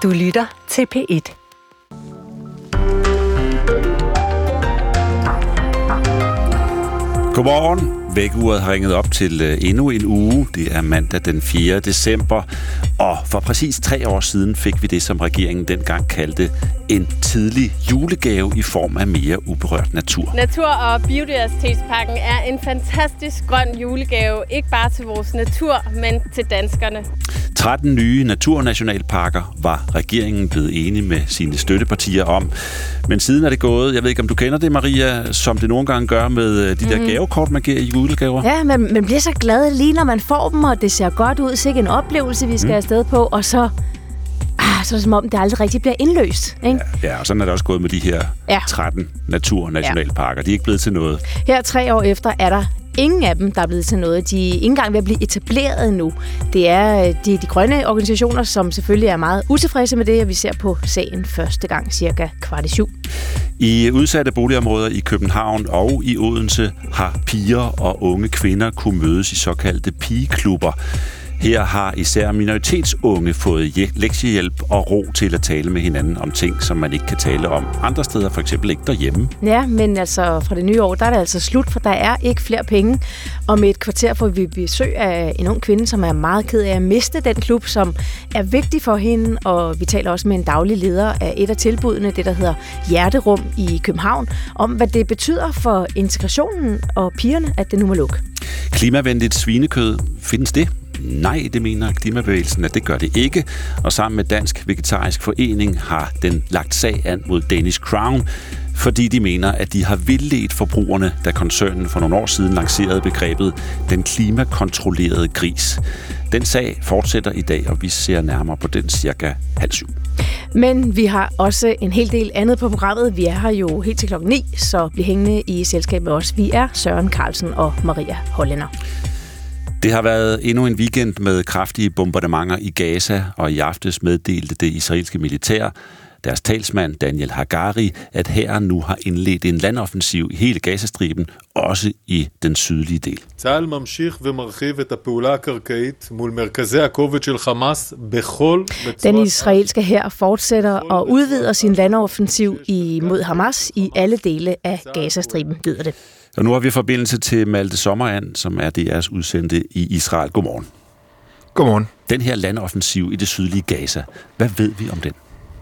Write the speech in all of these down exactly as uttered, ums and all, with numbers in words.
Du lytter til P et. Godmorgen. Vækkeuret har ringet op til uh, endnu en uge. Det er mandag den fjerde december. Og for præcis tre år siden fik vi det, som regeringen dengang kaldte en tidlig julegave i form af mere uberørt natur. Natur- og biodiversitetspakken er en fantastisk grøn julegave. Ikke bare til vores natur, men til danskerne. tretten nye naturnationalparker var regeringen blevet enige med sine støttepartier om. Men siden er det gået, jeg ved ikke om du kender det, Maria, som det nogle gange gør med de der mm. gavekort, man giver i julegaver. Ja, man, man bliver så glad lige, når man får dem, og det ser godt ud. Sikke en oplevelse, vi skal mm. afsted på, og så, ah, så er det som om, det aldrig rigtig bliver indløst. Ikke? Ja, ja, og sådan er det også gået med de her ja. tretten naturnationalparker. Ja. De er ikke blevet til noget. Her tre år efter er der ingen af dem, der er blevet til noget. De er ikke engang ved at blive etableret nu. Det er de, de grønne organisationer, som selvfølgelig er meget utilfredse med det, og vi ser på sagen første gang cirka kvart i syv. I udsatte boligområder i København og i Odense har piger og unge kvinder kunne mødes i såkaldte pigeklubber. Her har især minoritetsunge fået lektiehjælp og ro til at tale med hinanden om ting, som man ikke kan tale om andre steder, for eksempel ikke derhjemme. Ja, men altså fra det nye år, der er det altså slut, for der er ikke flere penge. Om et kvarter får vi besøg af en ung kvinde, som er meget ked af at miste den klub, som er vigtig for hende, og vi taler også med en daglig leder af et af tilbudene, det der hedder Hjerterum i København, om hvad det betyder for integrationen og pigerne, at det nu må lukke. Klimavenligt svinekød, findes det? Nej, det mener klimabevægelsen, at det gør det ikke. Og sammen med Dansk Vegetarisk Forening har den lagt sag an mod Danish Crown, fordi de mener, at de har vildledt forbrugerne, da koncernen for nogle år siden lancerede begrebet den klimakontrollerede gris. Den sag fortsætter i dag, og vi ser nærmere på den cirka halv syv. Men vi har også en hel del andet på programmet. Vi er her jo helt til klokken ni, så bliv hængende i selskab med os. Vi er Søren Carlsen og Maria Hollænder. Det har været endnu en weekend med kraftige bombardementer i Gaza, og i aftes meddelte det israelske militær, deres talsmand Daniel Hagari, at hæren nu har indledt en landoffensiv i hele Gazastriben, også i den sydlige del. צה"ל ממשיך ומרחיב את הפעולה הקרקעית מול מרכזי הכובד של חמאס בכל Den israelske hær fortsætter og udvider sin landoffensiv imod Hamas i alle dele af Gazastriben, lyder det. Og nu har vi forbindelse til Malte Sommerand, som er D R's udsendte i Israel. Godmorgen. Godmorgen. Den her landoffensiv i det sydlige Gaza, hvad ved vi om den?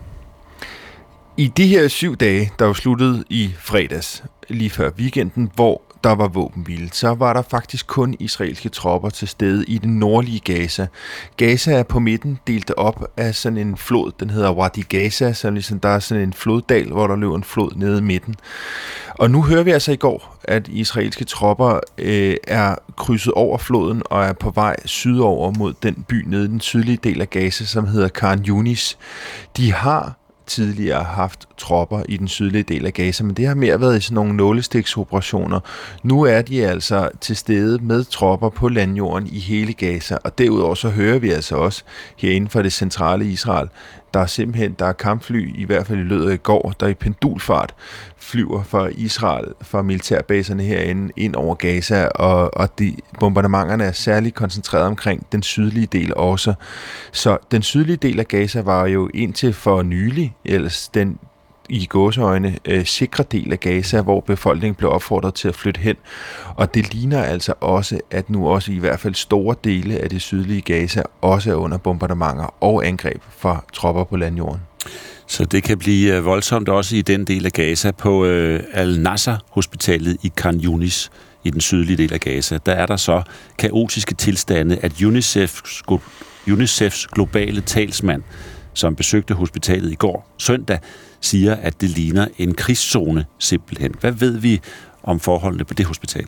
I de her syv dage, der var sluttet i fredags, lige før weekenden, hvor der var våbenhvile, så var der faktisk kun israelske tropper til stede i den nordlige Gaza. Gaza er på midten delt op af sådan en flod, den hedder Wadi Gaza, så ligesom der er sådan en floddal, hvor der løber en flod nede i midten. Og nu hører vi altså i går, at israelske tropper øh, er krydset over floden og er på vej sydover mod den by nede i den sydlige del af Gaza, som hedder Khan Yunis. De har tidligere haft tropper i den sydlige del af Gaza, men det har mere været i sådan nogle nålestiksoperationer. Nu er de altså til stede med tropper på landjorden i hele Gaza, og derudover så hører vi altså også herinde fra det centrale Israel, der er simpelthen der er kampfly, i hvert fald i løbet af i går, der i pendulfart flyver fra Israel, fra militærbaserne herinde ind over Gaza, og, og de bombardementerne er særligt koncentreret omkring den sydlige del også. Så den sydlige del af Gaza var jo indtil for nylig, ellers den i gåseøjne øh, sikre del af Gaza, hvor befolkningen blev opfordret til at flytte hen. Og det ligner altså også, at nu også i hvert fald store dele af det sydlige Gaza også er under bombardementer og angreb fra tropper på landjorden. Så det kan blive voldsomt også i den del af Gaza. På øh, Al-Nasser-hospitalet i Khan Yunis i den sydlige del af Gaza, der er der så kaotiske tilstande, at UNICEFs, UNICEFs globale talsmand, som besøgte hospitalet i går søndag, siger, at det ligner en krigszone simpelthen. Hvad ved vi om forholdene på det hospital?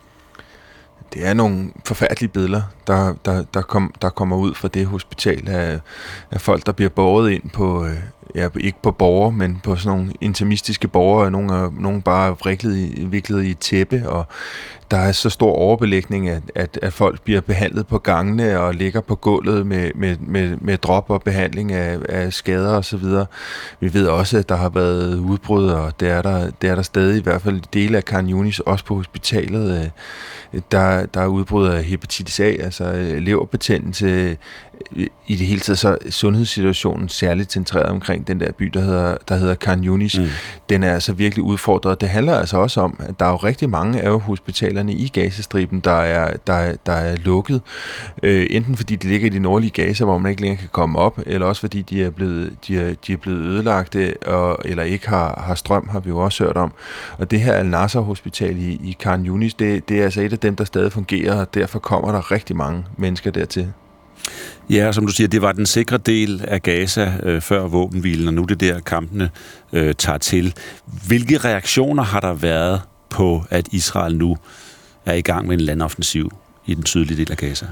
Det er nogle forfærdelige billeder, der, der, der, kom, der kommer ud fra det hospital af, af folk, der bliver båret ind på, ja, ikke på borgere, men på sådan nogle intimistiske borgere, nogle, er, nogle bare viklet, viklet i et tæppe, og der er så stor overbelægning, at, at, at folk bliver behandlet på gangene og ligger på gulvet med, med, med, med drop og behandling af, af skader og så videre. Vi ved også, at der har været udbrud, og det er der, det er der stadig, i hvert fald dele af Khan Yunis, også på hospitalet. Der, der er udbrud af hepatitis A, altså leverbetændelse, i det hele taget så sundhedssituationen særligt centreret omkring den der by, der hedder, der hedder Khan Yunis. Mm. Den er altså virkelig udfordret. Det handler altså også om, at der er jo rigtig mange af hospitalerne i Gazastriben, der er, der, der er lukket. Øh, enten fordi de ligger i det nordlige Gaza, hvor man ikke længere kan komme op, eller også fordi de er blevet, de er, de er blevet ødelagte, og, eller ikke har, har strøm, har vi jo også hørt om. Og det her Al-Nasser Hospital i, i Khan Yunis, det, det er altså et af dem, der stadig fungerer, og derfor kommer der rigtig mange mennesker dertil. Ja, som du siger, det var den sikre del af Gaza øh, før våbenhvilen, og nu er det der, kampene øh, tager til. Hvilke reaktioner har der været på, at Israel nu er i gang med en landoffensiv i den sydlige del af Gaza?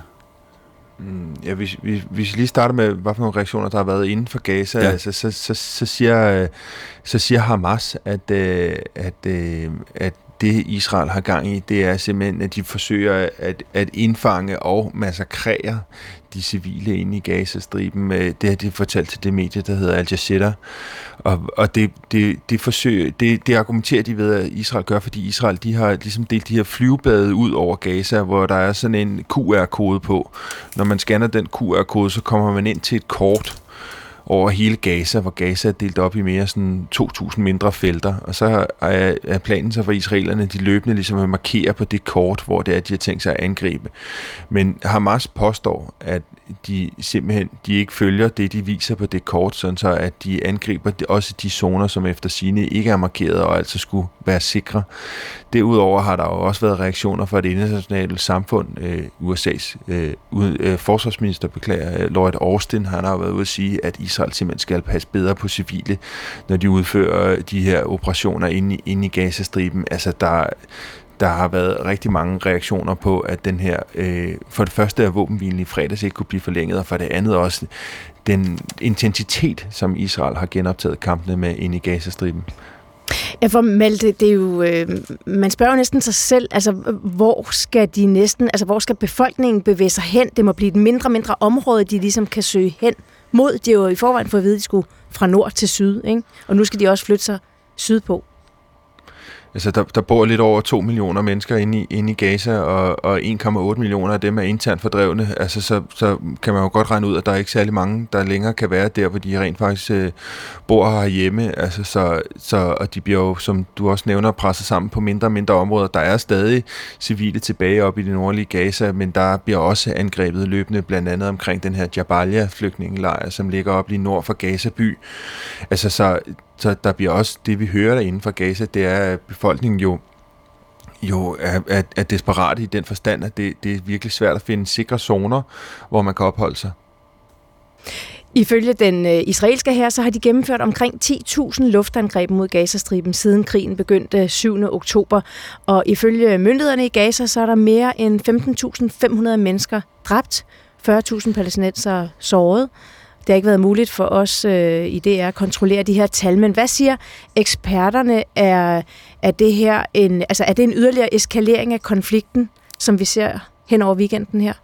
Ja, hvis, hvis, hvis vi lige starter med, hvad for nogle reaktioner, der har været inden for Gaza, ja. altså, så, så, så, siger, så siger Hamas, at, at, at det Israel har gang i, det er simpelthen, at de forsøger at, at indfange og massakrere de civile inde i Gazastriben. Det har de fortalt til det medie, der hedder Al Jazeera. Og, og det, det, det, forsøger, det, det argumenterer de ved, at Israel gør, fordi Israel de har ligesom delt de her flyvebade ud over Gaza, hvor der er sådan en Q R-kode på. Når man scanner den Q R-kode, så kommer man ind til et kort over hele Gaza, hvor Gaza er delt op i mere sådan to tusind mindre felter. Og så er, er planen så for israelerne, de løbende ligesom at markere på det kort, hvor det er, de har tænkt sig at angribe. Men Hamas påstår, at de simpelthen de ikke følger det, de viser på det kort, sådan så at de angriber også de zoner, som efter sigende ikke er markeret og altså skulle være sikre. Derudover har der jo også været reaktioner fra det internationale samfund. Øh, U S A's øh, øh, forsvarsminister, beklager, Lloyd Austin, han har været ude at sige, at Israel simpelthen skal passe bedre på civile, når de udfører de her operationer inde i, inde i Gazastriben. Altså, der, der har været rigtig mange reaktioner på, at den her, øh, for det første er våbenhvilen i fredags ikke kunne blive forlænget, og for det andet også den intensitet, som Israel har genoptaget kampene med inde i Gazastriben. Ja, for Malte, det er jo, øh, man spørger jo næsten sig selv, altså hvor skal de næsten, altså hvor skal befolkningen bevæge sig hen? Det må blive et mindre mindre område, de ligesom kan søge hen mod. De er jo i forvejen for at vide, at de skulle fra nord til syd, ikke? Og nu skal de også flytte sig sydpå. Altså, der, der bor lidt over to millioner mennesker inde i, inde i Gaza, og, og en komma otte millioner af dem er internt fordrevne. Altså, så, så kan man jo godt regne ud, at der er ikke særlig mange, der længere kan være der, hvor de rent faktisk øh, bor herhjemme. Altså, så, så, og de bliver jo, som du også nævner, presset sammen på mindre og mindre områder. Der er stadig civile tilbage op i det nordlige Gaza, men der bliver også angrebet løbende, blandt andet omkring den her Jabalia-flygtningelejr, som ligger op lige nord for Gaza by. Altså, så Så der bliver også, det vi hører derinde fra Gaza, det er, at befolkningen jo, jo er, er, er desperat i den forstand, at det, det er virkelig svært at finde sikre zoner, hvor man kan opholde sig. Ifølge den øh, israelske hær, så har de gennemført omkring ti tusind luftangreb mod Gazastriben siden krigen begyndte syvende oktober. Og ifølge myndighederne i Gaza, så er der mere end femten tusind fem hundrede mennesker dræbt, fyrre tusind palæstinensere såret. Det har ikke været muligt for os øh, i D R at kontrollere de her tal, men hvad siger eksperterne? Er, er, det her en, altså er det en yderligere eskalering af konflikten, som vi ser hen over weekenden her?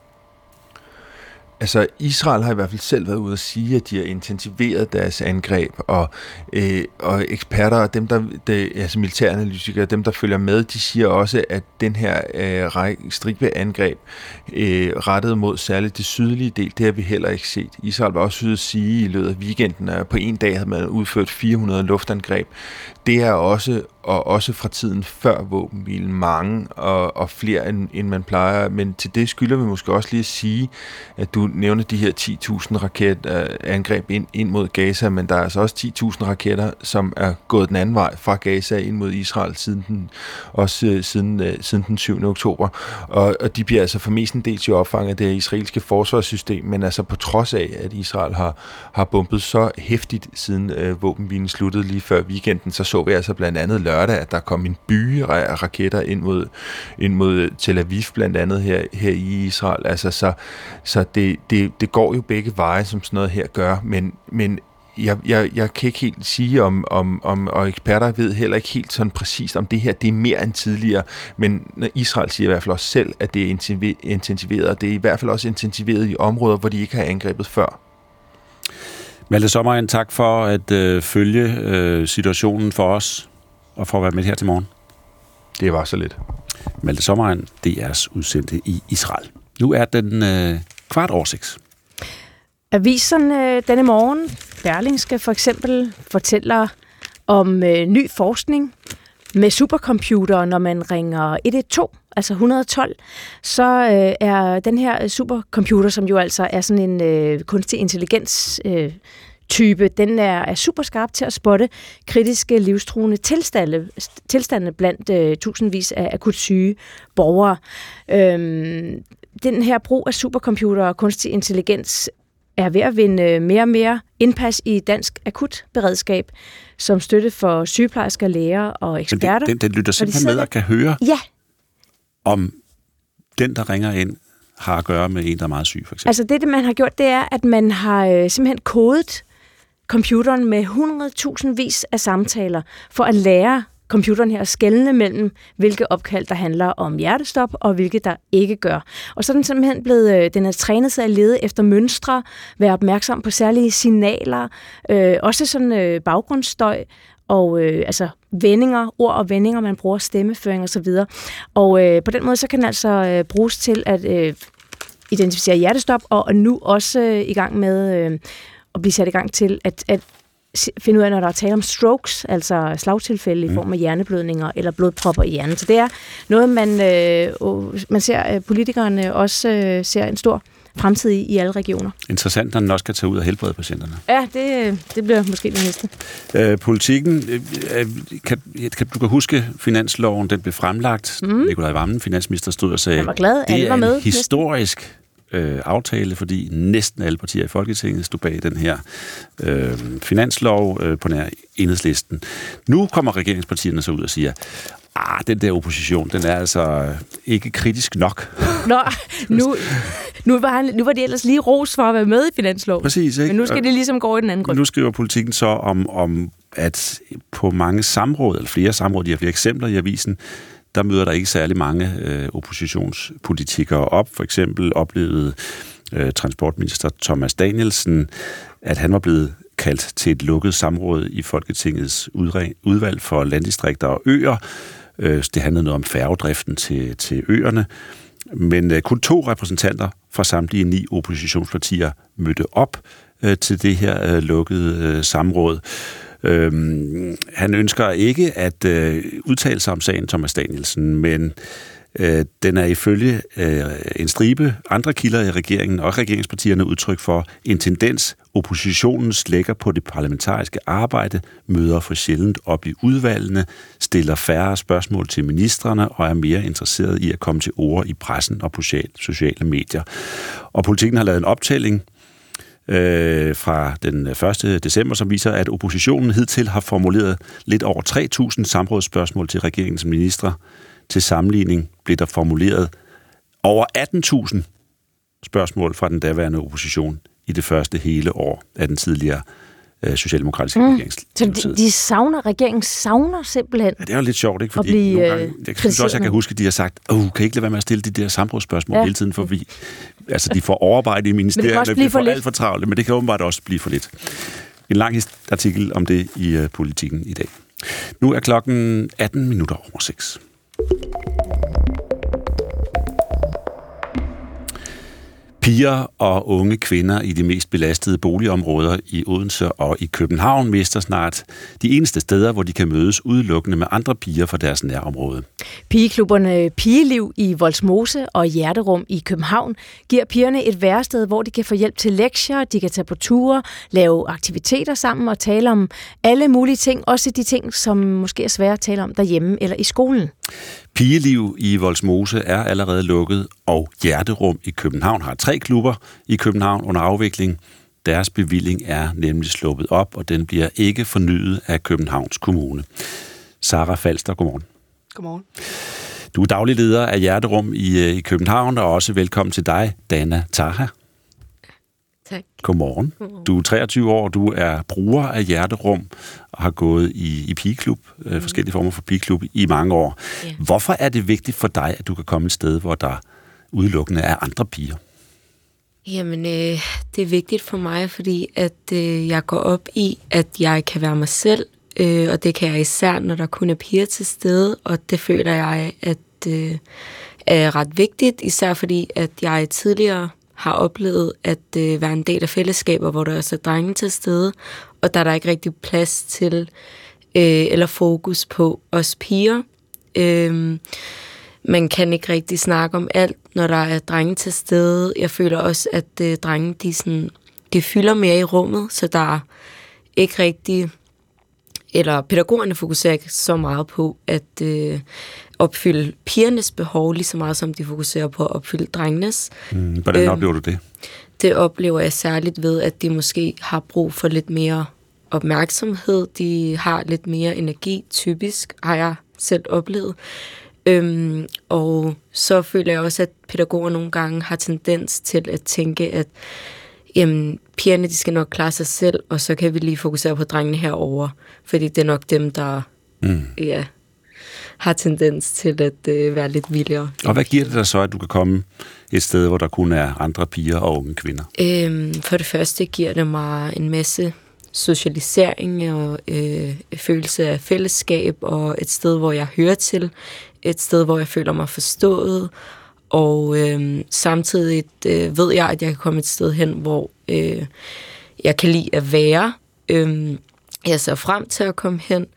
Altså, Israel har i hvert fald selv været ude at sige, at de har intensiveret deres angreb, og, øh, og eksperter og dem, der, de, altså militæranalytikere, dem, der følger med, de siger også, at den her øh, stribe angreb øh, rettet mod særligt det sydlige del, det har vi heller ikke set. Israel var også ude at sige i løbet af weekenden, at på en dag havde man udført fire hundrede luftangreb. Det er også, og også fra tiden før våbenhvilen, mange og, og flere, end, end man plejer. Men til det skylder vi måske også lige at sige, at du nævner de her ti tusind raketangreb ind, ind mod Gaza, men der er altså også ti tusind raketter, som er gået den anden vej fra Gaza ind mod Israel siden den, også uh, siden, uh, siden den syvende oktober. Og, og de bliver altså for mestendels jo opfanget af det israelske forsvarssystem, men altså på trods af, at Israel har, har bombet så hæftigt siden uh, våbenhvilen sluttede lige før weekenden, så så vi altså blandt andet lørdag, at der kom en byge af raketter ind mod, ind mod Tel Aviv, blandt andet her, her i Israel. Altså, så, så det, det, det går jo begge veje, som sådan noget her gør, men, men jeg, jeg, jeg kan ikke helt sige, om, om, om, og eksperter ved heller ikke helt sådan præcist, om det her det er mere end tidligere, men Israel siger i hvert fald også selv, at det er intensiveret, og det er i hvert fald også intensiveret i områder, hvor de ikke har angrebet før. Malte Sommerend, tak for at øh, følge øh, situationen for os, og for at være med her til morgen. Det var så lidt. Malte Sommerend, D R's udsendte i Israel. Nu er den øh, kvart over seks. Aviserne denne morgen, Berlingske for eksempel, fortæller om øh, ny forskning med supercomputere, når man ringer et et to, altså et et to, så øh, er den her supercomputer, som jo altså er sådan en øh, kunstig intelligens øh, type, den er, er super skarp til at spotte kritiske livstruende tilstande, tilstande blandt øh, tusindvis af akut syge borgere. Øhm, den her brug af supercomputer og kunstig intelligens er ved at vinde mere og mere indpas i dansk akutberedskab som støtte for sygeplejersker, læger og eksperter. Den, den, den lytter simpelthen med og kan høre, ja. om den, der ringer ind, har at gøre med en, der er meget syg, for eksempel. Altså det, det man har gjort, det er, at man har øh, simpelthen kodet computeren med hundredtusindvis af samtaler for at lære computeren her at skelne mellem, hvilke opkald, der handler om hjertestop, og hvilke, der ikke gør. Og så er den simpelthen blevet, den er trænet sig at lede efter mønstre, være opmærksom på særlige signaler, øh, også sådan øh, baggrundsstøj, og øh, altså vendinger, ord og vendinger, man bruger, stemmeføring og så videre. Og øh, på den måde, så kan den altså øh, bruges til at øh, identificere hjertestop, og, og nu også øh, i gang med øh, at blive sat i gang til at, at finde ud af, når der er tale om strokes, altså slagtilfælde i form af hjerneblødninger eller blodpropper i hjernen. Så det er noget, man, øh, man ser, at politikerne også øh, ser en stor fremtid i, i alle regioner. Interessant, når den også kan tage ud og helbrede patienterne. Ja, det, det bliver måske det næste. Øh, politikken, øh, kan, kan, du kan huske, finansloven, den blev fremlagt. Mm. Nikolaj Wammen, finansminister, stod og sagde, jeg var glad, det var er med, en historisk øh, aftale, fordi næsten alle partier i Folketinget stod bag den her øh, finanslov øh, på nær Enhedslisten. Nu kommer regeringspartierne så ud og siger, ah, den der opposition, den er altså ikke kritisk nok. Nå, nu, nu, var han, nu var de ellers lige ros for at være med i finansloven. Præcis, ikke? Men nu skal det ligesom gå i den anden grund. Nu skriver politikken så om, om, at på mange samråd, eller flere samråd, de har flere eksempler i avisen, der møder der ikke særlig mange øh, oppositionspolitikere op. For eksempel oplevede øh, transportminister Thomas Danielsen, at han var blevet kaldt til et lukket samråd i Folketingets udvalg for landdistrikter og øer. Øh, det handlede noget om færgedriften til, til øerne. Men øh, kun to repræsentanter fra samtlige ni oppositionspartier mødte op øh, til det her øh, lukkede øh, samråd. Øhm, han ønsker ikke at øh, udtale sig om sagen, Thomas Danielsen, men øh, den er ifølge øh, en stribe andre kilder i regeringen og regeringspartierne udtryk for en tendens. Oppositionen slækker på det parlamentariske arbejde, møder for sjældent op i udvalgene, stiller færre spørgsmål til ministrene og er mere interesseret i at komme til ord i pressen og på sociale medier. Og politikken har lavet en optælling Øh, fra den første december, som viser, at oppositionen hidtil har formuleret lidt over tre tusind samrådsspørgsmål til regeringens ministre. Til sammenligning blev der formuleret over atten tusind spørgsmål fra den daværende opposition i det første hele år af den tidligere øh, socialdemokratiske mm. regerings. Så de, de savner, regeringen savner simpelthen. Ja, det er jo lidt sjovt, ikke? Fordi blive, nogle gange, jeg synes også, jeg kan huske, at de har sagt, åh, kan I ikke lade være med at stille de der samrådsspørgsmål ja. hele tiden, for vi, altså de får overarbejde i ministerierne, det bliver for alt for travlt, men det kan åbenbart også blive for lidt. En lang artikel om det i uh, Politikken i dag. Nu er klokken atten minutter over seks. Piger og unge kvinder i de mest belastede boligområder i Odense og i København mister snart de eneste steder, hvor de kan mødes udelukkende med andre piger fra deres nærområde. Pigeklubberne Pigeliv i Vollsmose og Hjerterum i København giver pigerne et værested, hvor de kan få hjælp til lektier, de kan tage på ture, lave aktiviteter sammen og tale om alle mulige ting, også de ting, som måske er svære at tale om derhjemme eller i skolen. Pigeliv i Vollsmose er allerede lukket, og Hjerterum i København har tre klubber i København under afvikling. Deres bevilling er nemlig sluppet op, og den bliver ikke fornyet af Københavns Kommune. Sara Falster, godmorgen. Godmorgen. Du er daglig leder af Hjerterum i, i København, og også velkommen til dig, Dana Taha. Tak. Godmorgen. Du er treogtyve år, du er bruger af Hjerterum og har gået i, i pigeklub, mm. øh, forskellige former for pigeklub i mange år. Yeah. Hvorfor er det vigtigt for dig, at du kan komme et sted, hvor der udelukkende er andre piger? Jamen, øh, det er vigtigt for mig, fordi at øh, jeg går op i, at jeg kan være mig selv, øh, og det kan jeg især, når der kun er piger til stede, og det føler jeg, at øh, er ret vigtigt, især fordi, at jeg tidligere har oplevet at øh, være en del af fællesskaber, hvor der også er drenge til stede, og der er der ikke rigtig plads til øh, eller fokus på os piger. Øh, man kan ikke rigtig snakke om alt, når der er drenge til stede. Jeg føler også, at øh, drenge, de, sådan, de fylder mere i rummet, så der er ikke rigtig... Eller pædagogerne fokuserer ikke så meget på at øh, opfylde pigernes behov, lige så meget som de fokuserer på at opfylde drengenes. Mm, hvordan øhm, oplever du det? Det oplever jeg særligt ved, at de måske har brug for lidt mere opmærksomhed. De har lidt mere energi, typisk, har jeg selv oplevet. Øhm, og så føler jeg også, at pædagoger nogle gange har tendens til at tænke, at jamen, pigerne, de skal nok klare sig selv, og så kan vi lige fokusere på drengene herover, fordi det er nok dem, der mm. ja, har tendens til at øh, være lidt vildere. Og hvad giver det dig så, at du kan komme et sted, hvor der kun er andre piger og unge kvinder? Øhm, for det første giver det mig en masse socialisering og øh, følelse af fællesskab, og et sted, hvor jeg hører til, et sted, hvor jeg føler mig forstået, og øh, samtidig øh, ved jeg, at jeg kan komme et sted hen, hvor øh, jeg kan lide at være. Øh, jeg ser frem til at komme hen.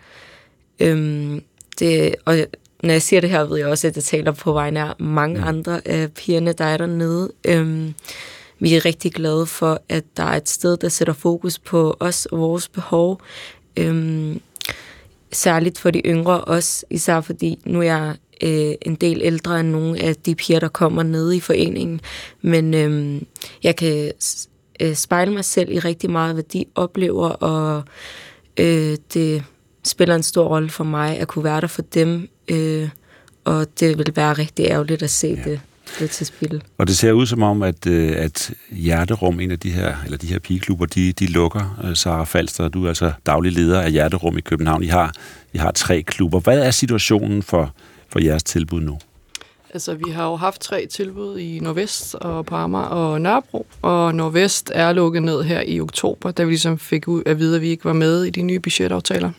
Øh, det, og når jeg siger det her, ved jeg også, at jeg taler på vegne af mange andre af pigerne, der er dernede. Øh, vi er rigtig glade for, at der er et sted, der sætter fokus på os og vores behov. Øh, særligt for de yngre også, især fordi nu er jeg øh, en del ældre end nogle af de piger, der kommer nede i foreningen. Men øh, jeg kan øh, spejle mig selv i rigtig meget, hvad de oplever, og øh, det spiller en stor rolle for mig at kunne være der for dem, øh, og det vil være rigtig ærgerligt at se ja. det. Det til spil. Og det ser ud som om, at, at Hjerterum, en af de her, eller de her pigeklubber, de, de lukker. Sara Falster, du er altså daglig leder af Hjerterum i København. I har, I har tre klubber. Hvad er situationen for, for jeres tilbud nu? Altså, vi har jo haft tre tilbud i Nordvest og på Amager og Nørrebro, og Nordvest er lukket ned her i oktober, da vi ligesom fik ud at vide, at vi ikke var med i de nye budgetaftaler.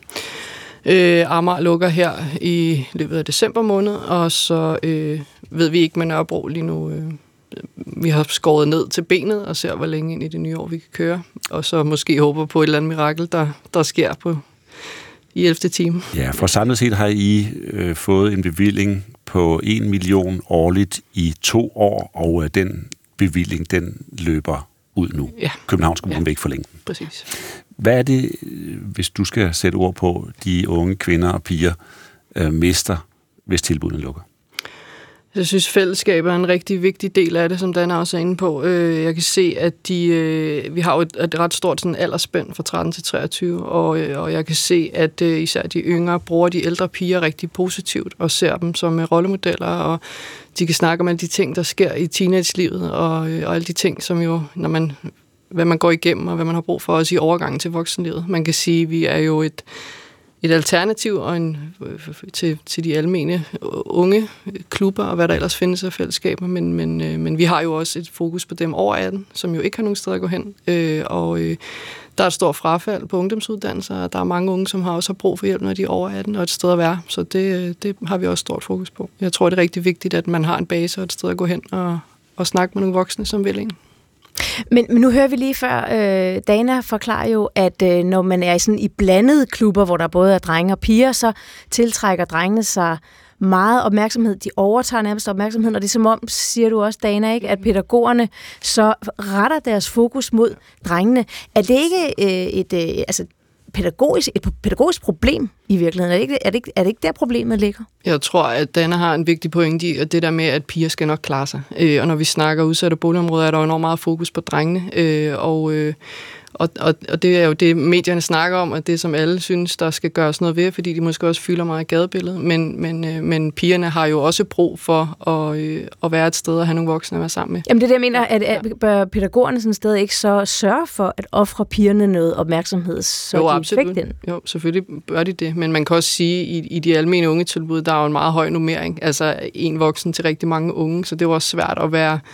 Øh, Amager lukker her i løbet af december måned, og så øh, ved vi ikke med Nørrebro lige nu. Øh, vi har skåret ned til benet og ser, hvor længe ind i det nye år vi kan køre, og så måske håber på et eller andet mirakel, der, der sker på i ellevte time. Ja, for samlet set har I øh, fået en bevilling på en million årligt i to år, og øh, den bevilling, den løber ud nu. Ja. Københavns Kommune vil ikke forlænge den. Præcis. Hvad er det, hvis du skal sætte ord på, de unge kvinder og piger øh, mister, hvis tilbudene lukker? Jeg synes, fællesskabet er en rigtig vigtig del af det, som Dan også er inde på. Jeg kan se, at de, vi har jo et, et ret stort sådan, aldersspænd fra tretten til treogtyve, og, og jeg kan se, at især de yngre bruger de ældre piger rigtig positivt og ser dem som rollemodeller, og de kan snakke om alle de ting, der sker i teenage-livet, og, og alle de ting, som jo, når man, hvad man går igennem, og hvad man har brug for også i overgangen til voksenlivet. Man kan sige, at vi er jo et et alternativ og en, til, til de almene unge klubber og hvad der ellers findes af fællesskaber, men, men, men vi har jo også et fokus på dem over atten, som jo ikke har nogen sted at gå hen, øh, og øh, der er et stort frafald på ungdomsuddannelser, og der er mange unge, som har også har brug for hjælp, når de er over atten, og et sted at være, så det, det har vi også stort fokus på. Jeg tror, det er rigtig vigtigt, at man har en base og et sted at gå hen og, og snakke med nogle voksne, som vil en. Men, men nu hører vi lige før, øh, Dana forklarer jo, at øh, når man er i, sådan, i blandede klubber, hvor der både er drenge og piger, så tiltrækker drengene sig meget opmærksomhed. De overtager nærmest opmærksomheden, og det er som om, siger du også, Dana, ikke, at pædagogerne så retter deres fokus mod drengene. Er det ikke øh, et... Øh, altså, pædagogisk, et pædagogisk problem i virkeligheden? Er det, ikke, er, det ikke, er det ikke der, problemet ligger? Jeg tror, at Dana har en vigtig pointe i, at det der med, at piger skal nok klare sig. Øh, og når vi snakker udsatte boligområder, er der jo enormt meget fokus på drengene. Øh, og, øh, og, og, og det er jo det, medierne snakker om, og det, som alle synes, der skal gøres noget ved, fordi de måske også fylder meget i gadebilledet. Men, men, øh, men pigerne har jo også brug for at, øh, at være et sted og have nogle voksne at være sammen med. Jamen det er det, jeg mener, at, at bør pædagogerne sådan et sted ikke så sørge for at ofre pigerne noget opmærksomhed, så jo, de absolut. fik den? Jo, selvfølgelig bør de det, men man kan også sige, at i, i de almene ungetilbud, der er jo en meget høj nummering, altså en voksen til rigtig mange unge, så det er jo også svært at være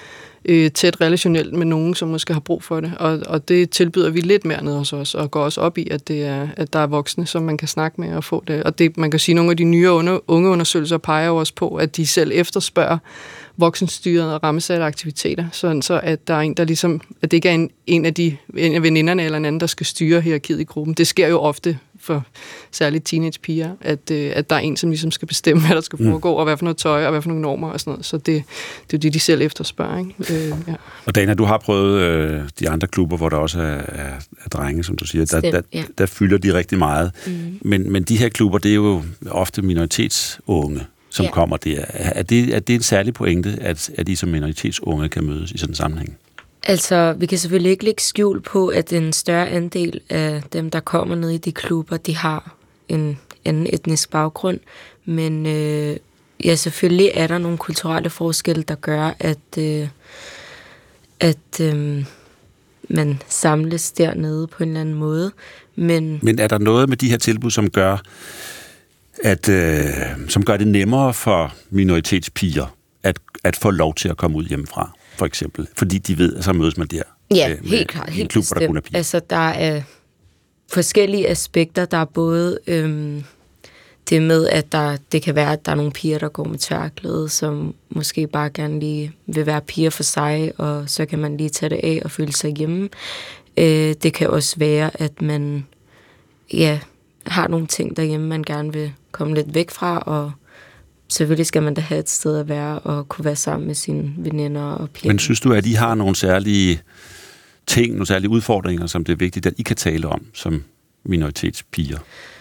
øh, tæt relationelt med nogen, som måske har brug for det. Og, og det tilbyder vi lidt mere ned hos os, og går også op i, at, det er, at der er voksne, som man kan snakke med og få det. Og det, man kan sige, at nogle af de nye unge undersøgelser peger også på, at de selv efterspørger voksenstyrede og rammesatte aktiviteter, sådan så at der er en, der ligesom, at det ikke er en, en af de en af veninderne eller en anden, der skal styre hierarkiet i gruppen. Det sker jo ofte for særligt teenagepiger, at, at der er en, som ligesom skal bestemme, hvad der skal foregå, mm. og hvad for noget tøj, og hvad for nogle normer og sådan noget. Så det, det er jo det, de selv efterspørger. Ikke? Øh, ja. Og Dana, du har prøvet øh, de andre klubber, hvor der også er, er, er drenge, som du siger. Der, Stem, der, ja. der fylder de rigtig meget. Mm. Men, men de her klubber, det er jo ofte minoritetsunge, som ja. kommer der. Er det, er det en særlig pointe, at, at I som minoritetsunge kan mødes i sådan en sammenhæng? Altså, vi kan selvfølgelig ikke lægge skjul på, at en større andel af dem, der kommer ned i de klubber, de har en anden etnisk baggrund. Men øh, ja, selvfølgelig er der nogle kulturelle forskelle, der gør, at, øh, at øh, man samles dernede på en eller anden måde. Men, Men er der noget med de her tilbud, som gør, at, øh, som gør det nemmere for minoritetspiger at, at få lov til at komme ud hjemmefra, for eksempel? Fordi de ved, at så mødes man der. Ja, øh, helt klart. Helt klub, hvor der kun er piger. Altså, der er forskellige aspekter. Der er både øhm, det med, at der, det kan være, at der er nogle piger, der går med tørklæde, som måske bare gerne lige vil være piger for sig, og så kan man lige tage det af og føle sig hjemme. Øh, det kan også være, at man ja, har nogle ting derhjemme, man gerne vil komme lidt væk fra, og selvfølgelig skal man da have et sted at være og kunne være sammen med sine veninder og piger. Men synes du, at I har nogle særlige ting, nogle særlige udfordringer, som det er vigtigt, at I kan tale om som minoritetspiger?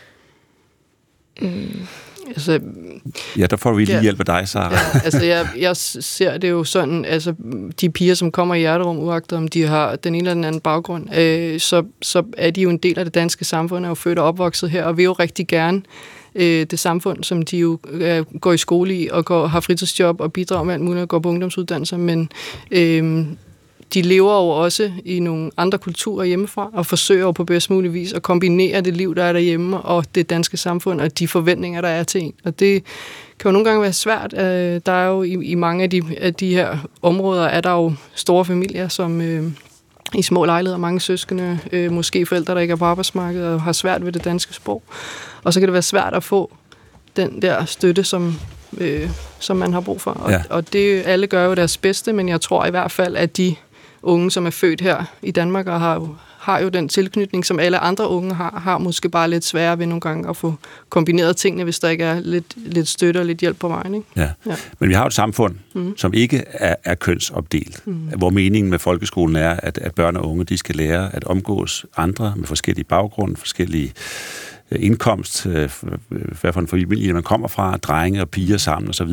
Mm. Altså, ja, der får vi lige ja, hjælp af dig, Sara. Ja, altså, jeg, jeg ser det jo sådan, altså, de piger, som kommer i hjerterum, uagtet om de har den ene eller den anden baggrund, øh, så, så er de jo en del af det danske samfund, er jo født og opvokset her, og vil jo rigtig gerne øh, det samfund, som de jo øh, går i skole i, og går, har fritidsjob og bidrager med alt muligt, og går på ungdomsuddannelser, men øh, de lever jo også i nogle andre kulturer hjemmefra, og forsøger jo på bedst mulig vis at kombinere det liv, der er derhjemme, og det danske samfund, og de forventninger, der er til en. Og det kan jo nogle gange være svært. Der er jo i, i mange af de, af de her områder, er der jo store familier, som øh, i små lejligheder, mange søskende, øh, måske forældre, der ikke er på arbejdsmarkedet, og har svært ved det danske sprog. Og så kan det være svært at få den der støtte, som øh, som man har brug for. Og, ja. og det, alle gør jo deres bedste, men jeg tror i hvert fald, at de unge, som er født her i Danmark og har jo, har jo den tilknytning, som alle andre unge har, har måske bare lidt sværere ved nogle gange at få kombineret tingene, hvis der ikke er lidt, lidt støtte og lidt hjælp på vejen. Ikke? Ja. Ja. Men vi har jo et samfund, mm. som ikke er, er kønsopdelt, mm. hvor meningen med folkeskolen er, at, at børn og unge de skal lære at omgås andre med forskellige baggrunde, forskellige indkomst, hvad for en familie man kommer fra, drenge og piger sammen osv.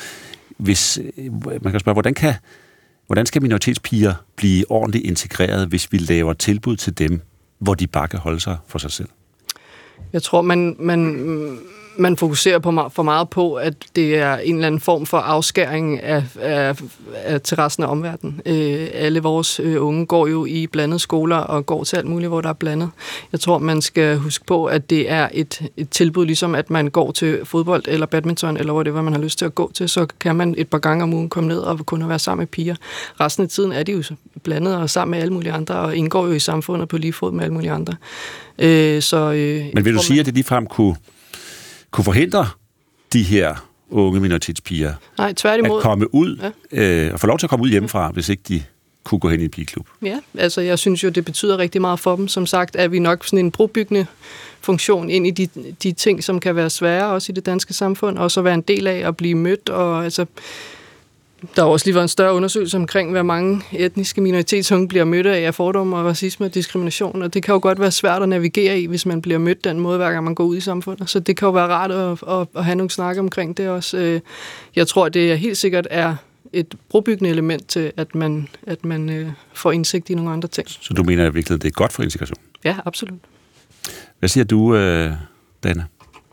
Hvis man kan spørge, hvordan kan Hvordan skal minoritetspiger blive ordentligt integreret, hvis vi laver tilbud til dem, hvor de bare kan holde sig for sig selv? Jeg tror, man, man, man fokuserer på, for meget på, at det er en eller anden form for afskæring af, af, af, til resten af omverdenen. Øh, alle vores øh, unge går jo i blandede skoler og går til alt muligt, hvor der er blandet. Jeg tror, man skal huske på, at det er et, et tilbud, ligesom at man går til fodbold eller badminton, eller hvor det er, hvad man har lyst til at gå til, så kan man et par gange om ugen komme ned og kunne være sammen med piger. Resten af tiden er de jo blandet og sammen med alle mulige andre, og indgår jo i samfundet på lige fod med alle mulige andre. Øh, så, øh, Men vil du sige, at det ligefrem kunne kunne forhindre de her unge minoritetspiger Nej, tværtimod. at komme ud, ja. øh, og få lov til at komme ud hjemmefra, hvis ikke de kunne gå hen i en pigeklub? Ja, altså jeg synes jo, det betyder rigtig meget for dem. Som sagt er vi nok sådan en brobyggende funktion ind i de, de ting, som kan være svære også i det danske samfund, og så være en del af at blive mødt, og altså der har også lige været en større undersøgelse omkring, hvad mange etniske minoritetsunge bliver mødt af af fordomme og racisme og diskrimination, og det kan jo godt være svært at navigere i, hvis man bliver mødt den måde, hver gang man går ud i samfundet. Så det kan jo være rart at, at, at have nogle snakke omkring det også. Jeg tror, det helt sikkert er et brobyggende element til, at man, at man øh, får indsigt i nogle andre ting. Så du mener virkelig, at det er godt for integration? Ja, absolut. Hvad siger du, øh, Dana?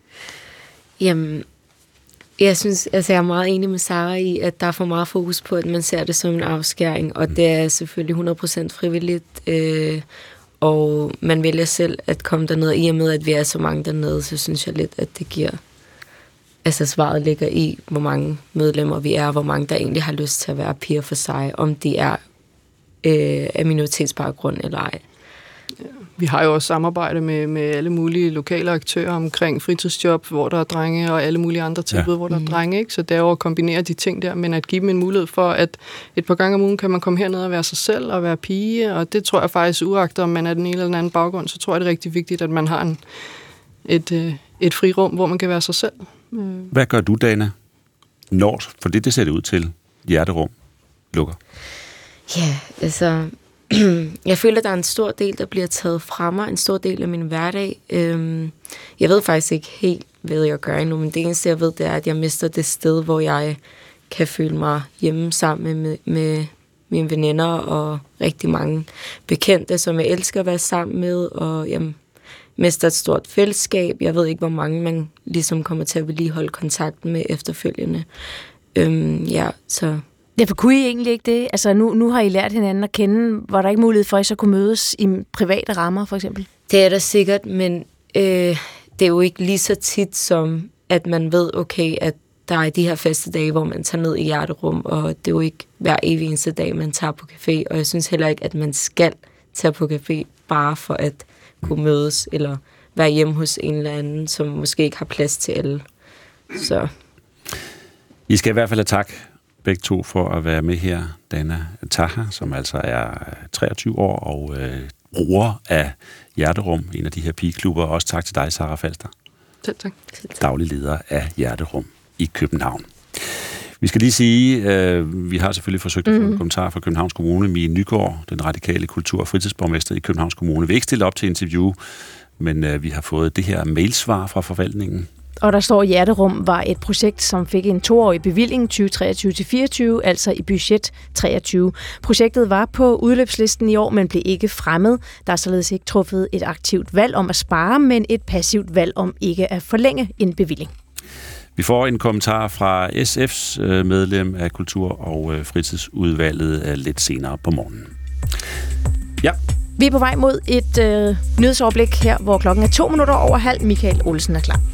Jamen, jeg synes, altså jeg er meget enig med Sara i, at der er for meget fokus på, at man ser det som en afskæring, og det er selvfølgelig hundrede procent frivilligt, øh, og man vælger selv at komme derned, i og med, at vi er så mange dernede, så synes jeg lidt, at det giver altså svaret ligger i, hvor mange medlemmer vi er, hvor mange der egentlig har lyst til at være piger for sig, om de er øh, af minoritetsbaggrund eller ej. Vi har jo også samarbejde med, med alle mulige lokale aktører omkring fritidsjob, hvor der er drenge, og alle mulige andre tilbud, ja. hvor der er drenge. Ikke? Så det er jo at kombinere de ting der, men at give dem en mulighed for, at et par gange om ugen kan man komme herned og være sig selv og være pige, og det tror jeg faktisk, uagtet om man er den ene eller den anden baggrund, så tror jeg, det er rigtig vigtigt, at man har en, et, et frirum, hvor man kan være sig selv. Hvad gør du, Dana, når, for det, det ser det ud til, hjerterum lukker? Ja, altså... Jeg føler, at der er en stor del, der bliver taget fra mig, en stor del af min hverdag. Jeg ved faktisk ikke helt, hvad jeg gør endnu, men det eneste, jeg ved, det er, at jeg mister det sted, hvor jeg kan føle mig hjemme sammen med, med mine veninder og rigtig mange bekendte, som jeg elsker at være sammen med, og jeg mister et stort fællesskab. Jeg ved ikke, hvor mange man ligesom kommer til at vedligeholde kontakten med efterfølgende. Ja, så... Derfor kunne I egentlig ikke det? Altså nu, nu har I lært hinanden at kende. Var der ikke mulighed for, at I så kunne mødes i private rammer, for eksempel? Det er der sikkert, men øh, det er jo ikke lige så tit, som at man ved, okay, at der er de her faste dage, hvor man tager ned i hjerterum, og det er jo ikke hver evig eneste dag, man tager på café, og jeg synes heller ikke, at man skal tage på café bare for at kunne mødes, eller være hjemme hos en eller anden, som måske ikke har plads til alle. Så. I skal i hvert fald have tak begge to for at være med her. Dana Taha, som altså er treogtyve år og øh, bruger af Hjerterum, en af de her pigeklubber. Også tak til dig, Sara Falster. Selv tak. Daglig leder af Hjerterum i København. Vi skal lige sige, øh, vi har selvfølgelig forsøgt at få en kommentar fra Københavns Kommune. Mie Nygaard, den radikale kultur- og fritidsborgmester i Københavns Kommune, vil ikke stille op til interview, men øh, vi har fået det her mailsvar fra forvaltningen. Og der står, at Hjerterum var et projekt, som fik en toårig bevilling tyve treogtyve til fireogtyve, altså i budget treogtyve. Projektet var på udløbslisten i år, men blev ikke fremmet. Der er således ikke truffet et aktivt valg om at spare, men et passivt valg om ikke at forlænge en bevilling. Vi får en kommentar fra S F's medlem af Kultur- og Fritidsudvalget lidt senere på morgenen. Ja. Vi er på vej mod et øh, nyhedsoverblik her, hvor klokken er to minutter over halv. Michael Olsen er klar.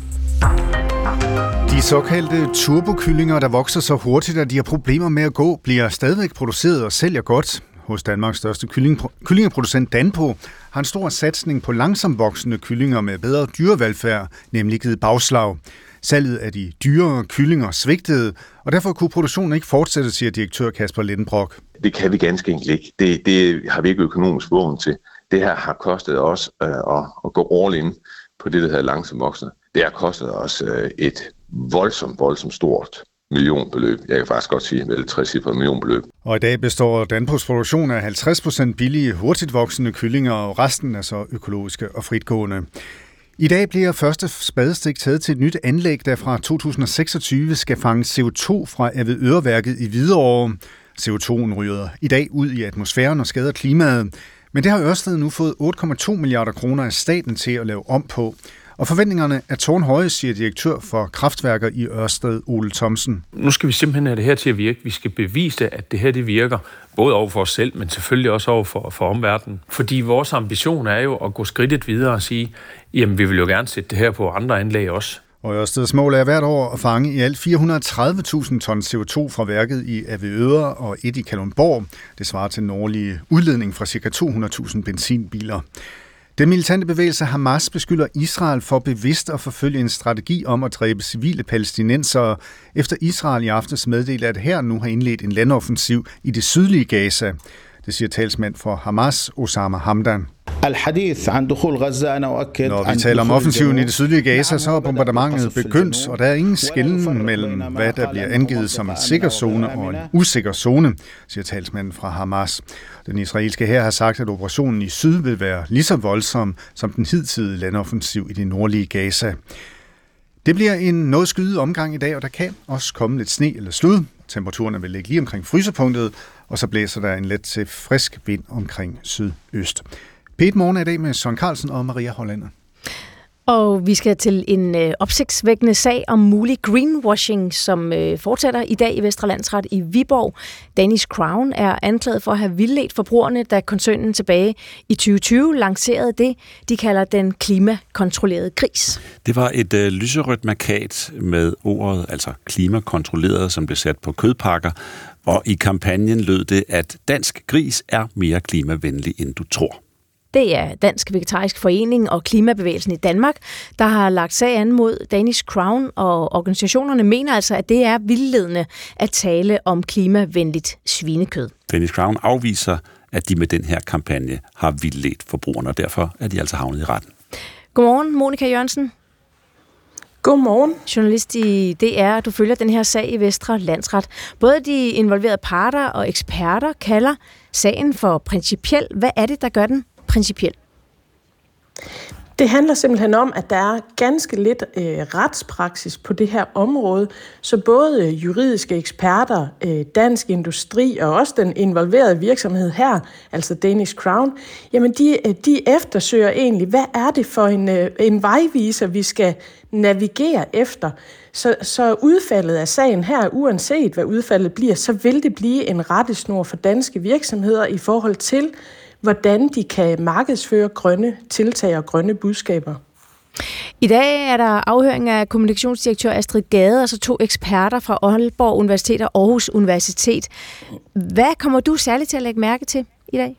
De såkaldte turbokyllinger, der vokser så hurtigt, at de har problemer med at gå, bliver stadigvæk produceret og sælger godt. Hos Danmarks største kylling, kyllingeproducent Danpo har en stor satsning på langsomt voksende kyllinger med bedre dyrevelfærd, nemlig givet bagslag. Salget af de dyrere kyllinger svigtede, og derfor kunne produktionen ikke fortsætte, siger direktør Kasper Littenbrock. Det kan vi ganske enkelt ikke. Det, det har vi ikke økonomisk vågen til. Det her har kostet os øh, at, at gå all in på det, der hedder langsomt voksende. Det har kostet os øh, et voldsomt, voldsomt stort millionbeløb. Jeg kan faktisk godt sige, vel trecifret millionbeløb. Og i dag består Danpos produktion af halvtreds procent billige, hurtigt voksende kyllinger, og resten er så økologiske og fritgående. I dag bliver første spadestik taget til et nyt anlæg, der fra to tusind og seksogtyve skal fange C O to fra Avedøreværket i Hvidovre. C O to'en ryger i dag ud i atmosfæren og skader klimaet. Men det har Ørsted nu fået otte komma to milliarder kroner af staten til at lave om på. Og forventningerne er tårnhøje, siger direktør for kraftværker i Ørsted, Ole Thomsen. Nu skal vi simpelthen have det her til at virke. Vi skal bevise, at det her det virker, både over for os selv, men selvfølgelig også over for, for omverdenen. Fordi vores ambition er jo at gå skridtet videre og sige, jamen vi vil jo gerne sætte det her på andre anlæg også. Og Ørsteds mål er hvert år at fange i alt fire hundrede og tredive tusind ton C O to fra værket i Avedøre og et i Kalundborg. Det svarer til den årlige udledning fra ca. to hundrede tusind benzinbiler. Den militante bevægelse Hamas beskylder Israel for bevidst at forfølge en strategi om at dræbe civile palæstinensere, efter Israel i aftes meddelte, at her nu har indledt en landoffensiv i det sydlige Gaza. Det siger talsmand for Hamas, Osama Hamdan. Når vi taler om offensiven i det sydlige Gaza, så er bombardementet begyndt, og der er ingen skelnen mellem, hvad der bliver angivet som en sikker zone og en usikker zone, siger talsmanden fra Hamas. Den israelske hær har sagt, at operationen i syd vil være lige så voldsom som den hidtidige landoffensiv i det nordlige Gaza. Det bliver en noget skyet omgang i dag, og der kan også komme lidt sne eller slud. Temperaturerne vil ligge lige omkring frysepunktet, og så blæser der en let til frisk vind omkring sydøst. P et Morgen er i dag med Søren Carlsen og Maria Hollander. Og vi skal til en øh, opsigtsvækkende sag om mulig greenwashing, som øh, fortsætter i dag i Vestre Landsret i Viborg. Danish Crown er anklaget for at have vildledt forbrugerne, da koncernen tilbage i tyve tyve lancerede det, de kalder den klimakontrollerede gris. Det var et øh, lyserødt mærkat med ordet, altså klimakontrolleret, som blev sat på kødpakker. Og i kampagnen lød det, at dansk gris er mere klimavenlig, end du tror. Det er Dansk Vegetarisk Forening og Klimabevægelsen i Danmark, der har lagt sag an mod Danish Crown, og organisationerne mener altså, at det er vildledende at tale om klimavenligt svinekød. Danish Crown afviser, at de med den her kampagne har vildledt forbrugerne, og derfor er de altså havnet i retten. Godmorgen, Monika Jørgensen. Godmorgen. Journalist i D R, du følger den her sag i Vestre Landsret. Både de involverede parter og eksperter kalder sagen for principiel. Hvad er det, der gør den principiel? Det handler simpelthen om, at der er ganske lidt øh, retspraksis på det her område, så både øh, juridiske eksperter, øh, dansk industri og også den involverede virksomhed her, altså Danish Crown, jamen de, øh, de eftersøger egentlig, hvad er det for en, øh, en vejviser, vi skal navigere efter. Så, så udfaldet af sagen her, uanset hvad udfaldet bliver, så vil det blive en rettesnor for danske virksomheder i forhold til, hvordan de kan markedsføre grønne tiltag og grønne budskaber. I dag er der afhøring af kommunikationsdirektør Astrid Gade og så to eksperter fra Aalborg Universitet og Aarhus Universitet. Hvad kommer du særligt til at lægge mærke til i dag?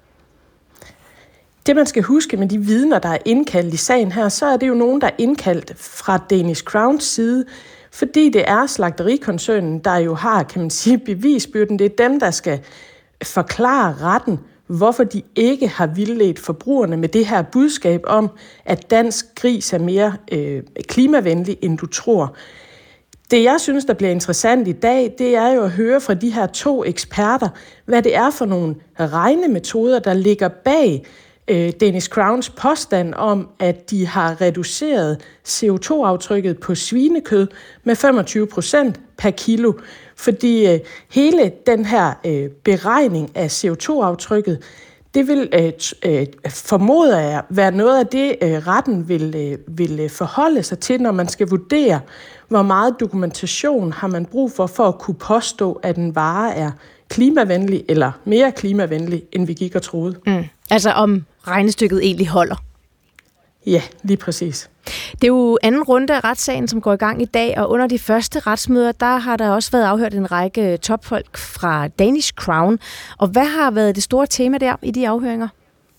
Det man skal huske med de vidner, der er indkaldt i sagen her, så er det jo nogen, der er indkaldt fra Danish Crowns side, fordi det er slagterikoncernen, der jo har, kan man sige, bevisbyrden. Det er dem, der skal forklare retten, hvorfor de ikke har vildledt forbrugerne med det her budskab om, at dansk gris er mere øh, klimavenlig, end du tror. Det, jeg synes, der bliver interessant i dag, det er jo at høre fra de her to eksperter, hvad det er for nogle regnemetoder, der ligger bag øh, Danish Crowns påstand om, at de har reduceret C O to aftrykket på svinekød med femogtyve procent per kilo. Fordi øh, hele den her øh, beregning af C O to aftrykket, det vil øh, øh, formoder jeg være noget af det, øh, retten vil, øh, vil forholde sig til, når man skal vurdere, hvor meget dokumentation har man brug for, for at kunne påstå, at en vare er klimavenlig eller mere klimavenlig, end vi gik og troede. Mm. Altså om regnestykket egentlig holder. Ja, lige præcis. Det er jo anden runde af retssagen, som går i gang i dag, og under de første retsmøder, der har der også været afhørt en række topfolk fra Danish Crown. Og hvad har været det store tema der i de afhøringer?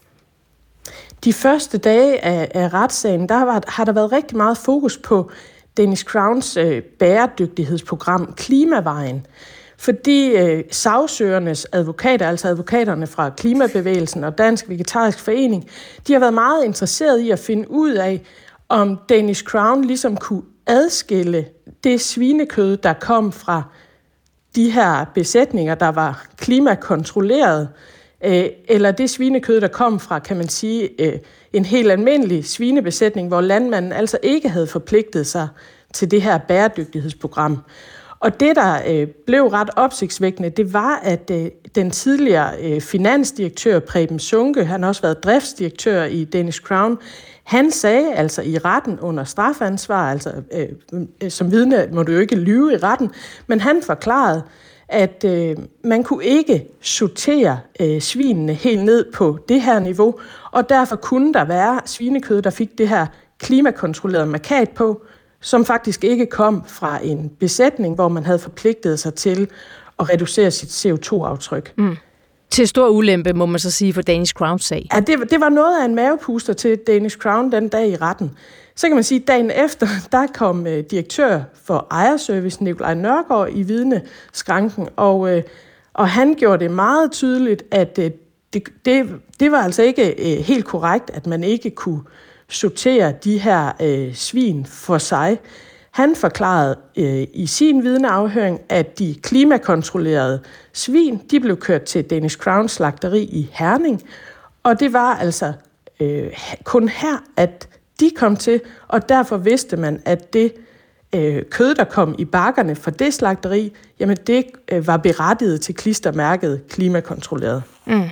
De første dage af, af retssagen, der har, har der været rigtig meget fokus på Danish Crowns øh, bæredygtighedsprogram Klimavejen. Fordi øh, sagsøgernes advokater, altså advokaterne fra Klimabevægelsen og Dansk Vegetarisk Forening, de har været meget interesserede i at finde ud af, om Danish Crown ligesom kunne adskille det svinekød, der kom fra de her besætninger, der var klimakontrolleret, øh, eller det svinekød, der kom fra, kan man sige, øh, en helt almindelig svinebesætning, hvor landmanden altså ikke havde forpligtet sig til det her bæredygtighedsprogram. Og det, der øh, blev ret opsigtsvækkende, det var, at øh, den tidligere øh, finansdirektør Preben Sunke, han har også været driftsdirektør i Danish Crown, han sagde altså i retten under strafansvar, altså øh, som vidne må du jo ikke lyve i retten, men han forklarede, at øh, man kunne ikke sortere øh, svinene helt ned på det her niveau, og derfor kunne der være svinekød, der fik det her klimakontrollerede mærkat på, som faktisk ikke kom fra en besætning, hvor man havde forpligtet sig til at reducere sit C O to aftryk. Mm. Til stor ulempe, må man så sige, for Danish Crowns sag. Ja, det, det var noget af en mavepuster til Danish Crown den dag i retten. Så kan man sige, at dagen efter, der kom uh, direktør for ejerservice, Nikolaj Nørgaard, i vidneskranken, og, uh, og han gjorde det meget tydeligt, at uh, det, det, det var altså ikke uh, helt korrekt, at man ikke kunne sortere de her øh, svin for sig. Han forklarede øh, i sin vidneafhøring, at de klimakontrollerede svin, de blev kørt til Danish Crown slagteri i Herning, og det var altså øh, kun her, at de kom til, og derfor vidste man, at det øh, kød, der kom i bakkerne fra det slagteri, jamen det øh, var berettiget til klistermærket klimakontrolleret. Mm.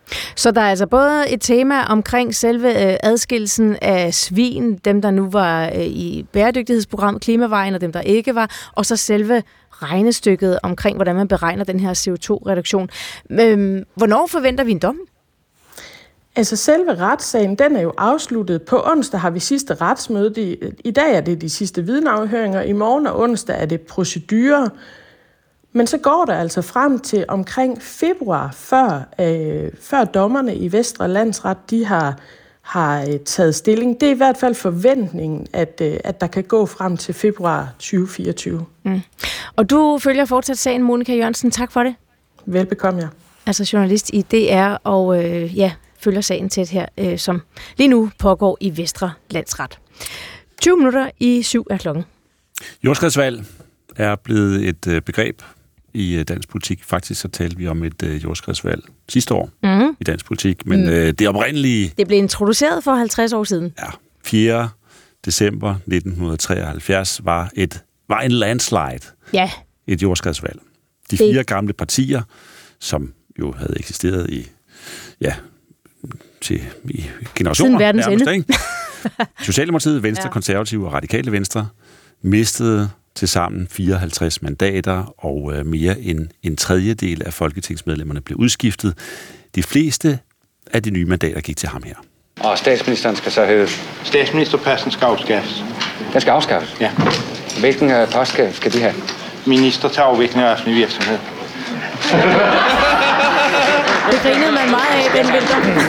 Så der er altså både et tema omkring selve øh, adskillelsen af svin, dem der nu var øh, i bæredygtighedsprogrammet Klimavejen, og dem der ikke var, og så selve regnestykket omkring, hvordan man beregner den her C O to reduktion. Øh, hvornår forventer vi en dom? Altså selve retssagen, den er jo afsluttet. På onsdag har vi sidste retsmøde. I, i dag er det de sidste vidneafhøringer. I morgen og onsdag er det procedurer. Men så går der altså frem til omkring februar, før, øh, før dommerne i Vestre Landsret de har, har øh, taget stilling. Det er i hvert fald forventningen, at, øh, at der kan gå frem til februar tyve fireogtyve. Mm. Og du følger fortsat sagen, Monika Jørgensen. Tak for det. Velbekomme jer. Altså journalist i D R og øh, ja, følger sagen tæt her, øh, som lige nu pågår i Vestre Landsret. tyve minutter i syv er klokken. Jordskredsvalg er blevet et øh, begreb i dansk politik. Faktisk så talte vi om et øh, jordskredsvalg sidste år mm. i dansk politik, men mm. øh, det oprindelige... Det blev introduceret for halvtreds år siden. Ja, fjerde december nitten treoghalvfjerds var, et, var en landslide. Ja. Et jordskredsvalg. De fire det. gamle partier, som jo havde eksisteret i, ja, til, i generationer. Siden verdens ende. Ikke? Socialdemokratiet, Venstre, ja. Konservative og Radikale Venstre mistede til sammen fireoghalvtreds mandater, og øh, mere end en tredjedel af folketingsmedlemmerne blev udskiftet. De fleste af de nye mandater gik til ham her. Og statsministeren skal så hedde? Statsministerposten skal afskaffes. Den skal afskaffes? Ja. Hvilken øh, post skal, skal de have? Minister til afvikling af offentlig virksomhed. Det grinede man meget af den vinter.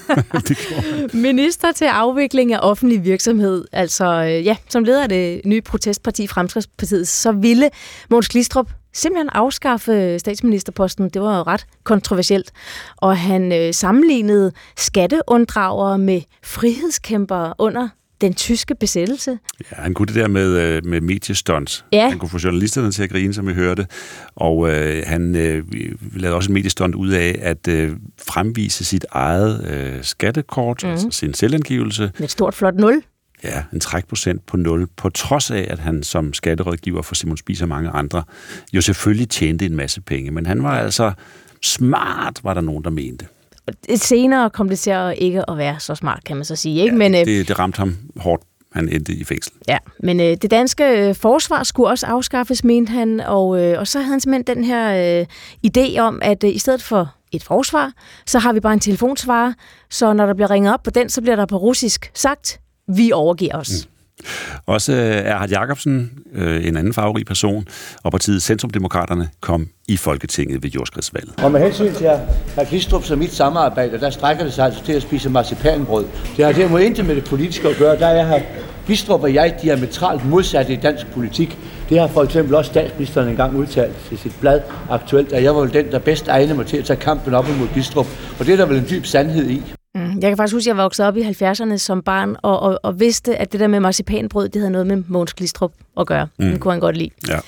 Minister til afvikling af offentlig virksomhed, altså ja, som leder af det nye protestparti Fremskridtspartiet, så ville Mogens Glistrup simpelthen afskaffe statsministerposten. Det var jo ret kontroversielt. Og han øh, sammenlignede skatteunddragere med frihedskæmpere under den tyske besættelse. Ja, han kunne det der med, med mediestunts. Ja. Han kunne få journalisterne til at grine, som vi hørte. Og øh, han øh, lavede også en mediestunt ud af at øh, fremvise sit eget øh, skattekort, mm. altså sin selvangivelse. Med et stort, flot nul. Ja, en trækprocent på nul, på trods af, at han som skatterådgiver for Simon Spies og mange andre jo selvfølgelig tjente en masse penge. Men han var altså smart, var der nogen, der mente. Senere kom det til at ikke at være så smart, kan man så sige. Ikke? Ja, men, øh, det, det ramte ham hårdt. Han endte i fængsel. Ja, men øh, det danske øh, forsvar skulle også afskaffes, mente han. Og, øh, og så havde han simpelthen den her øh, idé om, at øh, i stedet for et forsvar, så har vi bare en telefonsvarer. Så når der bliver ringet op på den, så bliver der på russisk sagt, vi overgiver os. Mm. Også Erhard Jacobsen, øh, en anden farverig person, og partiet Centrumdemokraterne kom i Folketinget ved jordskredsvalget. Og med hensyn til hr. Glistrup og mit samarbejde, der strækker det sig altså til at spise marcipanbrød. Det har derimod intet med det politiske at gøre. Der er hr. Glistrup og jeg diametralt modsatte i dansk politik. Det har for eksempel også statsministeren engang udtalt til sit blad Aktuelt, at jeg var vel den, der bedst egnede mig til at tage kampen op imod Glistrup. Og det er der vel en dyb sandhed i. Jeg kan faktisk huske, at jeg voksede op i halvfjerdserne som barn, og, og, og vidste, at det der med marcipanbrød, det havde noget med Mogens Glistrup at gøre. Mm. Det kunne han godt lide. Ja.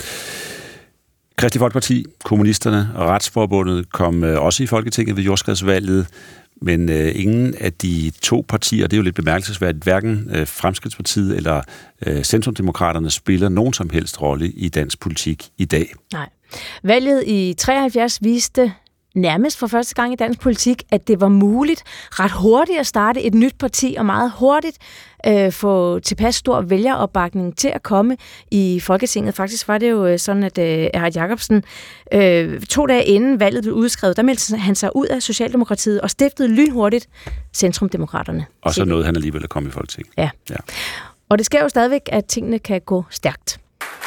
Kristeligt Folkeparti, Kommunisterne og Retsforbundet kom øh, også i Folketinget ved jordskredsvalget, men øh, ingen af de to partier, det er jo lidt bemærkelsesværdigt, hverken øh, Fremskridtspartiet eller øh, Centrumdemokraterne spiller nogen som helst rolle i dansk politik i dag. Nej. Valget i treoghalvfjerds viste nærmest for første gang i dansk politik, at det var muligt ret hurtigt at starte et nyt parti, og meget hurtigt øh, få tilpas stor vælgeropbakning til at komme i Folketinget. Faktisk var det jo sådan, at øh, Erhard Jacobsen øh, to dage inden valget blev udskrevet, der meldte han sig ud af Socialdemokratiet og stiftede lynhurtigt Centrumdemokraterne. Og så nåede han alligevel at komme i Folketinget. Ja. ja. Og det sker jo stadigvæk, at tingene kan gå stærkt.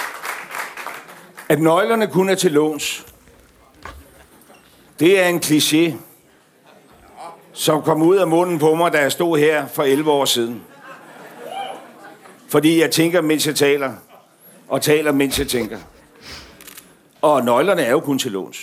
At nøglerne kun er til låns, det er en kliché, som kom ud af munden på mig, da jeg stod her for elleve år siden. Fordi jeg tænker, mens jeg taler, og taler, mens jeg tænker. Og nøglerne er jo kun til låns.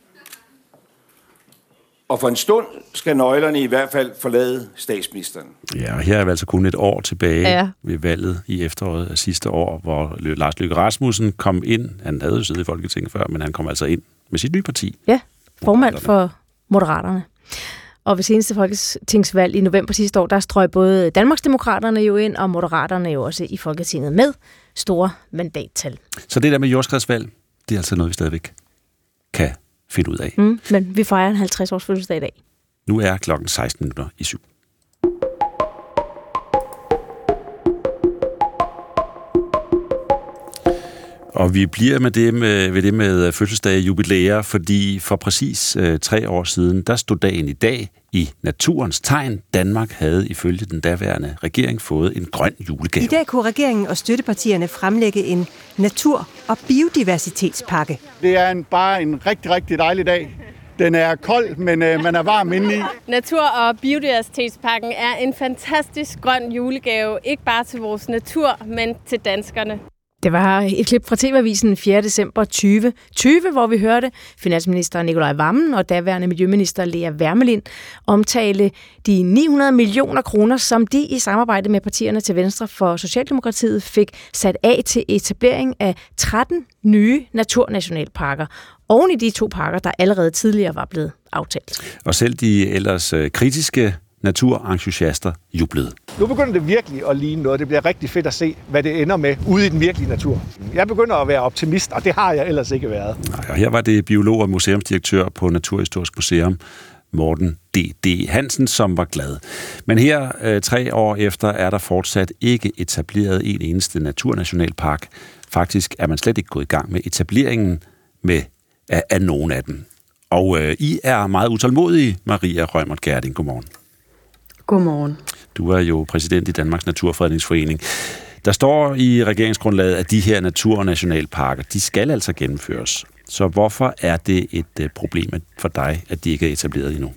Og for en stund skal nøglerne i hvert fald forlade statsministeren. Ja, og her er vi altså kun et år tilbage ja. ved valget i efteråret af sidste år, hvor Lars Løkke Rasmussen kom ind. Han havde jo siddet i Folketinget før, men han kom altså ind med sit nye parti. Ja, formand for Moderaterne. Og ved seneste folketingsvalg i november sidste år, der strøg både Danmarksdemokraterne jo ind, og Moderaterne jo også i Folketinget med store mandattal. Så det der med jordskredsvalg, det er altså noget, vi stadigvæk kan finde ud af. Mm, men vi fejrer en halvtreds års fødselsdag i dag. Nu er klokken seksten minutter i syv. Og vi bliver med det med, ved det med fødselsdage jubilæer, fordi for præcis øh, tre år siden, der stod dagen i dag i naturens tegn. Danmark havde ifølge den daværende regering fået en grøn julegave. I dag kunne regeringen og støttepartierne fremlægge en natur- og biodiversitetspakke. Det er en, bare en rigtig, rigtig dejlig dag. Den er kold, men øh, man er varm indeni. Natur- og biodiversitetspakken er en fantastisk grøn julegave, ikke bare til vores natur, men til danskerne. Det var et klip fra T V-avisen fjerde december tyve tyve, hvor vi hørte finansminister Nicolai Wammen og daværende miljøminister Lea Wermelin omtale de ni hundrede millioner kroner, som de i samarbejde med partierne til venstre for Socialdemokratiet fik sat af til etablering af tretten nye naturnationalparker. Oven i de to parker, der allerede tidligere var blevet aftalt. Og selv de ellers øh, kritiske naturentusiaster jublede. Nu begynder det virkelig at ligne noget. Det bliver rigtig fedt at se, hvad det ender med ude i den virkelige natur. Jeg begynder at være optimist, og det har jeg ellers ikke været. Nej, og her var det biolog og museumsdirektør på Naturhistorisk Museum, Morten D D Hansen, som var glad. Men her, øh, tre år efter, er der fortsat ikke etableret en eneste naturnationalpark. Faktisk er man slet ikke gået i gang med etableringen med, af, af nogen af dem. Og øh, I er meget utålmodige, Maria Reumert Gjerding. Godmorgen. Godmorgen. Du er jo præsident i Danmarks Naturfredningsforening. Der står i regeringsgrundlaget, at de her naturnationalparker, de skal altså gennemføres. Så hvorfor er det et problem for dig, at de ikke er etableret endnu?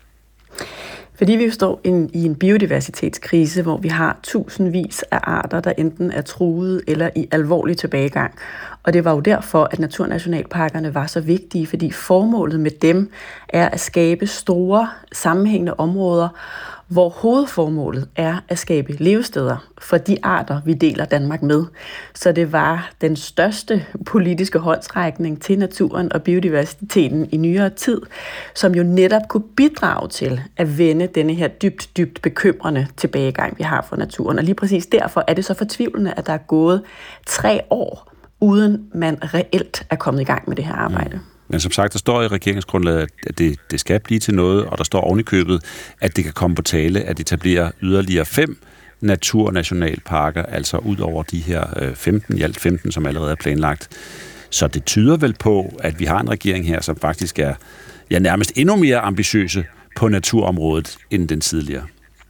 Fordi vi jo står i en biodiversitetskrise, hvor vi har tusindvis af arter, der enten er truede eller i alvorlig tilbagegang. Og det var jo derfor, at naturnationalparkerne var så vigtige, fordi formålet med dem er at skabe store, sammenhængende områder, hvor hovedformålet er at skabe levesteder for de arter, vi deler Danmark med. Så det var den største politiske håndsrækning til naturen og biodiversiteten i nyere tid, som jo netop kunne bidrage til at vende denne her dybt, dybt bekymrende tilbagegang, vi har for naturen. Og lige præcis derfor er det så fortvivlende, at der er gået tre år, uden man reelt er kommet i gang med det her arbejde. Mm. Men som sagt, der står i regeringsgrundlaget, at det, det skal blive til noget, og der står ovenikøbet, at det kan komme på tale at etablere yderligere fem naturnationalparker, altså ud over de her femten, i alt femten, som allerede er planlagt. Så det tyder vel på, at vi har en regering her, som faktisk er ja, nærmest endnu mere ambitiøse på naturområdet end den tidligere.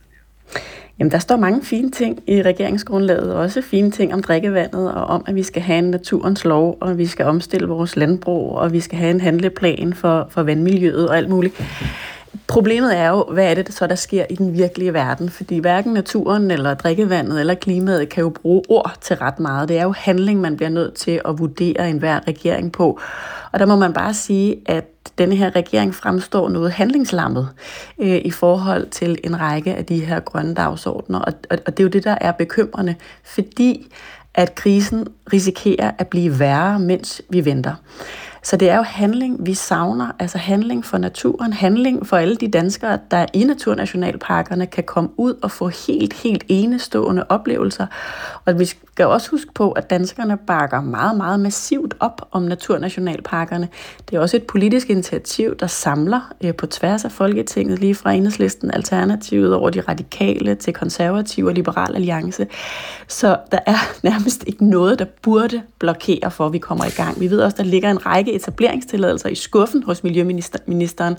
Jamen, der står mange fine ting i regeringsgrundlaget, også fine ting om drikkevandet, og om, at vi skal have en naturens lov, og vi skal omstille vores landbrug, og vi skal have en handleplan for, for vandmiljøet og alt muligt. Problemet er jo, hvad er det så, der sker i den virkelige verden? Fordi hverken naturen, eller drikkevandet, eller klimaet kan jo bruge ord til ret meget. Det er jo handling, man bliver nødt til at vurdere enhver regering på. Og der må man bare sige, at denne her regering fremstår noget handlingslammet øh, i forhold til en række af de her grønne dagsordner. Og, og, og det er jo det, der er bekymrende, fordi at krisen risikerer at blive værre, mens vi venter. Så det er jo handling, vi savner, altså handling for naturen, handling for alle de danskere, der i naturnationalparkerne kan komme ud og få helt, helt enestående oplevelser. Og vi skal også huske på, at danskerne bakker meget, meget massivt op om naturnationalparkerne. Det er også et politisk initiativ, der samler øh, på tværs af Folketinget, lige fra Enhedslisten, Alternativet over de radikale til konservative og Liberal Alliance. Så der er nærmest ikke noget, der burde blokere for, at vi kommer i gang. Vi ved også, der ligger en række etableringstilladelser i skuffen hos miljøministeren.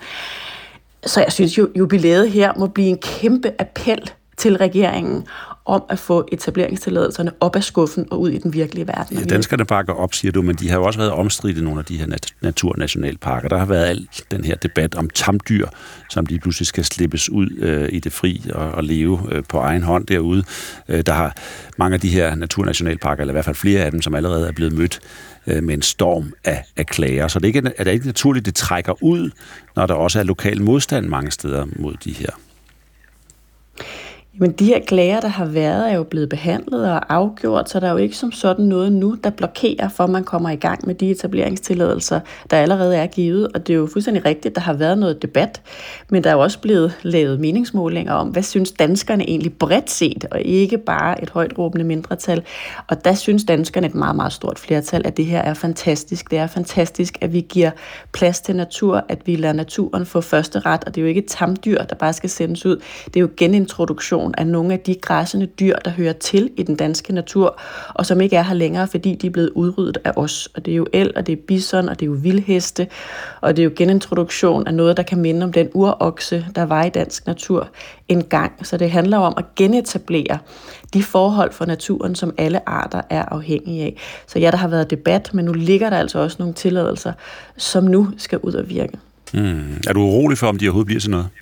Så jeg synes jo, jubilæet her må blive en kæmpe appel til regeringen om at få etableringstilladelserne op af skuffen og ud i den virkelige verden. Ja, danskerne bakker op, siger du, men de har jo også været omstridt i nogle af de her nat- naturnationalparker. Der har været alt den her debat om tamdyr, som lige pludselig skal slippes ud øh, i det fri og, og leve øh, på egen hånd derude. Øh, der har mange af de her naturnationalparker, eller i hvert fald flere af dem, som allerede er blevet mødt øh, med en storm af, af klager. Så det er, ikke, er det ikke naturligt, det trækker ud, når der også er lokal modstand mange steder mod de her? Men de her klager, der har været, er jo blevet behandlet og afgjort, så der er jo ikke som sådan noget nu, der blokerer for, at man kommer i gang med de etableringstilladelser, der allerede er givet. Og det er jo fuldstændig rigtigt, der har været noget debat, men der er jo også blevet lavet meningsmålinger om, hvad synes danskerne egentlig bredt set, og ikke bare et højt råbende mindretal. Og der synes danskerne et meget, meget stort flertal, at det her er fantastisk. Det er fantastisk, at vi giver plads til natur, at vi lader naturen få første ret, og det er jo ikke et tamdyr, der bare skal sendes ud. Det er jo genintroduktion af nogle af de græssende dyr, der hører til i den danske natur, og som ikke er her længere, fordi de er blevet udryddet af os. Og det er jo el, og det er bison, og det er jo vildheste, og det er jo genintroduktion af noget, der kan minde om den urokse, der var i dansk natur engang. Så det handler om at genetablere de forhold for naturen, som alle arter er afhængige af. Så ja, der har været debat, men nu ligger der altså også nogle tilladelser, som nu skal ud og virke. Hmm. Er du urolig for, om de overhovedet bliver til noget?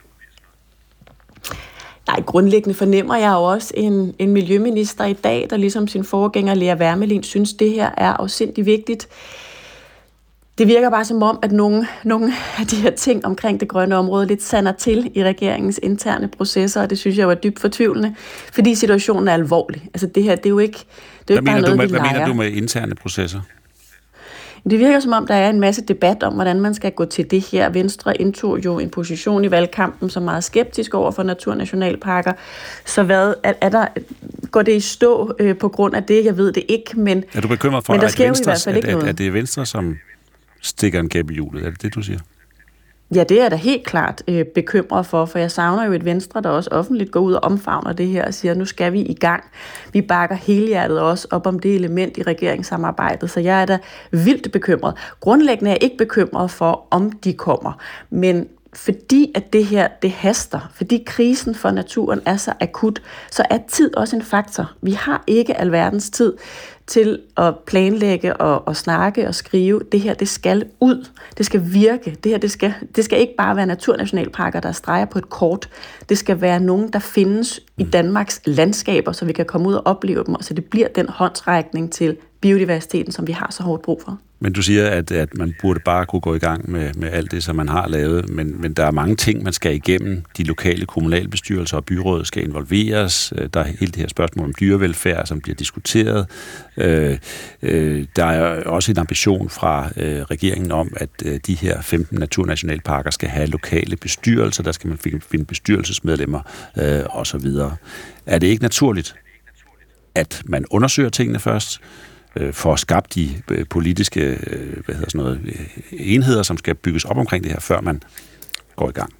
Nej, grundlæggende fornemmer jeg jo også en, en miljøminister i dag, der ligesom sin forgænger Lea Wermelin synes, det her er afsindig vigtigt. Det virker bare som om, at nogle, nogle af de her ting omkring det grønne område lidt sander til i regeringens interne processer, og det synes jeg jo er dybt fortvivlende, fordi situationen er alvorlig. Altså det her, det er jo ikke, det er jo ikke bare noget, med, vi Hvad leger. mener du med interne processer? Det virker som om, der er en masse debat om, hvordan man skal gå til det her. Venstre indtog jo en position i valgkampen, som er meget skeptisk over for naturnationalparker. Så hvad, er, er der, går det i stå øh, på grund af det? Jeg ved det ikke, men er du bekymret for, men der at, sker Venstre, i hvert fald ikke at, noget. at det er Venstre, som stikker en gæb i hjulet? Er det det, du siger? Ja, det er da helt klart øh, bekymret for, for jeg savner jo et Venstre, der også offentligt går ud og omfavner det her og siger, nu skal vi i gang. Vi bakker helhjertet også op om det element i regeringssamarbejdet, så jeg er da vildt bekymret. Grundlæggende er jeg ikke bekymret for, om de kommer, men fordi at det her, det haster, fordi krisen for naturen er så akut, så er tid også en faktor. Vi har ikke alverdens tid til at planlægge og, og snakke og skrive. Det her, det skal ud. Det skal virke. Det her, det skal, det skal ikke bare være naturnationalparker, der streger på et kort. Det skal være nogen, der findes i Danmarks landskaber, så vi kan komme ud og opleve dem, og så det bliver den håndsrækning til biodiversiteten, som vi har så hårdt brug for. Men du siger, at, at man burde bare kunne gå i gang med, med alt det, som man har lavet, men, men der er mange ting, man skal igennem. De lokale kommunalbestyrelser og byrådet skal involveres. Der er hele det her spørgsmål om dyrevelfærd, som bliver diskuteret. Øh, øh, der er også en ambition fra øh, regeringen om, at øh, de her femten naturnationalparker skal have lokale bestyrelser. Der skal man finde bestyrelsesmedlemmer øh, osv. Er det ikke naturligt, at man undersøger tingene først, for at skabe de politiske hvad hedder sådan noget, enheder, som skal bygges op omkring det her, før man går i gang?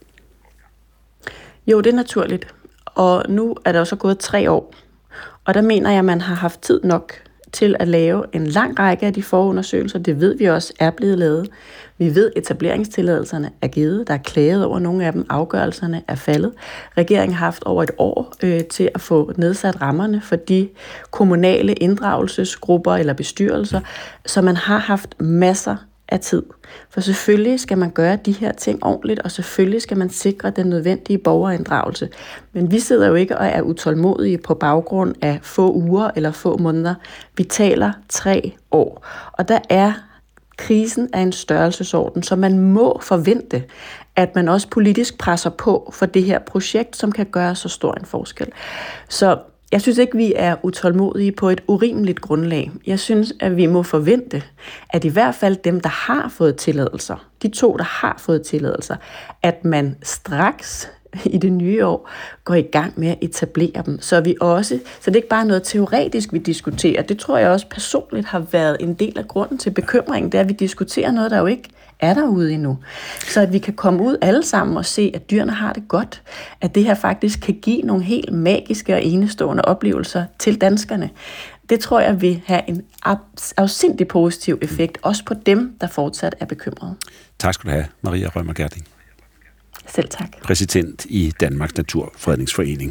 Jo, det er naturligt. Og nu er der også gået tre år. Og der mener jeg, at man har haft tid nok til at lave en lang række af de forundersøgelser. Det ved vi også er blevet lavet. Vi ved, at etableringstilladelserne er givet. Der er klaget over nogle af dem. Afgørelserne er faldet. Regeringen har haft over et år øh, til at få nedsat rammerne for de kommunale inddragelsesgrupper eller bestyrelser, så man har haft masser af tid. For selvfølgelig skal man gøre de her ting ordentligt, og selvfølgelig skal man sikre den nødvendige borgerinddragelse. Men vi sidder jo ikke og er utålmodige på baggrund af få uger eller få måneder. Vi taler tre år. Og der er krisen af en størrelsesorden, så man må forvente, at man også politisk presser på for det her projekt, som kan gøre så stor en forskel. Så jeg synes ikke, vi er utålmodige på et urimeligt grundlag. Jeg synes, at vi må forvente, at i hvert fald dem, der har fået tilladelser, de to, der har fået tilladelser, at man straks i det nye år går i gang med at etablere dem. Så vi også, så det er ikke bare noget teoretisk, vi diskuterer. Det tror jeg også personligt har været en del af grunden til bekymringen, det er, at vi diskuterer noget, der jo ikke er derude endnu. Så at vi kan komme ud alle sammen og se, at dyrene har det godt, at det her faktisk kan give nogle helt magiske og enestående oplevelser til danskerne. Det tror jeg vil have en afsindig positiv effekt, også på dem, der fortsat er bekymrede. Tak skal du have, Maria Rømer Gerding. Selv tak. Præsident i Danmarks Naturfredningsforening.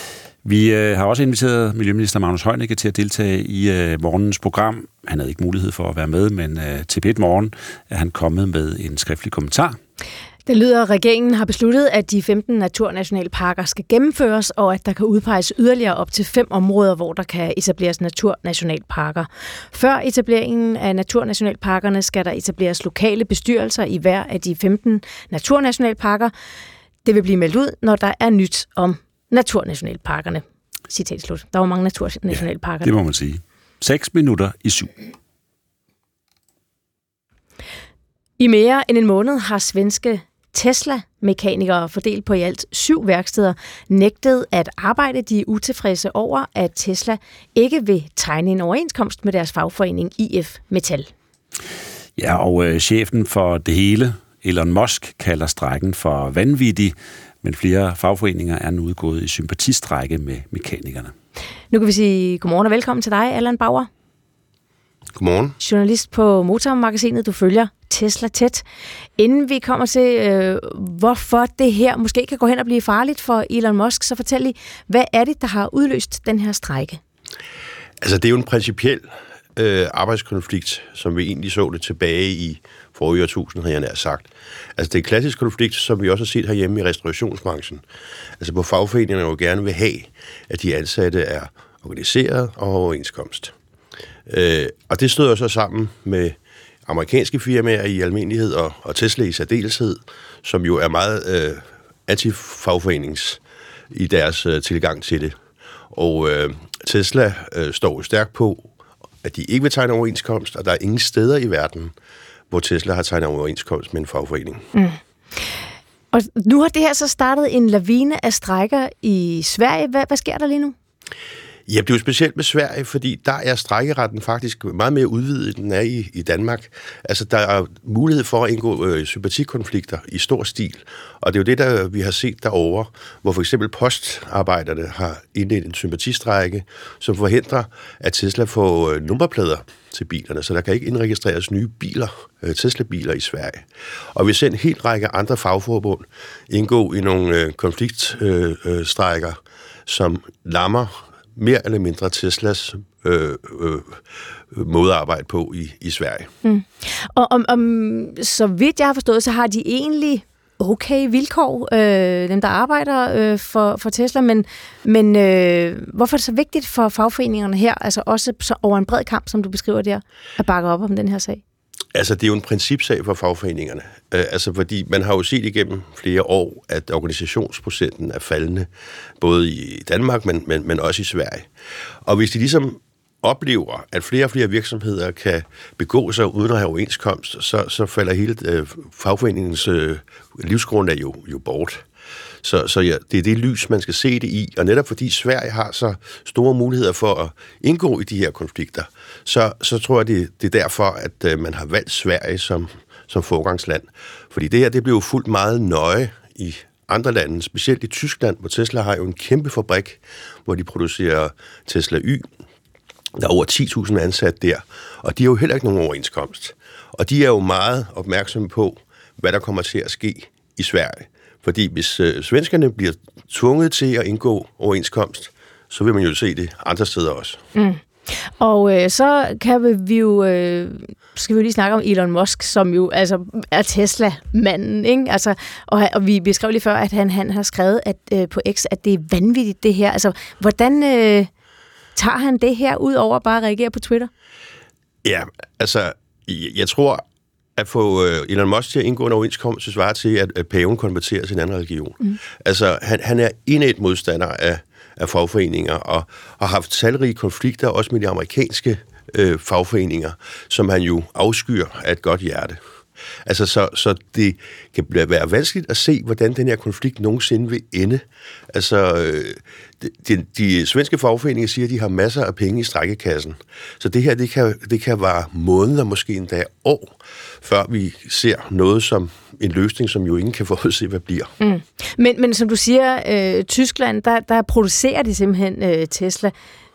Vi øh, har også inviteret Miljøminister Magnus Heunicke til at deltage i øh, morgenens program. Han havde ikke mulighed for at være med, men øh, til P et Morgen er han kommet med en skriftlig kommentar. Det lyder, at regeringen har besluttet, at de femten naturnationalparker skal gennemføres, og at der kan udpeges yderligere op til fem områder, hvor der kan etableres naturnationalparker. Før etableringen af naturnationalparkerne skal der etableres lokale bestyrelser i hver af de femten naturnationalparker. Det vil blive meldt ud, når der er nyt om naturnationalparkerne. Citat slut. Der var mange naturnationalparker. Ja, det må man sige. Seks minutter i syv. I mere end en måned har svenske Tesla-mekanikere fordelt på i alt syv værksteder nægtet at arbejde. De er utilfredse over, at Tesla ikke vil tegne en overenskomst med deres fagforening I F Metal. Ja, og øh, chefen for det hele, Elon Musk, kalder strejken for vanvittig, men flere fagforeninger er nu gået i sympatistrække med mekanikerne. Nu kan vi sige godmorgen og velkommen til dig, Allan Bauer. Godmorgen. Journalist på Motormagasinet. Du følger Tesla tæt. Inden vi kommer til, øh, hvorfor det her måske kan gå hen og blive farligt for Elon Musk, så fortæl lige, hvad er det, der har udløst den her strejke? Altså, det er jo en principiel øh, arbejdskonflikt, som vi egentlig så det tilbage i forrige årtusind, har jeg nær sagt. Altså, det er en klassisk konflikt, som vi også har set herhjemme i restaurationsbranchen. Altså, hvor fagforeningerne jo gerne vil have, at de ansatte er organiseret og overenskomst. Øh, og det støder så sammen med amerikanske firmaer i almindelighed og, og Tesla i særdeleshed, som jo er meget øh, antifagforenings i deres øh, tilgang til det. Og øh, Tesla øh, står jo stærkt på, at de ikke vil tegne overenskomst, og der er ingen steder i verden, hvor Tesla har tegnet overenskomst med en fagforening. Mm. Og nu har det her så startet en lavine af strejker i Sverige. Hvad, hvad sker der lige nu? Ja, det er jo specielt med Sverige, fordi der er strejkeretten faktisk meget mere udvidet, end den er i, i Danmark. Altså, der er mulighed for at indgå øh, sympatikonflikter i stor stil, og det er jo det, der vi har set derovre, hvor for eksempel postarbejderne har indledt en sympatistrejke, som forhindrer, at Tesla får øh, nummerplader til bilerne, så der kan ikke indregistreres nye biler, øh, Tesla-biler i Sverige. Og vi ser en hel række andre fagforbund indgå i nogle øh, konfliktstrejker, øh, øh, som lammer mere eller mindre Teslas øh, øh, måde at arbejde på i, i Sverige. Mm. Og om, om, så vidt jeg har forstået, så har de egentlig okay vilkår, øh, dem der arbejder øh, for, for Tesla, men, men øh, hvorfor er det så vigtigt for fagforeningerne her, altså også så over en bred kamp, som du beskriver der, at bakke op om den her sag? Altså, det er jo en principsag for fagforeningerne. Øh, altså, fordi man har jo set igennem flere år, at organisationsprocenten er faldende, både i Danmark, men, men, men også i Sverige. Og hvis de ligesom oplever, at flere og flere virksomheder kan begå sig uden at have overenskomst, så, så falder hele øh, fagforeningens øh, livsgrundlag jo, jo bort. Så, så ja, det er det lys, man skal se det i. Og netop fordi Sverige har så store muligheder for at indgå i de her konflikter, så, så tror jeg, det, det er derfor, at øh, man har valgt Sverige som, som forgangsland. Fordi det her, det blev jo fuldt meget nøje i andre lande, specielt i Tyskland, hvor Tesla har jo en kæmpe fabrik, hvor de producerer Tesla Y. Der er over ti tusind ansat der, og de har jo heller ikke nogen overenskomst. Og de er jo meget opmærksomme på, hvad der kommer til at ske i Sverige. Fordi hvis øh, svenskerne bliver tvunget til at indgå overenskomst, så vil man jo se det andre steder også. Mm. Og øh, så kan vi jo, øh, skal vi jo lige snakke om Elon Musk, som jo altså er Tesla-manden, ikke? Altså, og, og vi beskrev lige før, at han, han har skrevet at, øh, på X, at det er vanvittigt det her. Altså, hvordan øh, tager han det her ud over bare at reagere på Twitter? Ja, altså, jeg tror, at få Elon Musk til at indgå en overenskomst, så svarer til, at paven konverterer til en anden religion. Mm. Altså, han, han er indædt modstander af, af fagforeninger, og har haft talrige konflikter, også med de amerikanske øh, fagforeninger, som han jo afskyer af et godt hjerte. Altså, så, så det kan være vanskeligt at se, hvordan den her konflikt nogensinde vil ende. Altså, øh, de, de svenske fagforeninger siger, at de har masser af penge i strækkekassen. Så det her, det kan, det kan være måneder, måske endda år, før vi ser noget som en løsning, som jo ingen kan forudse, hvad bliver. Mm. Men, men som du siger, øh, Tyskland, der, der producerer de simpelthen øh, Tesla.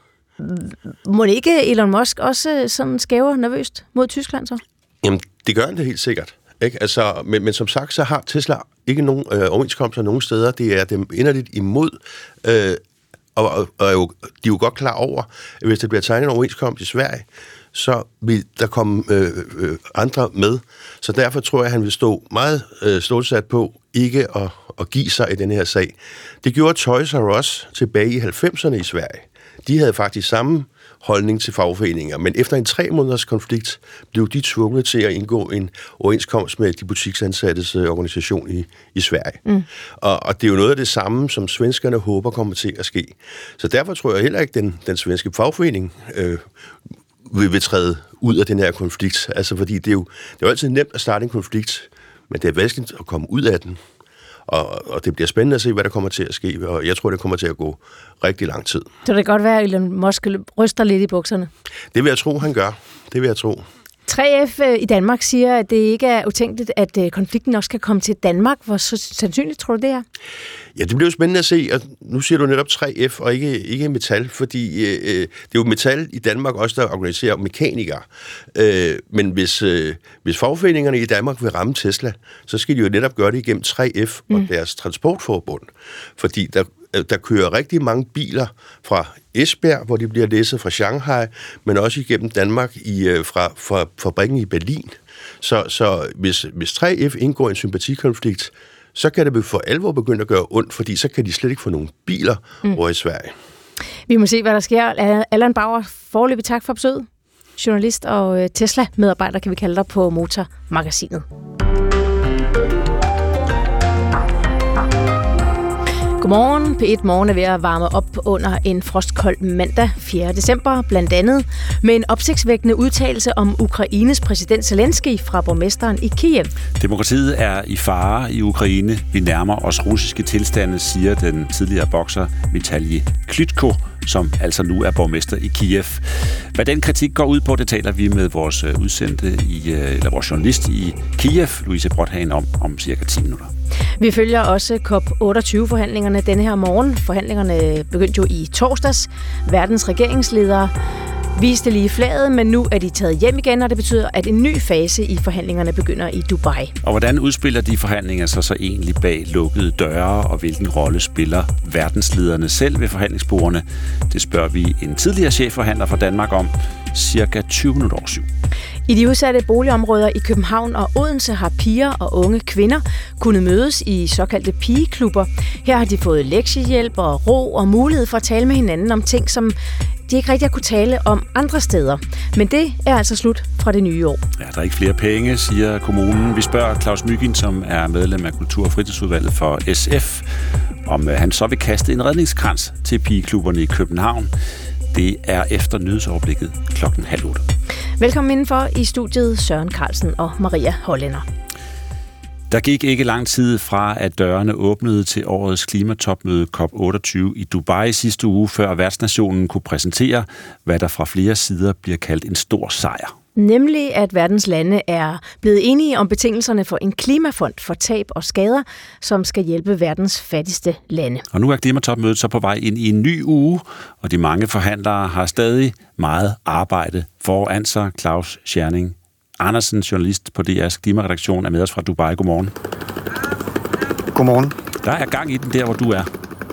Må det ikke Elon Musk også sådan skæver nervøst mod Tyskland så? Jamen, det gør han det helt sikkert. Ikke? Altså, men, men som sagt, så har Tesla ikke nogen øh, overenskomster nogen steder. Det er dem inderligt imod, øh, og, og, og jo, de er jo godt klar over, at hvis der bliver tegnet en overenskomst i Sverige, så vil der komme øh, øh, andre med. Så derfor tror jeg, at han vil stå meget øh, stålsat på ikke at, at give sig i den her sag. Det gjorde Toys R Us tilbage i halvfemserne i Sverige. de havde faktisk samme holdning til fagforeninger, men efter en tre måneders konflikt blev de tvunget til at indgå en overenskomst med de butiksansattes organisation i, i Sverige. Mm. Og, og det er jo noget af det samme, som svenskerne håber kommer til at ske. Så derfor tror jeg heller ikke, at den, den svenske fagforening øh, vil, vil træde ud af den her konflikt. Altså fordi det er, jo, det er jo altid nemt at starte en konflikt, men det er vanskeligt at komme ud af den. Og, og det bliver spændende at se, hvad der kommer til at ske, og jeg tror, det kommer til at gå rigtig lang tid. Så det kan godt være, at Elon Musk ryster lidt i bukserne? Det vil jeg tro, han gør. Det vil jeg tro. tre F i Danmark siger, at det ikke er utænkeligt, at konflikten også kan komme til Danmark. Hvor sandsynligt tror du det er? Ja, det bliver jo spændende at se, og nu siger du netop tre F og ikke, ikke Metal, fordi øh, det er jo Metal i Danmark også, der organiserer mekanikere. Øh, men hvis, øh, hvis fagforeningerne i Danmark vil ramme Tesla, så skal de jo netop gøre det igennem tre F og mm. deres transportforbund. Fordi der, der kører rigtig mange biler fra Esbjerg, hvor de bliver læsset fra Shanghai, men også igennem Danmark i, øh, fra, fra fabrikken i Berlin. Så, så hvis, hvis tre F indgår en sympatikonflikt, så kan det for alvor begynde at gøre ondt, fordi så kan de slet ikke få nogle biler mm. over i Sverige. Vi må se, hvad der sker. Allan Bauer, foreløbig tak for besøget. Journalist og Tesla-medarbejder, kan vi kalde dig, på Motormagasinet. Godmorgen. P et Morgen er ved at varme op under en frostkold mandag fjerde december, blandt andet med en opsigtsvækkende udtalelse om Ukraines præsident Zelensky fra borgmesteren i Kiev. Demokratiet er i fare i Ukraine. Vi nærmer os russiske tilstande, siger den tidligere bokser Vitali Klitschko, som altså nu er borgmester i Kiev. Hvad den kritik går ud på, det taler vi med vores udsendte, i, eller vores journalist i Kiev, Louise Brothagen, om om cirka ti minutter. Vi følger også COP otteogtyve-forhandlingerne denne her morgen. Forhandlingerne begyndte jo i torsdags. Verdens regeringsledere viste lige flaget, men nu er de taget hjem igen, og det betyder, at en ny fase i forhandlingerne begynder i Dubai. Og hvordan udspiller de forhandlinger sig så egentlig bag lukkede døre, og hvilken rolle spiller verdenslederne selv ved forhandlingsbordene? Det spørger vi en tidligere chefforhandler fra Danmark om cirka tyve minutter over syv. I de udsatte boligområder i København og Odense har piger og unge kvinder kunnet mødes i såkaldte pigeklubber. Her har de fået lektiehjælp og ro og mulighed for at tale med hinanden om ting, som de ikke rigtig har kunne tale om andre steder. Men det er altså slut fra det nye år. Ja, der er ikke flere penge, siger kommunen. Vi spørger Claus Myggen, som er medlem af Kultur- og Fritidsudvalget for S F, om han så vil kaste en redningskrans til pigeklubberne i København. Det er efter nyhedsoverblikket klokken halv otte. Velkommen indenfor i studiet Søren Carlsen og Maria Hollænder. Der gik ikke lang tid fra, at dørene åbnede til årets klimatopmøde COP otteogtyve i Dubai sidste uge, før værtsnationen kunne præsentere, hvad der fra flere sider bliver kaldt en stor sejr. Nemlig, at verdens lande er blevet enige om betingelserne for en klimafond for tab og skader, som skal hjælpe verdens fattigste lande. Og nu er klimatopmødet så på vej ind i en ny uge, og de mange forhandlere har stadig meget arbejde foran sig. Claus Scherning Andersen, journalist på D R's klimaredaktion, er med os fra Dubai. Godmorgen. Godmorgen. Der er gang i den der, hvor du er.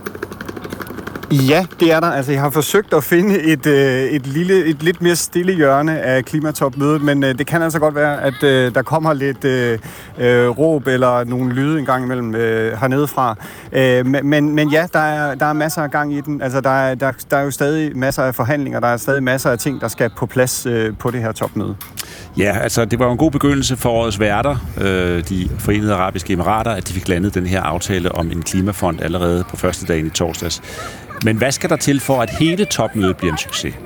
Ja, det er der. Altså, jeg har forsøgt at finde et, øh, et, lille, et lidt mere stille hjørne af klimatopmødet, men øh, det kan altså godt være, at øh, der kommer lidt øh, øh, råb eller nogle lyde en gang imellem øh, hernede fra. Øh, men, men ja, der er, der er masser af gang i den. Altså, der er, der, der er jo stadig masser af forhandlinger, der er stadig masser af ting, der skal på plads øh, på det her topmøde. Ja, altså det var jo en god begyndelse for årets værter, øh, de Forenede Arabiske Emirater, at de fik landet den her aftale om en klimafond allerede på første dagen i torsdags. Men hvad skal der til for, at hele topmødet bliver en succes?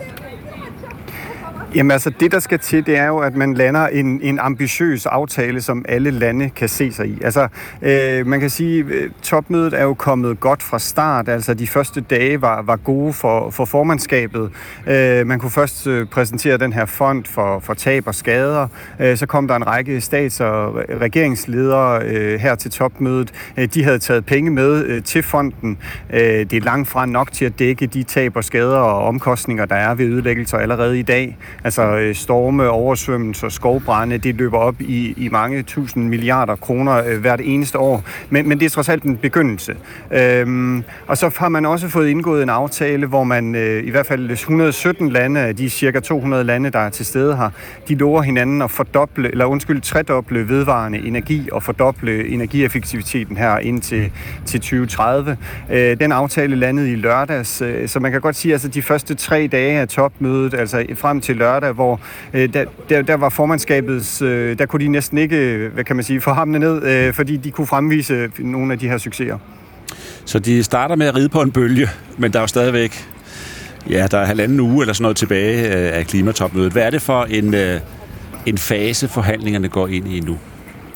Jamen altså, det der skal til, det er jo, at man lander en, en ambitiøs aftale, som alle lande kan se sig i. Altså, øh, man kan sige, at topmødet er jo kommet godt fra start. Altså, de første dage var, var gode for, for formandskabet. Øh, man kunne først øh, præsentere den her fond for, for tab og skader. Øh, så kom der en række stats- og regeringsledere øh, her til topmødet. Øh, de havde taget penge med øh, til fonden. Øh, det er langt fra nok til at dække de tab og skader og omkostninger, der er ved ødelæggelser allerede i dag. Altså storme, oversvømmelser, skovbrænde, det løber op i, i mange tusind milliarder kroner øh, hvert eneste år. Men, men det er trods alt en begyndelse. Øhm, og så har man også fået indgået en aftale, hvor man øh, i hvert fald et hundrede og sytten lande af de cirka to hundrede lande, der er til stede her, de lover hinanden at fordoble, eller undskyld, tredoble vedvarende energi og fordoble energieffektiviteten her indtil til tyve tredive. Øh, den aftale landede i lørdags, øh, så man kan godt sige, at altså, de første tre dage af topmødet, altså frem til lørdag, hvor øh, der, der, der var formandskabets, øh, der kunne de næsten ikke, hvad kan man sige, få hamne ned, øh, fordi de kunne fremvise nogle af de her succeser. Så de starter med at ride på en bølge, men der er jo stadigvæk, ja, der er halvanden uge eller sådan noget tilbage af klimatopmødet. Hvad er det for en, en fase, forhandlingerne går ind i nu?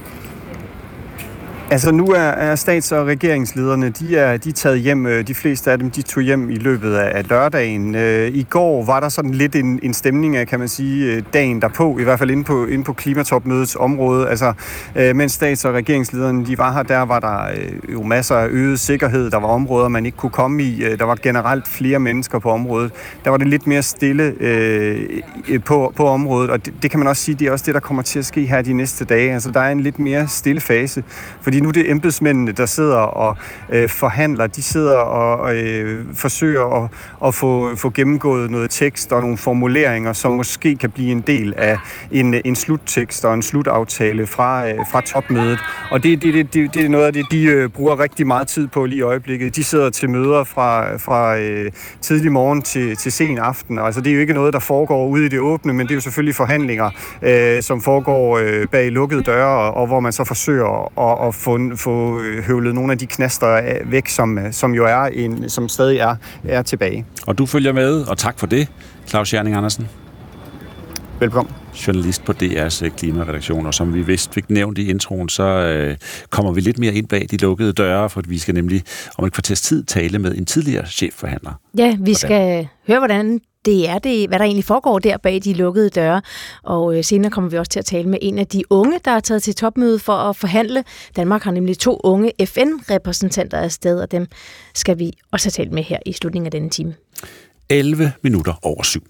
Altså nu er, er stats- og regeringslederne, de er, de er taget hjem, de fleste af dem, de tog hjem i løbet af, af lørdagen. I går var der sådan lidt en, en stemning af, kan man sige, dagen derpå, i hvert fald inde på, inde på klimatopmødets område. Altså, mens stats- og regeringslederne, de var her, der var der jo masser af øget sikkerhed, der var områder, man ikke kunne komme i, der var generelt flere mennesker på området. Der var det lidt mere stille øh, på, på området, og det, det kan man også sige, det er også det, der kommer til at ske her de næste dage. Altså der er en lidt mere stille fase, fordi nu er det embedsmændene, der sidder og øh, forhandler. De sidder og øh, forsøger at, at få, få gennemgået noget tekst og nogle formuleringer, som måske kan blive en del af en, en sluttekst og en slutaftale fra, øh, fra topmødet. Og det, det, det, det, det er noget af det, de øh, bruger rigtig meget tid på lige i øjeblikket. De sidder til møder fra, fra øh, tidlig morgen til, til sen aften. Altså, det er jo ikke noget, der foregår ude i det åbne, men det er jo selvfølgelig forhandlinger, øh, som foregår øh, bag lukkede døre, og, og hvor man så forsøger at, at få få høvlet nogle af de knaster væk, som, som jo er en, som stadig er, er tilbage. Og du følger med, og tak for det, Claus Hjerning Andersen. Velkommen. Journalist på D R's klimaredaktion, og som vi vist fik nævnt i introen, så øh, kommer vi lidt mere ind bag de lukkede døre, for vi skal nemlig om et kvarters tid tale med en tidligere chefforhandler. Ja, vi hvordan? skal høre, hvordan det er, det, hvad der egentlig foregår der bag de lukkede døre. Og øh, senere kommer vi også til at tale med en af de unge, der er taget til topmøde for at forhandle. Danmark har nemlig to unge F N-repræsentanter afsted, og dem skal vi også have talt med her i slutningen af denne time. elleve minutter over syv.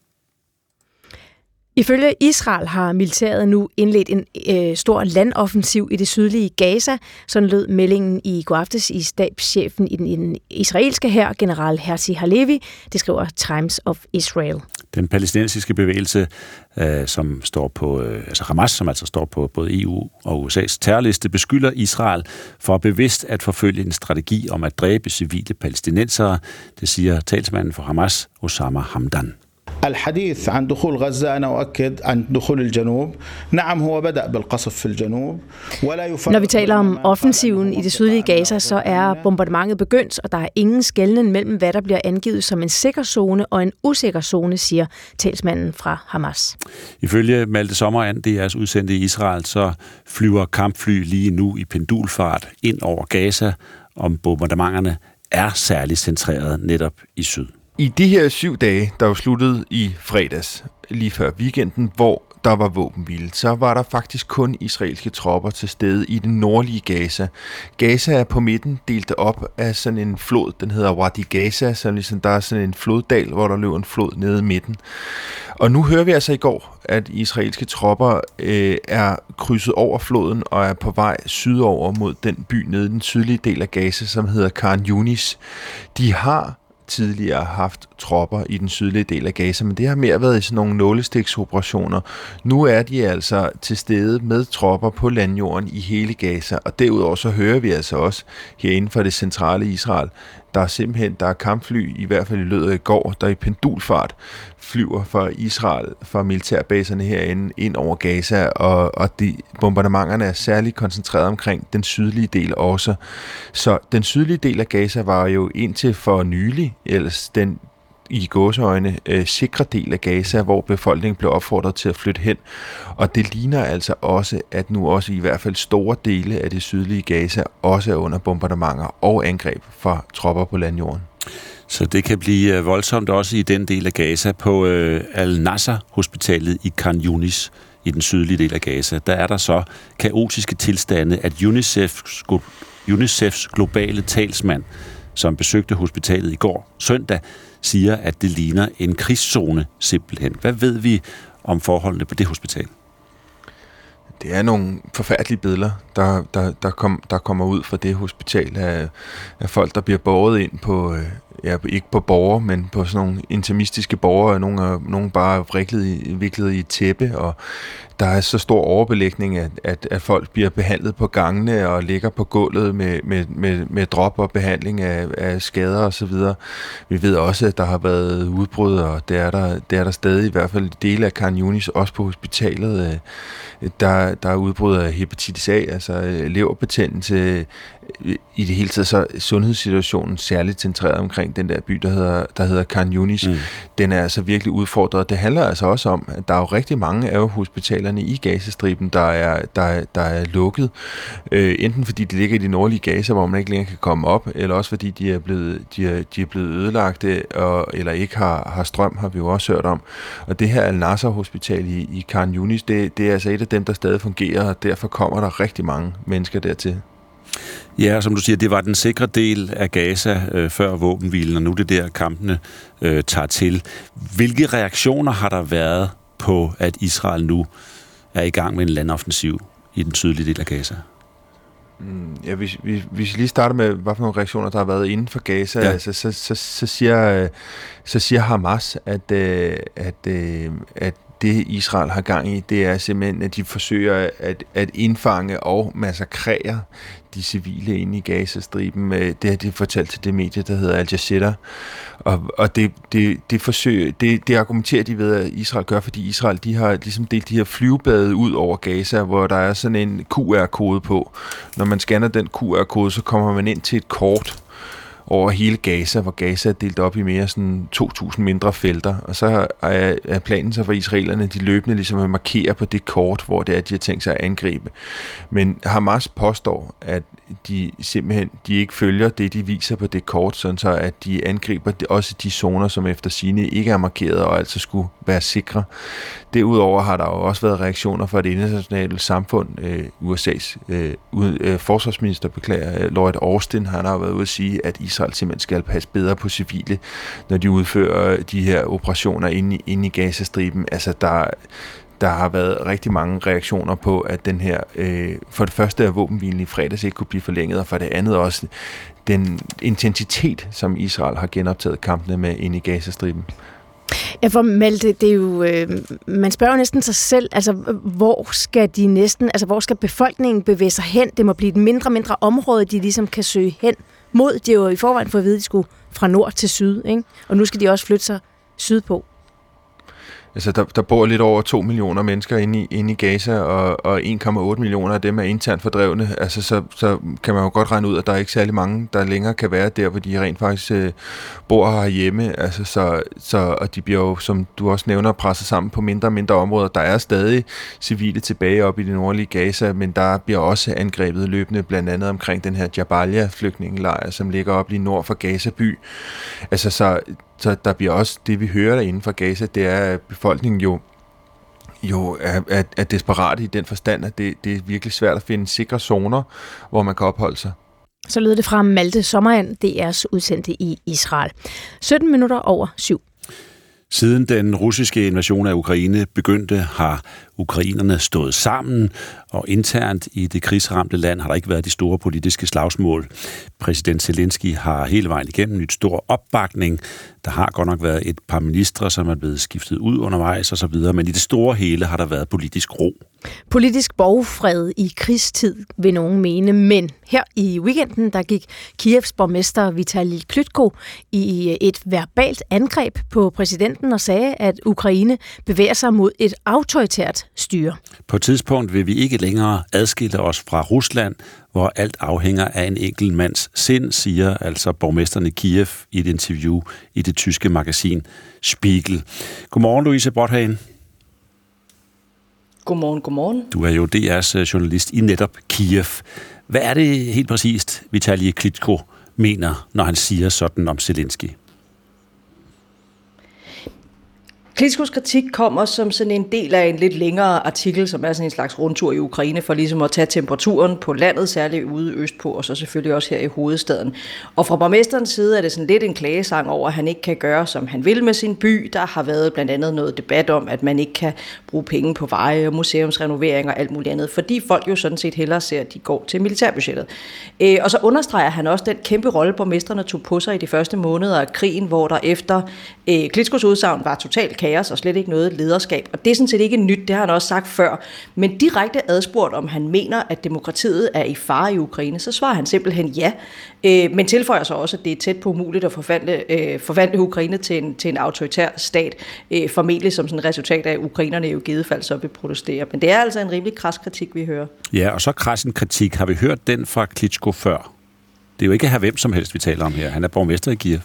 Ifølge Israel har militæret nu indledt en øh, stor landoffensiv i det sydlige Gaza. Sådan lød meldingen i går aftes i stabschefen i den, i den israelske hær, general Herzi Halevi. Det skriver Times of Israel. Den palæstinensiske bevægelse, øh, som står på, øh, altså Hamas, som altså står på både E U og U S A's terrorliste, beskylder Israel for bevidst at forfølge en strategi om at dræbe civile palæstinensere. Det siger talsmanden for Hamas, Osama Hamdan. الحديث عن دخول غزة أنا أؤكد عن دخول الجنوب نعم هو بدأ بالقصف في الجنوب ولا يفرق. Når vi taler om offensiven i det sydlige Gaza, så er bombardementet begyndt, og der er ingen skelnen mellem, hvad der bliver angivet som en sikker zone og en usikker zone, siger talsmanden fra Hamas. Ifølge Malte Sommerand, D R's udsendte i Israel, så flyver kampfly lige nu i pendulfart ind over Gaza, om bombardementerne er særligt centreret netop i syd. I de her syv dage, der jo sluttede i fredags, lige før weekenden, hvor der var våbenhvile, så var der faktisk kun israelske tropper til stede i det nordlige Gaza. Gaza er på midten delt op af sådan en flod, den hedder Wadi Gaza, så ligesom der er sådan en floddal, hvor der løber en flod nede i midten. Og nu hører vi altså i går, at israelske tropper øh, er krydset over floden og er på vej sydover mod den by nede i den sydlige del af Gaza, som hedder Khan Yunis. De har tidligere haft tropper i den sydlige del af Gaza, men det har mere været i sådan nogle nålestiksoperationer. Nu er de altså til stede med tropper på landjorden i hele Gaza, og derudover så hører vi altså også herinde fra det centrale Israel, der er simpelthen, der er kampfly, i hvert fald i løbet af i går, der i pendulfart flyver fra Israel, fra militærbaserne herinde ind over Gaza, og, og de bombardementerne er særligt koncentreret omkring den sydlige del også. Så den sydlige del af Gaza var jo indtil for nylig, ellers den i gåseøjne øh, sikre del af Gaza, hvor befolkningen blev opfordret til at flytte hen. Og det ligner altså også, at nu også i hvert fald store dele af det sydlige Gaza også er under bombardementer og angreb fra tropper på landjorden. Så det kan blive voldsomt også i den del af Gaza. På øh, Al-Nasser-hospitalet i Khan Yunis, i den sydlige del af Gaza, der er der så kaotiske tilstande, at UNICEFs, UNICEFs globale talsmand som besøgte hospitalet i går søndag, siger, at det ligner en krigszone simpelthen. Hvad ved vi om forholdene på det hospital? Det er nogle forfærdelige billeder, der, der, der, kom, der kommer ud fra det hospital af, af folk, der bliver båret ind på, ja, ikke på borger, men på sådan nogle intimistiske borgere, nogle, nogle bare viklet, viklet i et tæppe, og der er så stor overbelægning, at, at, at folk bliver behandlet på gangene og ligger på gulvet med, med, med, med drop og behandling af, af skader osv. Vi ved også, at der har været udbrud, og det er der, det er der stadig, i hvert fald dele af Khan Yunis, også på hospitalet. Der, der er udbrud af hepatitis A, altså leverbetændelse. I det hele taget så sundhedssituationen særligt centreret omkring den der by, der hedder, der hedder Khan Yunis. Mm. Den er altså virkelig udfordret. Det handler altså også om, at der er jo rigtig mange af hospitalerne i Gazastriben, der er, der, der er lukket. Øh, enten fordi de ligger i de nordlige Gaza, hvor man ikke længere kan komme op, eller også fordi de er blevet, de er, de er blevet ødelagte, og, eller ikke har, har strøm, har vi jo også hørt om. Og det her Al-Nasser Hospital i, i Khan Yunis, det, det er altså et af dem, der stadig fungerer, og derfor kommer der rigtig mange mennesker dertil. Ja, som du siger, det var den sikre del af Gaza øh, før våbenhvilen, og nu er det der, kampene øh, tager til. Hvilke reaktioner har der været på, at Israel nu er i gang med en landoffensiv i den sydlige del af Gaza? Mm, ja, hvis, hvis, hvis vi lige starter med, hvad for nogle reaktioner, der har været inden for Gaza, ja. altså, så, så, så, siger, så siger Hamas, at, at, at det Israel har gang i, det er simpelthen, at de forsøger at, at indfange og massakrere de civile inde i Gazastriben. Det har de fortalt til det medie, der hedder Al Jazeera. Og, og det, det, det, forsøg, det, det argumenterer de ved, at Israel gør, fordi Israel de har ligesom delt de her flyvebade ud over Gaza, hvor der er sådan en Q R-kode på. Når man scanner den Q R-kode, så kommer man ind til et kort over hele Gaza, hvor Gaza er delt op i mere sådan to tusind mindre felter. Og så er, er planen så for israelerne, de løbende ligesom at markere på det kort, hvor det er, de har tænkt sig at angribe. Men Hamas påstår, at de simpelthen de ikke følger det, de viser på det kort, sådan så at de angriber også de zoner, som efter sigende ikke er markeret og altså skulle være sikre. Derudover har der jo også været reaktioner fra det internationale samfund. Øh, U S A's øh, øh, forsvarsminister, beklager, Lloyd Austin, han har været ude at sige, at Israel simpelthen skal passe bedre på civile, når de udfører de her operationer inde i, inde i Gazastriben. Altså, der, der har været rigtig mange reaktioner på, at den her, øh, for det første er våbenhvilen i fredags ikke kunne blive forlænget, og for det andet også den intensitet, som Israel har genoptaget kampene med inde i Gazastriben. Ja, for Malte, det er jo, øh, man spørger jo næsten sig selv, altså hvor skal de næsten, altså hvor skal befolkningen bevæge sig hen? Det må blive et mindre og mindre område, de ligesom kan søge hen mod. Det er jo i forvejen for at vide, at de skulle fra nord til syd, ikke? Og nu skal de også flytte sig sydpå. Altså, der, der bor lidt over to millioner mennesker inde i, inde i Gaza, og, og en komma otte millioner af dem er internt fordrevne. Altså, så, så kan man jo godt regne ud, at der er ikke særlig mange, der længere kan være der, hvor de rent faktisk øh, bor herhjemme. Altså, så, så, og de bliver jo, som du også nævner, presset sammen på mindre og mindre områder. Der er stadig civile tilbage op i det nordlige Gaza, men der bliver også angrebet løbende, blandt andet omkring den her Jabalia-flygtningelejr, som ligger op lige nord for Gaza by. Altså, så Så der bliver også, det vi hører derinde fra Gaza, det er, at befolkningen jo, jo er, er, er desperat i den forstand, at det, det er virkelig svært at finde sikre zoner, hvor man kan opholde sig. Så lød det fra Malte Sommerand, D R's udsendte i Israel. sytten minutter over syv. Siden den russiske invasion af Ukraine begyndte, har ukrainerne stået sammen, og internt i det krigsramte land har der ikke været de store politiske slagsmål. Præsident Zelensky har hele vejen igennem nyt stor opbakning. Der har godt nok været et par ministre, som er blevet skiftet ud undervejs og så videre, men i det store hele har der været politisk ro. Politisk borgfred i krigstid, vil nogen mene, men her i weekenden, der gik Kievs borgmester Vitali Klitschko i et verbalt angreb på præsidenten og sagde, at Ukraine bevæger sig mod et autoritært styre. På et tidspunkt vil vi ikke længere adskille os fra Rusland, hvor alt afhænger af en enkelt mands sind, siger altså borgmesteren i Kiev i et interview i det tyske magasin Spiegel. Godmorgen, Louise Brodhagen. Godmorgen, godmorgen. Du er jo D R's journalist i netop Kiev. Hvad er det helt præcist, Vitali Klitschko mener, når han siger sådan om Zelensky? Klitschkos kritik kommer som sådan en del af en lidt længere artikel, som er sådan en slags rundtur i Ukraine, for ligesom at tage temperaturen på landet, særligt ude østpå, og så selvfølgelig også her i hovedstaden. Og fra borgmesterens side er det sådan lidt en klagesang over, at han ikke kan gøre, som han vil med sin by. Der har været blandt andet noget debat om, at man ikke kan bruge penge på veje og museumsrenovering og alt muligt andet, fordi folk jo sådan set hellere ser, at de går til militærbudgettet. Øh, og så understreger han også den kæmpe rolle, borgmesterne tog på sig i de første måneder af krigen, hvor der efter øh, Klitschkos udsagn var totalt kaos og slet ikke noget lederskab. Og det er sådan set ikke nyt, det har han også sagt før. Men direkte adspurgt, om han mener, at demokratiet er i fare i Ukraine, så svarer han simpelthen ja. Øh, men tilføjer så også, at det er tæt på umuligt at forvandle, øh, forvandle Ukraine til en, til en autoritær stat, øh, formentlig som sådan et resultat af, at ukrainerne jo i givet fald så vil protestere. Men det er altså en rimelig kras kritik, vi hører. Ja, og så kras en kritik. Har vi hørt den fra Klitschko før? Det er jo ikke her hvem som helst, vi taler om her. Han er borgmester i Kiev.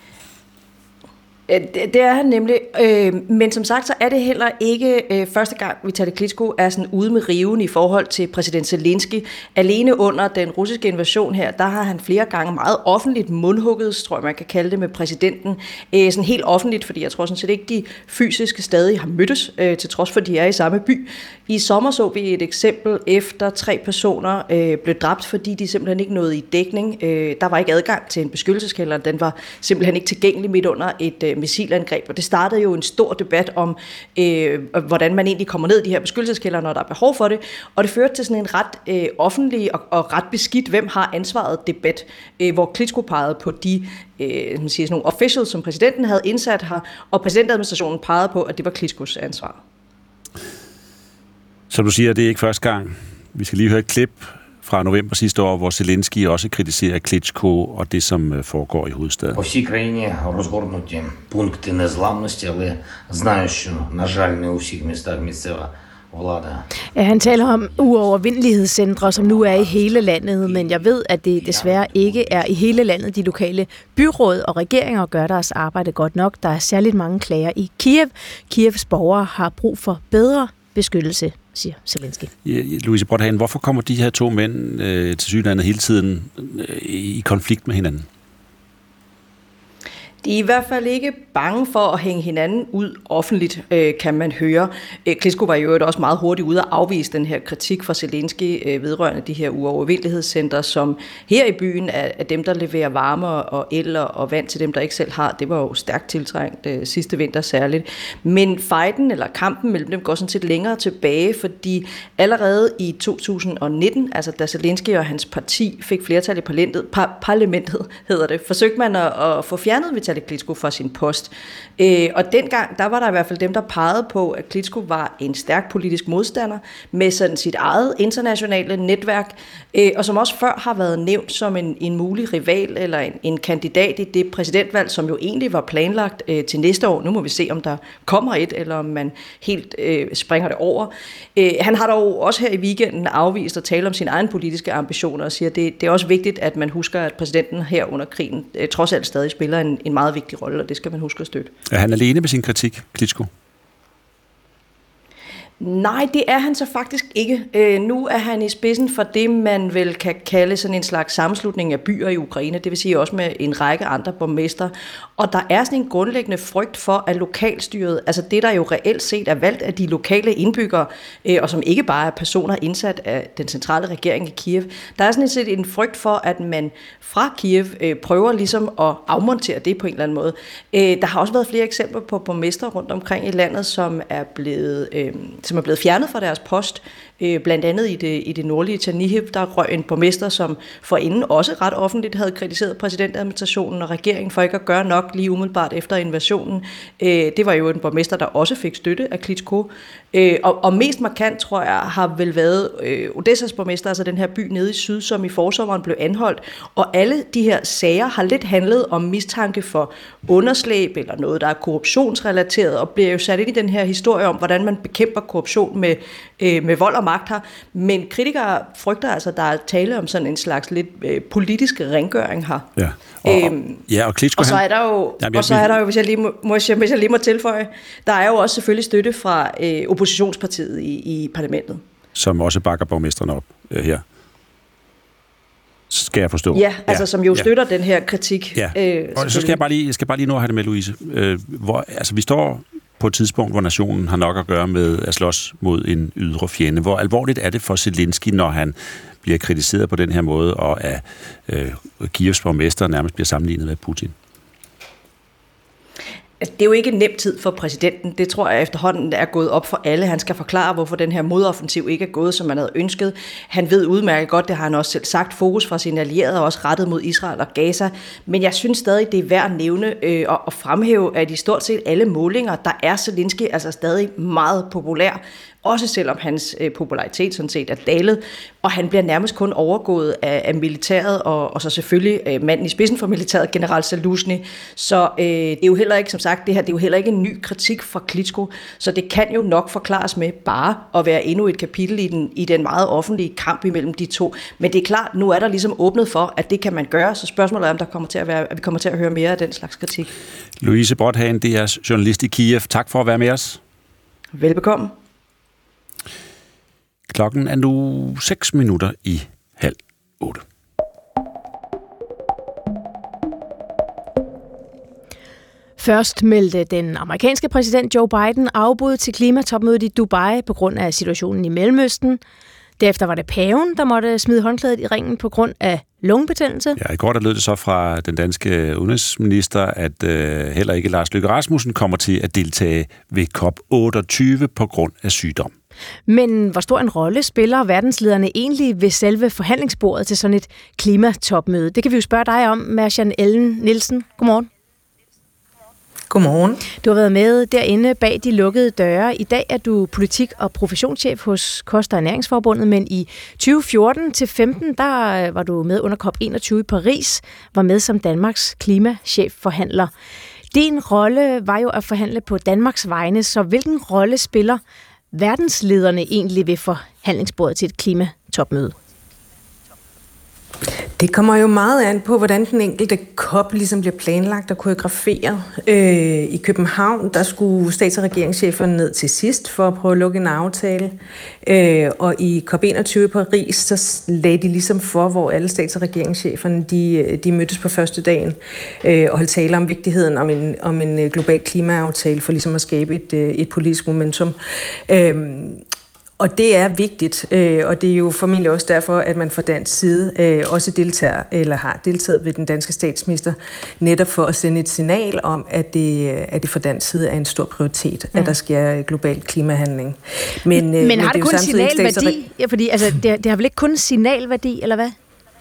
Det er han nemlig, øh, men som sagt, så er det heller ikke øh, første gang, Vitali Klitschko er sådan ude med riven i forhold til præsident Zelensky. Alene under den russiske invasion her, der har han flere gange meget offentligt mundhugget, tror jeg man kan kalde det, med præsidenten. Øh, sådan helt offentligt, fordi jeg tror sådan set ikke, de fysiske stadig har mødtes, øh, til trods for, at de er i samme by. I sommer så vi et eksempel efter tre personer øh, blev dræbt, fordi de simpelthen ikke nåede i dækning. Øh, der var ikke adgang til en beskyttelseskælder, den var simpelthen ikke tilgængelig midt under et øh, missilangreb, og det startede jo en stor debat om, øh, hvordan man egentlig kommer ned i de her beskyttelseskælder, når der er behov for det, og det førte til sådan en ret øh, offentlig og, og ret beskidt, hvem har ansvaret debat, øh, hvor Klitschko pegede på de øh, man siger, sådan nogle officials, som præsidenten havde indsat her, og præsidentadministrationen pegede på, at det var Klitschkos ansvar. Som du siger, det er ikke første gang. Vi skal lige høre et klip fra november sidste år, hvor Zelensky også kritiserer Klitschko og det, som foregår i hovedstaden. По всій країні розгорнуті пункти незламності, але знаю, що, на жаль, не у всіх містах місцева влада. Ja, han taler om uovervindelighedscentre, som nu er i hele landet, men jeg ved, at det desværre ikke er i hele landet. De lokale byråd og regeringer gør deres arbejde godt nok. Der er særligt mange klager i Kiev. Kievs borgere har brug for bedre beskyttelse, siger Zelensky. Ja, Louise Brothagen, hvorfor kommer de her to mænd øh, til synligheden hele tiden øh, i konflikt med hinanden? De er i hvert fald ikke bange for at hænge hinanden ud offentligt, øh, kan man høre. Klitschko var jo også meget hurtigt ude at afvise den her kritik fra Zelensky øh, vedrørende de her uovervindelighedscenter, som her i byen er, er dem, der leverer varme og el og vand til dem, der ikke selv har. Det var jo stærkt tiltrængt øh, sidste vinter særligt. Men fighten eller kampen mellem dem går sådan set længere tilbage, fordi allerede i to tusind og nitten, altså da Zelensky og hans parti fik flertal i parlamentet, par, parlamentet hedder det, forsøgte man at, at få fjernet Vitali Klitschko fra sin post. Øh, og dengang, der var der i hvert fald dem, der pegede på, at Klitschko var en stærk politisk modstander med sådan sit eget internationale netværk, øh, og som også før har været nævnt som en, en mulig rival eller en, en kandidat i det præsidentvalg, som jo egentlig var planlagt øh, til næste år. Nu må vi se, om der kommer et, eller om man helt øh, springer det over. Øh, han har dog også her i weekenden afvist at tale om sine egne politiske ambitioner og siger, at det, det er også vigtigt, at man husker, at præsidenten her under krigen øh, trods alt stadig spiller en, en meget vigtig rolle, og det skal man huske at støtte. Er han alene med sin kritik, Klitschko? Nej, det er han så faktisk ikke. Øh, nu er han i spidsen for det, man vel kan kalde sådan en slags sammenslutning af byer i Ukraine, det vil sige også med en række andre borgmestre. Og der er sådan en grundlæggende frygt for, at lokalstyret, altså det, der jo reelt set er valgt af de lokale indbyggere, øh, og som ikke bare er personer indsat af den centrale regering i Kiev, der er sådan set en frygt for, at man fra Kiev øh, prøver ligesom at afmontere det på en eller anden måde. Øh, der har også været flere eksempler på borgmestre rundt omkring i landet, som er blevet, øh, som er blevet fjernet fra deres post. Øh, blandt andet i det, i det nordlige Chernihiv, der røg en borgmester, som forinden også ret offentligt havde kritiseret præsidentadministrationen og regeringen for ikke at gøre nok lige umiddelbart efter invasionen. Øh, det var jo en borgmester, der også fik støtte af Klitschko. Øh, og, og mest markant, tror jeg, har vel været øh, Odessas borgmester, altså den her by nede i syd, som i forsommeren blev anholdt. Og alle de her sager har lidt handlet om mistanke for underslæb eller noget, der er korruptionsrelateret, og bliver jo sat ind i den her historie om, hvordan man bekæmper korruption med, øh, med vold og magt her. Men kritikere frygter altså, at der er tale om sådan en slags lidt øh, politisk rengøring her. Ja, og, øhm, ja, og, Klitschko, og så er der jo, jamen, og så er der jo hvis, jeg lige må, hvis, jeg, hvis jeg lige må tilføje, der er jo også selvfølgelig støtte fra øh, oppositionspartiet i, i parlamentet. Som også bakker borgmesterne op øh, her. Skal jeg forstå. Ja, altså ja, som jo støtter ja. den her kritik. Ja. Øh, og så skal jeg bare lige, jeg skal bare lige nå at have det med, Louise. Øh, hvor, altså, vi står på et tidspunkt, hvor nationen har nok at gøre med at slås mod en ydre fjende. Hvor alvorligt er det for Zelensky, når han bliver kritiseret på den her måde, og at øh, Kievs borgmester nærmest bliver sammenlignet med Putin? Det er jo ikke en nem tid for præsidenten. Det tror jeg efterhånden er gået op for alle. Han skal forklare, hvorfor den her modoffensiv ikke er gået, som man havde ønsket. Han ved udmærket godt, det har han også selv sagt, fokus fra sine allierede er også rettet mod Israel og Gaza. Men jeg synes stadig, det er værd at nævne øh, og, og fremhæve, at i stort set alle målinger, der er Zelensky altså stadig meget populær. Også selvom hans øh, popularitet sådan set er dalet, og han bliver nærmest kun overgået af, af militæret, og, og så selvfølgelig øh, manden i spidsen for militæret, general Zaluzny. Så øh, det er jo heller ikke, som sagt, det her det er jo heller ikke en ny kritik fra Klitschko, så det kan jo nok forklares med bare at være endnu et kapitel i den, i den meget offentlige kamp imellem de to. Men det er klart, nu er der ligesom åbnet for, at det kan man gøre, så spørgsmålet er, om der kommer til at være, at vi kommer til at høre mere af den slags kritik. Louise Brodhagen, D R's journalist i Kiev. Tak for at være med os. Velbekomme. Klokken er nu seks minutter i halv otte. Først meldte den amerikanske præsident Joe Biden afbud til klimatopmødet i Dubai på grund af situationen i Mellemøsten. Derefter var det paven, der måtte smide håndklædet i ringen på grund af lungebetændelse. Ja, i går der lød det så fra den danske udenrigsminister, at øh, heller ikke Lars Løkke Rasmussen kommer til at deltage ved COP otteogtyve på grund af sygdom. Men hvor stor en rolle spiller verdenslederne egentlig ved selve forhandlingsbordet til sådan et klimatopmøde? Det kan vi jo spørge dig om, Marjan Ellen Nielsen. Godmorgen. Godmorgen. Du har været med derinde bag de lukkede døre. I dag er du politik- og professionschef hos Kost- og Ernæringsforbundet, men i tyve fjorten til femten, der var du med under COP enogtyve i Paris, var med som Danmarks klimachefforhandler. Din rolle var jo at forhandle på Danmarks vegne, så hvilken rolle spiller verdenslederne egentlig ved forhandlingsbordet til et klimatopmøde? Det kommer jo meget an på, hvordan den enkelte COP ligesom bliver planlagt og koreograferet. Øh, I København, der skulle stats- og regeringscheferne ned til sidst for at prøve at lukke en aftale. Øh, og i COP enogtyve i Paris, så lagde de ligesom for, hvor alle stats- og regeringscheferne de, de mødtes på første dagen øh, og holdt tale om vigtigheden om en, om en global klimaaftale for ligesom at skabe et, et politisk momentum. Øh, Og det er vigtigt, og det er jo formentlig også derfor, at man fra dansk side også deltager, eller har deltaget ved den danske statsminister, netop for at sende et signal om, at det, at det fra dansk side er en stor prioritet, mm. at der sker global klimahandling. Men, men, men har det, det kun signalværdi? Ja, fordi altså, det, det har vel ikke kun signalværdi, eller hvad?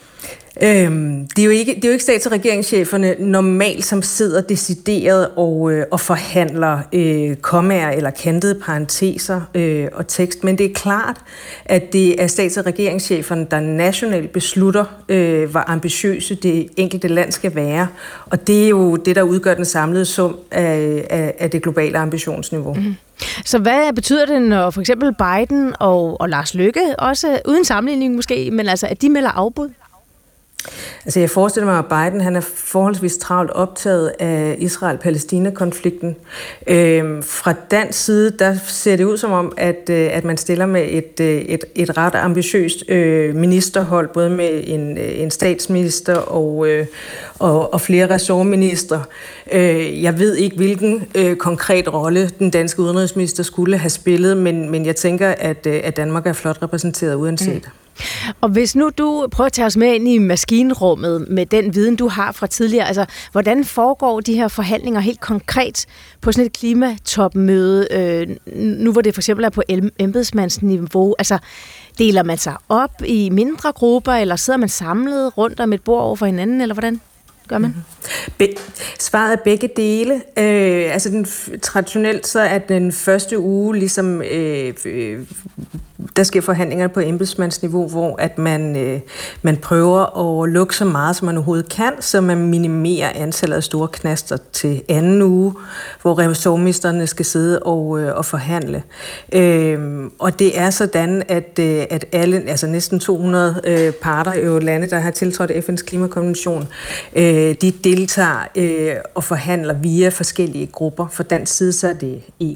Øhm, det, er jo ikke, det er jo ikke stats- og regeringscheferne normalt, som sidder decideret og, øh, og forhandler øh, kommaer eller kantede parenteser øh, og tekst, men det er klart, at det er stats- og regeringscheferne, der nationalt beslutter, øh, hvor ambitiøse det enkelte land skal være, og det er jo det, der udgør den samlede sum af, af, af det globale ambitionsniveau. Mm. Så hvad betyder det, når for eksempel Biden og, og Lars Løkke, også uden sammenligning måske, men altså, at de melder afbud? Altså jeg forestiller mig, at Biden han er forholdsvis travlt optaget af Israel-Palæstina-konflikten. Øhm, fra dansk side, der ser det ud som om, at, at man stiller med et, et, et ret ambitiøst øh, ministerhold, både med en, en statsminister og, øh, og, og flere ressortministre. Øh, jeg ved ikke, hvilken øh, konkret rolle den danske udenrigsminister skulle have spillet, men, men jeg tænker, at, at Danmark er flot repræsenteret uanset. Mm. Og hvis nu du prøver at tage os med ind i maskinrummet med den viden, du har fra tidligere, altså hvordan foregår de her forhandlinger helt konkret på sådan et klimatopmøde, øh, nu hvor det for eksempel er på embedsmandsniveau? Altså deler man sig op i mindre grupper, eller sidder man samlet rundt om et bord over for hinanden, eller hvordan gør man? Be- Svaret er begge dele. Øh, altså den, traditionelt så er den første uge ligesom øh, øh, der sker forhandlinger på embedsmandsniveau, hvor at man, øh, man prøver at lukke så meget, som man overhovedet kan, så man minimerer antallet af store knaster til anden uge, hvor ressortministerne skal sidde og, øh, og forhandle. Øh, og det er sådan, at, øh, at alle, altså næsten to hundrede øh, parter, jo lande, der har tiltrådt F N's klimakonvention, øh, de deltager øh, og forhandler via forskellige grupper. For dansk side så er det E U,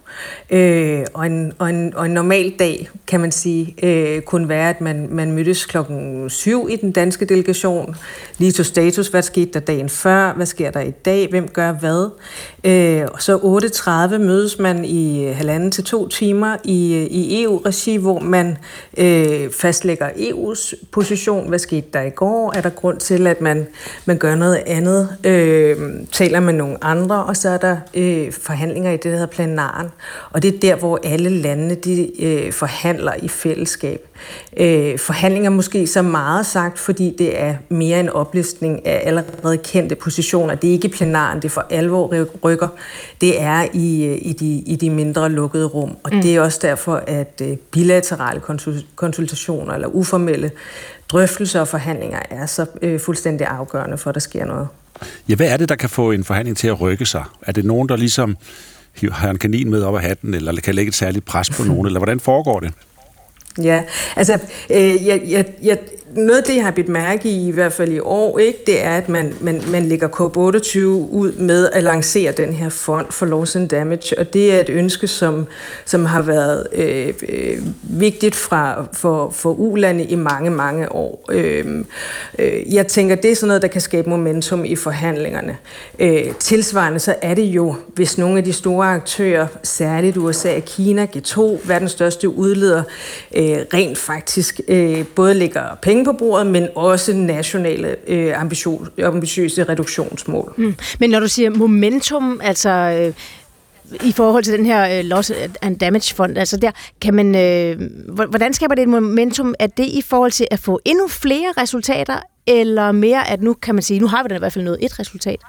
Øh, og, en, og, en, og en normal dag, kan man sige, øh, kunne være, at man, man mødtes klokken syv i den danske delegation, lige tog status, hvad skete der dagen før, hvad sker der i dag, hvem gør hvad. Øh, og så otte tredive mødes man i halvanden til to timer i, i E U-regi, hvor man øh, fastlægger E U's position, hvad skete der i går, er der grund til, at man, man gør noget andet, øh, taler med nogle andre, og så er der øh, forhandlinger i det, der hedder plenaren. Og det er der, hvor alle landene de, øh, forhandler i fællesskab. Øh, forhandlinger måske så meget sagt, fordi det er mere en oplistning af allerede kendte positioner. Det er ikke plenaren, det er for alvor rykker. Det er i, i, de, i de mindre lukkede rum. Og mm. det er også derfor, at øh, bilaterale konsultationer eller uformelle drøftelser og forhandlinger er så øh, fuldstændig afgørende for, at der sker noget. Ja, hvad er det, der kan få en forhandling til at rykke sig? Er det nogen, der ligesom har en kanin med op af hatten, eller kan lægge et særligt pres på nogen, eller hvordan foregår det? Ja, altså øh, jeg, jeg, jeg, noget af det, jeg har bidt mærke i, i hvert fald i år, ikke, det er, at man, man, man lægger C O P otteogtyve ud med at lancere den her fond for loss and damage, og det er et ønske, som, som har været øh, øh, vigtigt fra, for, for U-lande i mange, mange år. Øh, øh, jeg tænker, det er sådan noget, der kan skabe momentum i forhandlingerne. Øh, tilsvarende så er det jo, hvis nogle af de store aktører, særligt U S A og Kina, G to, verdens største udleder, øh, rent faktisk øh, både lægger penge på bordet, men også nationale øh, ambitiøse reduktionsmål. Mm. Men når du siger momentum, altså øh, i forhold til den her øh, loss and damage fond, altså der kan man, øh, hvordan skaber det et momentum? Er det i forhold til at få endnu flere resultater, eller mere at nu kan man sige, nu har vi da i hvert fald nået et resultat?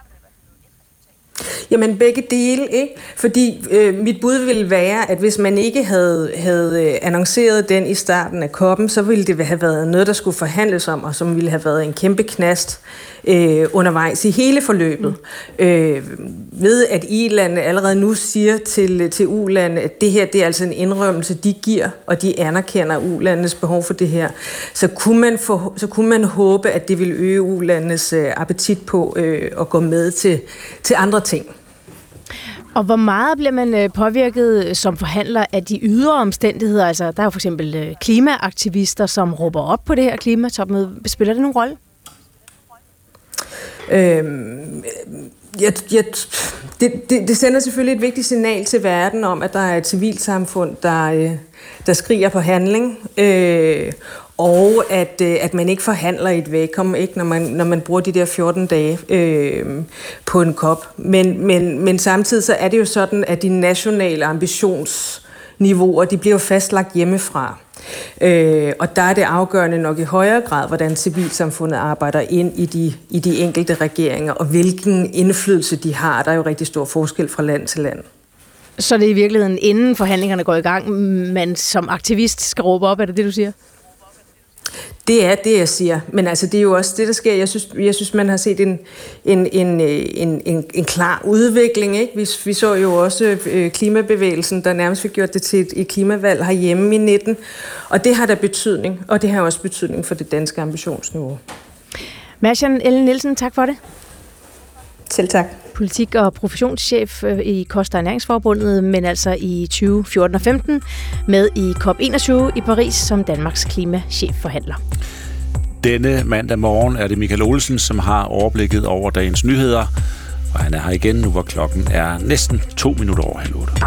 Jamen begge dele, ikke? Fordi øh, mit bud ville være, at hvis man ikke havde, havde annonceret den i starten af C O P'en, så ville det have været noget, der skulle forhandles om, og som ville have været en kæmpe knast øh, undervejs i hele forløbet. Mm. Øh, ved at I-landene allerede nu siger til, til U-lande, at det her det er altså en indrømmelse, de giver, og de anerkender U-landenes behov for det her, så kunne man, få, så kunne man håbe, at det ville øge U-landenes øh, appetit på øh, at gå med til, til andre ting. Og hvor meget bliver man påvirket som forhandler af de ydre omstændigheder? Altså, der er jo for eksempel klimaaktivister, som råber op på det her klimatopmøde. Spiller det nogen rolle? Øhm, jeg, jeg, det, det, det sender selvfølgelig et vigtigt signal til verden om, at der er et civilsamfund, der, der skriger på handling. Øh, og at, at man ikke forhandler i et vakuum, ikke, når, man, når man bruger de der fjorten dage øh, på en C O P. Men, men, men samtidig så er det jo sådan, at de nationale ambitionsniveauer, de bliver jo fastlagt hjemmefra. Øh, og der er det afgørende nok i højere grad, hvordan civilsamfundet arbejder ind i de, i de enkelte regeringer, og hvilken indflydelse de har. Der er jo rigtig stor forskel fra land til land. Så det er i virkeligheden, inden forhandlingerne går i gang, man som aktivist skal råbe op, er det det, du siger? Det er det, jeg siger. Men altså, det er jo også det, der sker. Jeg synes, jeg synes man har set en, en, en, en, en, en klar udvikling. Ikke? Vi, vi så jo også øh, klimabevægelsen, der nærmest fik gjort det til et, et klimavalg herhjemme i nitten. Og det har der betydning. Og det har også betydning for det danske ambitionsniveau. Marjan Ellen Nielsen, tak for det. Selv tak. Politik- og professionschef i Kost- og Ernæringsforbundet, men altså i tyve fjorten og femten med i C O P enogtyve i Paris som Danmarks klimachefforhandler. Denne mandag morgen er det Michael Olsen, som har overblikket over dagens nyheder, og han er her igen nu, hvor klokken er næsten to minutter over halv otte.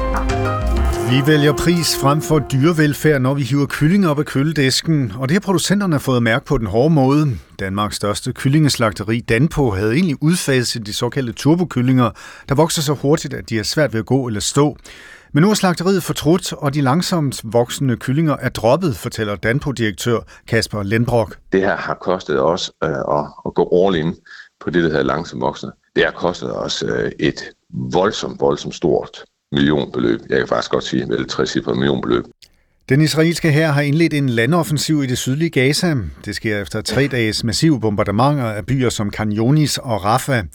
Vi vælger pris frem for dyrevelfærd, når vi hiver kyllinger op af køledisken, og det har producenterne fået mærke på den hårde måde. Danmarks største kyllingeslagteri, Danpo, havde egentlig udfaset de såkaldte turbokyllinger, der vokser så hurtigt, at de har svært ved at gå eller stå. Men nu er slagteriet fortrudt, og de langsomt voksende kyllinger er droppet, fortæller Danpo-direktør Kasper Lindbrock. Det her har kostet os øh, at, at gå all in på det, der hedder langsomt voksende. Det har kostet os øh, et voldsomt, voldsomt stort millionbeløb. Jeg kan faktisk godt sige, vel trecifret millionbeløb. Den israelske hær har indledt en landoffensiv i det sydlige Gaza. Det sker efter tre dages massive bombardementer af byer som Khan Younis og Rafah.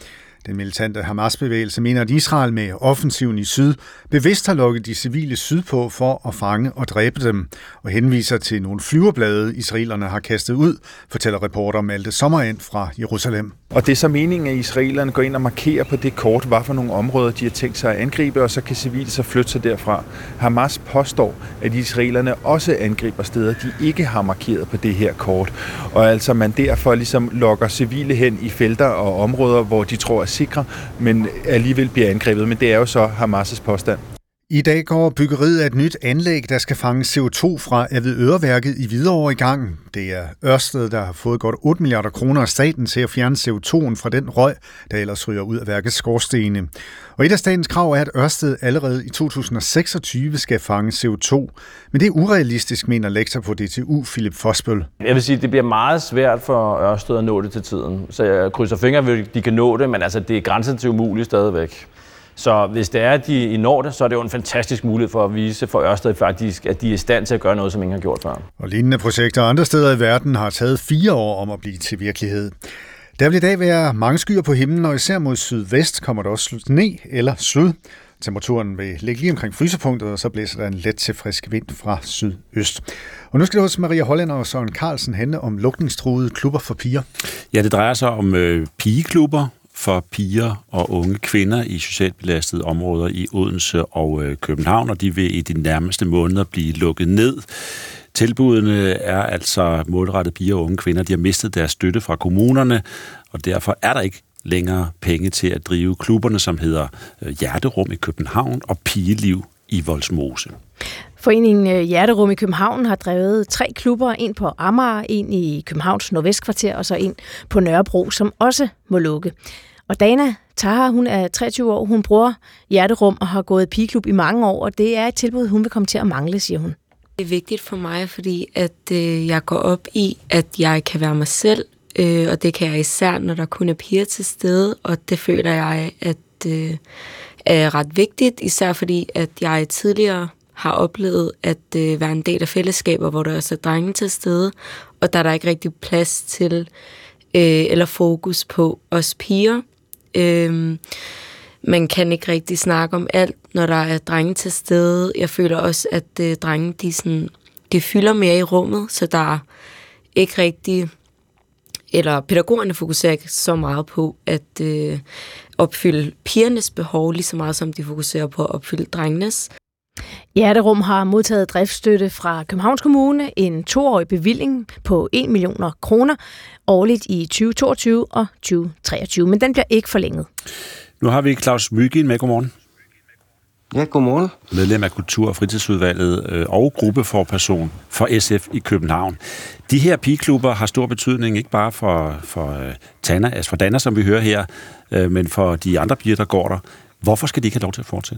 Den militante Hamas-bevægelse mener, at Israel med offensiven i syd bevidst har lukket de civile sydpå for at fange og dræbe dem, og henviser til nogle flyverblade, israelerne har kastet ud, fortæller reporter Malte Sommerind fra Jerusalem. Og det er så meningen, at israelerne går ind og markerer på det kort, hvad for nogle områder de har tænkt sig at angribe, og så kan civile så flytte sig derfra. Hamas påstår, at israelerne også angriber steder, de ikke har markeret på det her kort. Og altså man derfor ligesom lokker civile hen i felter og områder, hvor de tror er sikre, men alligevel bliver angrebet. Men det er jo så Hamas' påstand. I dag går byggeriet af et nyt anlæg, der skal fange C O to fra Avedøreværket i Hvidovre i gang. Det er Ørsted, der har fået godt otte milliarder kroner af staten til at fjerne C O to'en fra den røg, der ellers ryger ud af værkets skorstene. Og et af statens krav er, at Ørsted allerede i to tusind og seksogtyve skal fange C O to. Men det er urealistisk, mener lektor på D T U, Philip Fosbøl. Jeg vil sige, at det bliver meget svært for Ørsted at nå det til tiden. Så jeg krydser fingre, at de kan nå det, men altså, det er grænsen til umuligt stadigvæk. Så hvis det er, at de når det, så er det jo en fantastisk mulighed for at vise for Ørsted faktisk, at de er i stand til at gøre noget, som ingen har gjort før. Og lignende projekter andre steder i verden har taget fire år om at blive til virkelighed. Der vil i dag være mange skyer på himlen, og især mod sydvest kommer der også sne eller slud. Temperaturen vil ligge lige omkring frysepunktet, og så blæser der en let til frisk vind fra sydøst. Og nu skal det hos Maria Hollænder og Søren Carlsen handle om lukningstruede klubber for piger. Ja, det drejer sig om øh, pigeklubber for piger og unge kvinder i socialt belastede områder i Odense og øh, København, og de vil i de nærmeste måneder blive lukket ned. Tilbudene er altså målrettet piger og unge kvinder. De har mistet deres støtte fra kommunerne, og derfor er der ikke længere penge til at drive klubberne, som hedder Hjerterum i København og Pigeliv i Vollsmose. Foreningen Hjerterum i København har drevet tre klubber, en på Amager, en i Københavns Nordvestkvarter og så en på Nørrebro, som også må lukke. Og Dana Taha, hun er treogtyve år, hun bruger Hjerterum og har gået i pigeklub i mange år, og det er et tilbud, hun vil komme til at mangle, siger hun. Det er vigtigt for mig, fordi at øh, jeg går op i, at jeg kan være mig selv, øh, og det kan jeg især, når der kun er piger til stede, og det føler jeg, at øh, er ret vigtigt, især fordi, at jeg tidligere har oplevet at øh, være en del af fællesskaber, hvor der også er drenge til stede, og der er der ikke rigtig plads til øh, eller fokus på os piger. Øh, man kan ikke rigtig snakke om alt, når der er drenge til stede. Jeg føler også, at øh, drenge de, sådan, de fylder mere i rummet, så der er ikke rigtig, eller pædagogerne fokuserer ikke så meget på at øh, opfylde pigernes behov, lige så meget som de fokuserer på at opfylde drengenes. Hjerterum har modtaget driftsstøtte fra Københavns Kommune, en toårig bevilling på en million kroner årligt i tyve toogtyve og tyve treogtyve, men den bliver ikke forlænget. Nu har vi Claus Mygin med. Godmorgen. Ja, godmorgen. Medlem af Kultur- og Fritidsudvalget og gruppeforperson for S F i København. De her pigeklubber har stor betydning, ikke bare for, for, Tana, altså for Dana, som vi hører her, men for de andre piger, der går der. Hvorfor skal de ikke have lov til at fortsætte?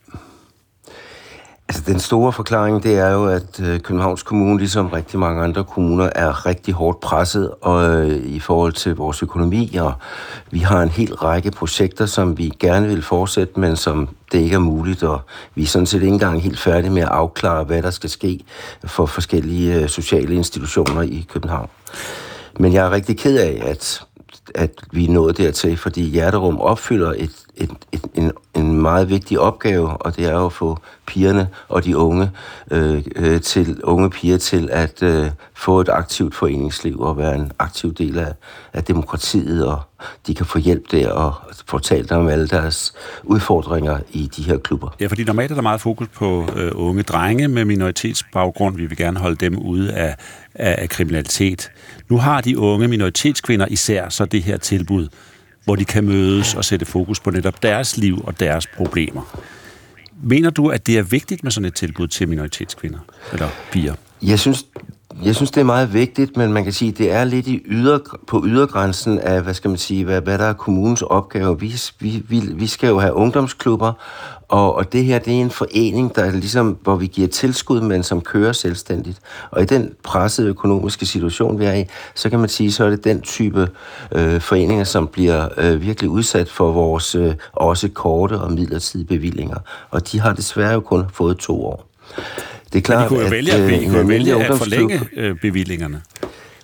Altså, den store forklaring, det er jo, at øh, Københavns Kommune, ligesom rigtig mange andre kommuner, er rigtig hårdt presset og, øh, i forhold til vores økonomi, og vi har en hel række projekter, som vi gerne vil fortsætte, men som det ikke er muligt, og vi er sådan set ikke engang helt færdige med at afklare, hvad der skal ske for forskellige øh, sociale institutioner i København. Men jeg er rigtig ked af, at at vi er nået dertil, fordi Hjerterum opfylder et, et, et, en, en meget vigtig opgave, og det er jo at få pigerne og de unge, øh, øh, til, unge piger til at øh, få et aktivt foreningsliv og være en aktiv del af, af demokratiet, og de kan få hjælp der og fortælle dem om alle deres udfordringer i de her klubber. Ja, fordi normalt er der meget fokus på øh, unge drenge med minoritetsbaggrund. Vi vil gerne holde dem ude af, af, af kriminalitet. Nu har de unge minoritetskvinder især så det her tilbud, hvor de kan mødes og sætte fokus på netop deres liv og deres problemer. Mener du, at det er vigtigt med sådan et tilbud til minoritetskvinder eller piger? Jeg synes, jeg synes det er meget vigtigt, men man kan sige, at det er lidt i yder, på ydergrænsen af, hvad skal man sige, hvad, hvad der er kommunens opgave. Vi, vi, vi, vi skal jo have ungdomsklubber, og, og det her, det er en forening, der er ligesom, hvor vi giver tilskud, men som kører selvstændigt. Og i den pressede økonomiske situation, vi er i, så kan man sige, så er det den type øh, foreninger, som bliver øh, virkelig udsat for vores øh, også korte og midlertidige bevillinger. Og de har desværre jo kun fået to år. Det er klart, men de kunne jo vælge at, at, øh, kunne vælge at forlænge øh, bevillingerne.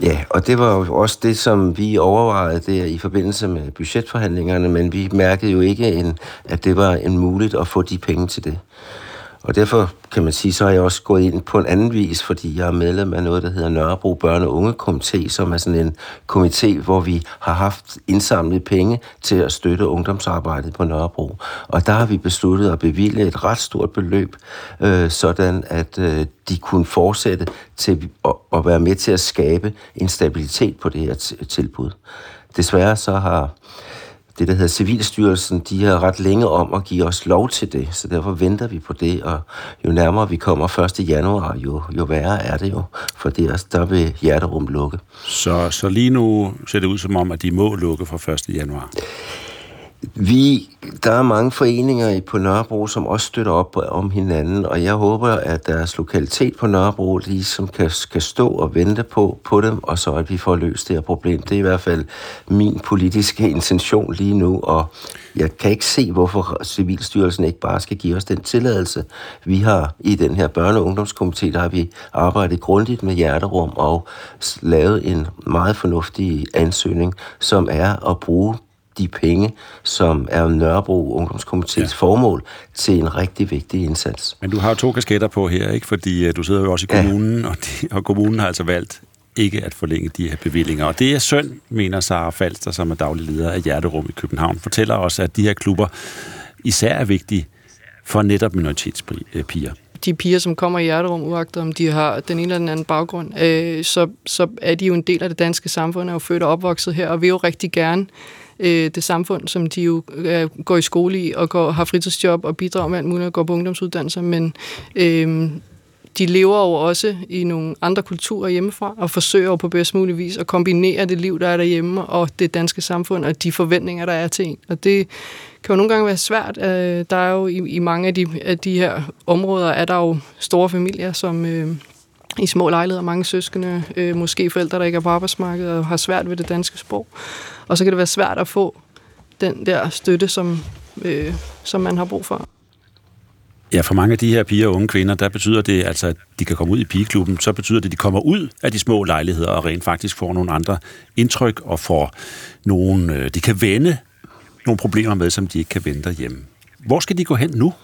Ja, og det var jo også det, som vi overvejede der i forbindelse med budgetforhandlingerne, men vi mærkede jo ikke, en, at det var en muligt at få de penge til det. Og derfor kan man sige, så har jeg også gået ind på en anden vis, fordi jeg er medlem af noget, der hedder Nørrebro Børne- og Unge-komité, som er sådan en komité, hvor vi har haft indsamlet penge til at støtte ungdomsarbejdet på Nørrebro. Og der har vi besluttet at bevilge et ret stort beløb, øh, sådan at øh, de kunne fortsætte til at, at være med til at skabe en stabilitet på det her t- tilbud. Desværre så har det, der hedder Civilstyrelsen, de har ret længe om at give os lov til det, så derfor venter vi på det, og jo nærmere vi kommer første januar, jo, jo værre er det jo, for der, der vil Hjerterum lukke. Så, så lige nu ser det ud som om, at de må lukke fra første januar? Vi, der er mange foreninger på Nørrebro, som også støtter op om hinanden, og jeg håber, at deres lokalitet på Nørrebro ligesom kan, kan stå og vente på, på dem, og så at vi får løst det her problem. Det er i hvert fald min politiske intention lige nu, og jeg kan ikke se, hvorfor Civilstyrelsen ikke bare skal give os den tilladelse. Vi har i den her børne- og ungdomskomité, der har vi arbejdet grundigt med Hjerterum og lavet en meget fornuftig ansøgning, som er at bruge de penge, som er Nørrebro Ungdomskomités ja. formål, til en rigtig vigtig indsats. Men du har jo to kasketter på her, ikke? Fordi uh, du sidder jo også i kommunen, ja. og, de, og kommunen har altså valgt ikke at forlænge de her bevillinger. Og det er synd, mener Sara Falster, som er daglig leder af Hjerterum i København, fortæller os, at de her klubber især er vigtige for netop minoritetspiger. De piger, som kommer i Hjerterum, uagtet om de har den ene eller den anden baggrund, øh, så, så er de jo en del af det danske samfund, er jo født og opvokset her, og vil jo rigtig gerne øh, det samfund, som de jo øh, går i skole i, og går, har fritidsjob og bidrager med alt muligt, og går på ungdomsuddannelser, men øh, de lever jo også i nogle andre kulturer hjemmefra, og forsøger jo på bedst mulig vis at kombinere det liv, der er derhjemme, og det danske samfund, og de forventninger, der er til en. Og det kan jo nogle gange være svært. Der er jo i, i mange af de, af de her områder, er der jo store familier, som øh, i små lejligheder, mange søskende, øh, måske forældre, der ikke er på arbejdsmarkedet, og har svært ved det danske sprog. Og så kan det være svært at få den der støtte, som, øh, som man har brug for. Ja, for mange af de her piger og unge kvinder, der betyder det altså, at de kan komme ud i pigeklubben, så betyder det, at de kommer ud af de små lejligheder og rent faktisk får nogle andre indtryk og får nogle, de kan vende nogle problemer med, som de ikke kan vende derhjemme. Hvor skal de gå hen nu?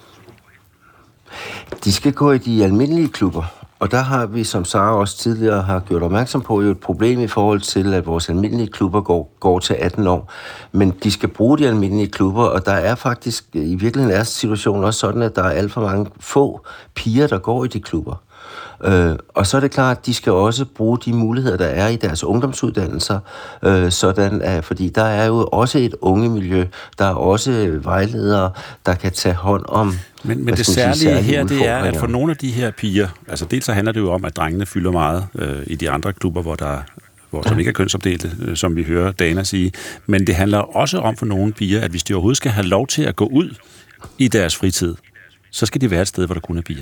De skal gå i de almindelige klubber, og der har vi, som Sara også tidligere har gjort opmærksom på, jo et problem i forhold til, at vores almindelige klubber går, går til atten år. Men de skal bruge de almindelige klubber, og der er faktisk, i virkeligheden er situationen også sådan, at der er alt for mange få piger, der går i de klubber. Øh, og så er det klart, at de skal også bruge de muligheder, der er i deres ungdomsuddannelser, øh, sådan at, fordi der er jo også et ungemiljø, der er også vejledere, der kan tage hånd om. Men, men det særlige her, det er, at for nogle af de her piger, altså dels så handler det jo om, at drengene fylder meget øh, i de andre klubber, hvor der hvor som ikke er kønsopdelte, øh, som vi hører Dana sige, men det handler også om for nogle piger, at hvis de overhovedet skal have lov til at gå ud i deres fritid, så skal de være et sted, hvor der kun er piger.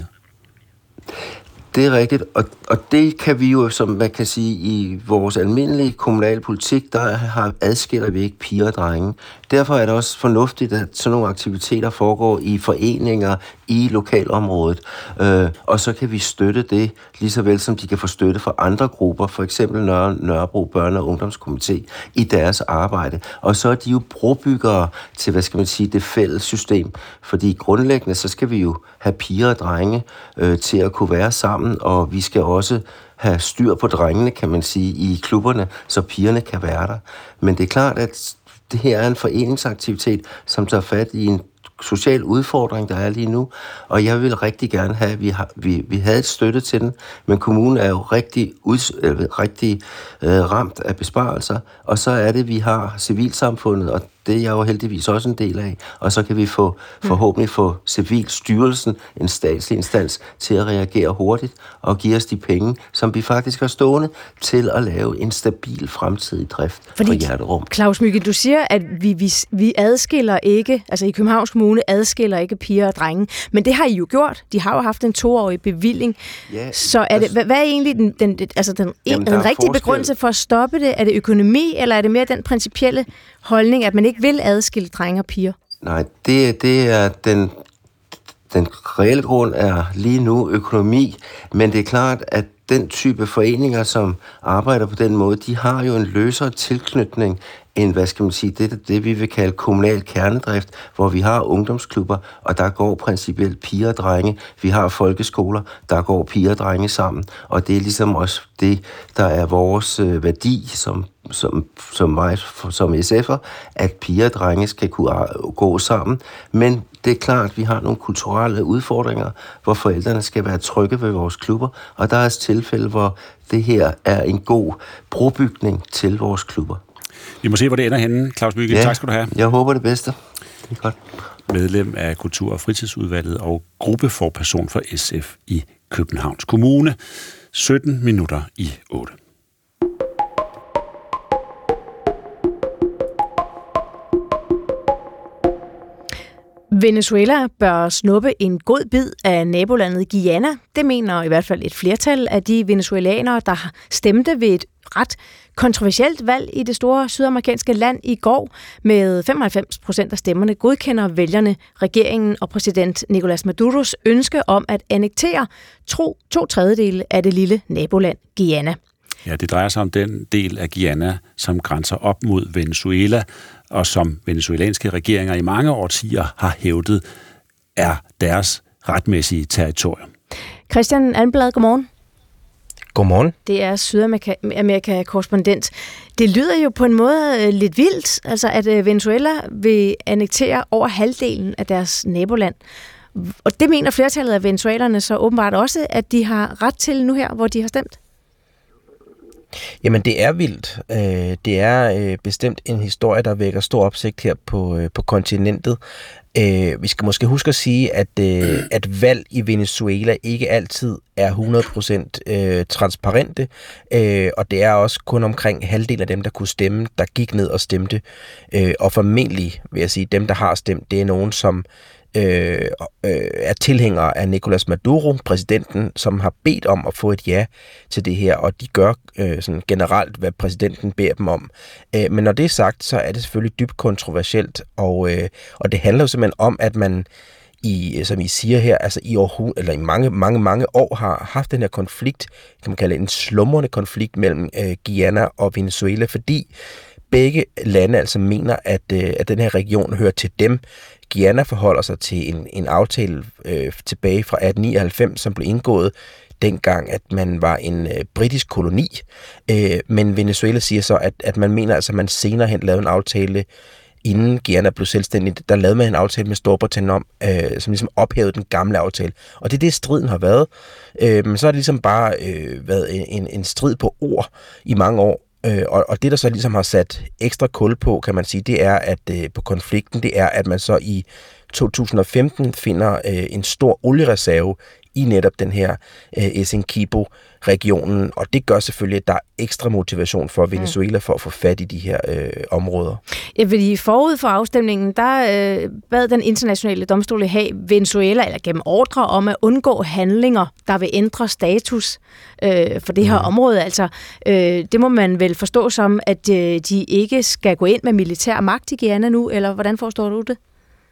Det er rigtigt, og, og det kan vi jo, som man kan sige, i vores almindelige kommunale politik, der har adskiller vi ikke piger og drenge. Derfor er det også fornuftigt, at sådan nogle aktiviteter foregår i foreninger i lokalområdet, øh, og så kan vi støtte det, lige så vel som de kan få støtte fra andre grupper, for eksempel Nør- Nørrebro Børne- og Ungdomskomité, i deres arbejde. Og så er de jo brobyggere til, hvad skal man sige, det fælles system, fordi grundlæggende, så skal vi jo have piger og drenge øh, til at kunne være sammen, og vi skal også have styr på drengene, kan man sige, i klubberne, så pigerne kan være der. Men det er klart, at det her er en foreningsaktivitet, som tager fat i en social udfordring, der er lige nu, og jeg vil rigtig gerne have, at vi, har, vi, vi havde et støtte til den, men kommunen er jo rigtig, ud, øh, rigtig øh, ramt af besparelser, og så er det, at vi har civilsamfundet, og det er jeg jo heldigvis også en del af, og så kan vi få forhåbentlig få Civilstyrelsen, en statslig instans, til at reagere hurtigt og give os de penge, som vi faktisk har stående til at lave en stabil fremtidig drift Fordi, for Hjerterum. Claus Mygind, du siger, at vi, vi, vi adskiller ikke, altså i Københavns Kommune adskiller ikke piger og drenge, men det har I jo gjort. De har jo haft en toårig bevilling. Ja, så er det, hvad, hvad er egentlig den, den, altså den, jamen, den rigtige forskel. begrundelse for at stoppe det? Er det økonomi, eller er det mere den principielle holdning, at man ikke vil adskille drenge og piger? Nej, det, det er den, den reelle grund er lige nu økonomi, men det er klart, at den type foreninger, som arbejder på den måde, de har jo en løsere tilknytning end, hvad skal man sige, det, det vi vil kalde kommunal kernedrift, hvor vi har ungdomsklubber, og der går principielt piger og drenge. Vi har folkeskoler, der går piger og drenge sammen, og det er ligesom også det, der er vores øh, værdi som, som, som mig, som S F'er, at piger og drenge skal kunne gå sammen. Men det er klart, at vi har nogle kulturelle udfordringer, hvor forældrene skal være trygge ved vores klubber, og der er et tilfælde, hvor det her er en god brobygning til vores klubber. Vi må se, hvor det ender henne. Claus Mygind, ja, tak skal du have. Jeg håber det bedste. Det er godt. Medlem af Kultur- og Fritidsudvalget og gruppeforperson for S F i Københavns Kommune. sytten minutter i otte. Venezuela bør snuppe en god bid af nabolandet Guyana. Det mener i hvert fald et flertal af de venezuelanere, der stemte ved et ret kontroversielt valg i det store sydamerikanske land i går. Med femoghalvfems procent af stemmerne godkender vælgerne regeringen og præsident Nicolás Maduros ønske om at annektere to, to tredjedele af det lille naboland Guyana. Ja, det drejer sig om den del af Guyana, som grænser op mod Venezuela, og som venezuelanske regeringer i mange årtier har hævdet, er deres retmæssige territorium. Christian Almblad, godmorgen. Godmorgen. Det er Sydamerika-korrespondent. Det lyder jo på en måde lidt vildt, altså at Venezuela vil annektere over halvdelen af deres naboland. Og det mener flertallet af venezuelerne så åbenbart også, at de har ret til nu her, hvor de har stemt. Jamen, det er vildt. Det er bestemt en historie, der vækker stor opsigt her på, på kontinentet. Vi skal måske huske at sige, at, at valg i Venezuela ikke altid er hundrede procent transparente, og det er også kun omkring halvdelen af dem, der kunne stemme, der gik ned og stemte. Og formentlig, vil jeg sige, dem, der har stemt, det er nogen, som Øh, øh, er tilhængere af Nicolás Maduro, præsidenten, som har bedt om at få et ja til det her, og de gør øh, sådan generelt, hvad præsidenten beder dem om. Øh, men når det er sagt, så er det selvfølgelig dybt kontroversielt, og, øh, og det handler jo simpelthen om, at man i, som I siger her, altså i år, eller i mange, mange, mange år har haft den her konflikt, kan man kalde en slumrende konflikt mellem øh, Guyana og Venezuela, fordi begge lande altså mener, at, øh, at den her region hører til dem. Guyana forholder sig til en, en aftale øh, tilbage fra atten nioghalvfems, som blev indgået dengang, at man var en øh, britisk koloni. Øh, men Venezuela siger så, at, at man mener, altså, at man senere hen lavede en aftale, inden Guyana blev selvstændigt, der lavede man en aftale med Storbritannien om, øh, som ligesom ophævede den gamle aftale. Og det er det, striden har været. Øh, men så har det ligesom bare øh, været en, en strid på ord i mange år. Øh, og, og det, der så ligesom har sat ekstra kul på, kan man sige, det er, at øh, på konflikten, det er, at man så i to tusind og femten finder øh, en stor oliereserve i netop den her øh, Essequibo-regionen, og det gør selvfølgelig, at der er ekstra motivation for Venezuela for at få fat i de her øh, områder. Ja, fordi forud for afstemningen, der øh, bad den internationale domstol have Venezuela, eller gennem ordre om at undgå handlinger, der vil ændre status øh, for det her mm. område. Altså, øh, det må man vel forstå som, at øh, de ikke skal gå ind med militær magt i Guyana nu, eller hvordan forstår du det?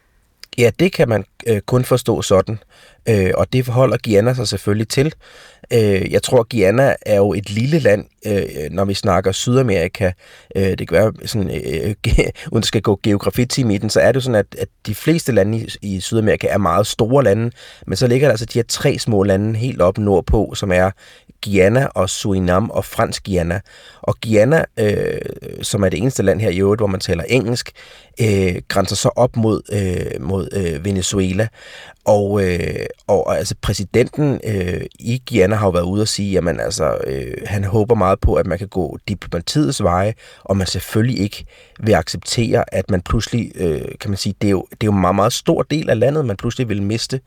Ja, det kan man øh, kun forstå sådan, øh, og det forholder Guyana sig selvfølgelig til. Øh, jeg tror, Guyana er jo et lille land, øh, når vi snakker Sydamerika. Øh, det kan være, sådan, øh, uden at skal gå geografi-team i den, så er det jo sådan, at, at de fleste lande i, i Sydamerika er meget store lande, men så ligger der altså de her tre små lande helt oppe nordpå, som er Guyana og Surinam og Fransk Guyana. Og Guyana, øh, som er det eneste land her i øvrigt, hvor man taler engelsk, øh, grænser så op mod, øh, mod øh, Venezuela. Og, øh, og altså præsidenten øh, i Guyana har jo været ude og sige, at altså, øh, han håber meget på, at man kan gå diplomatiets veje, og man selvfølgelig ikke vil acceptere, at man pludselig, øh, kan man sige, det er jo, det er jo en meget, meget stor del af landet, man pludselig vil miste.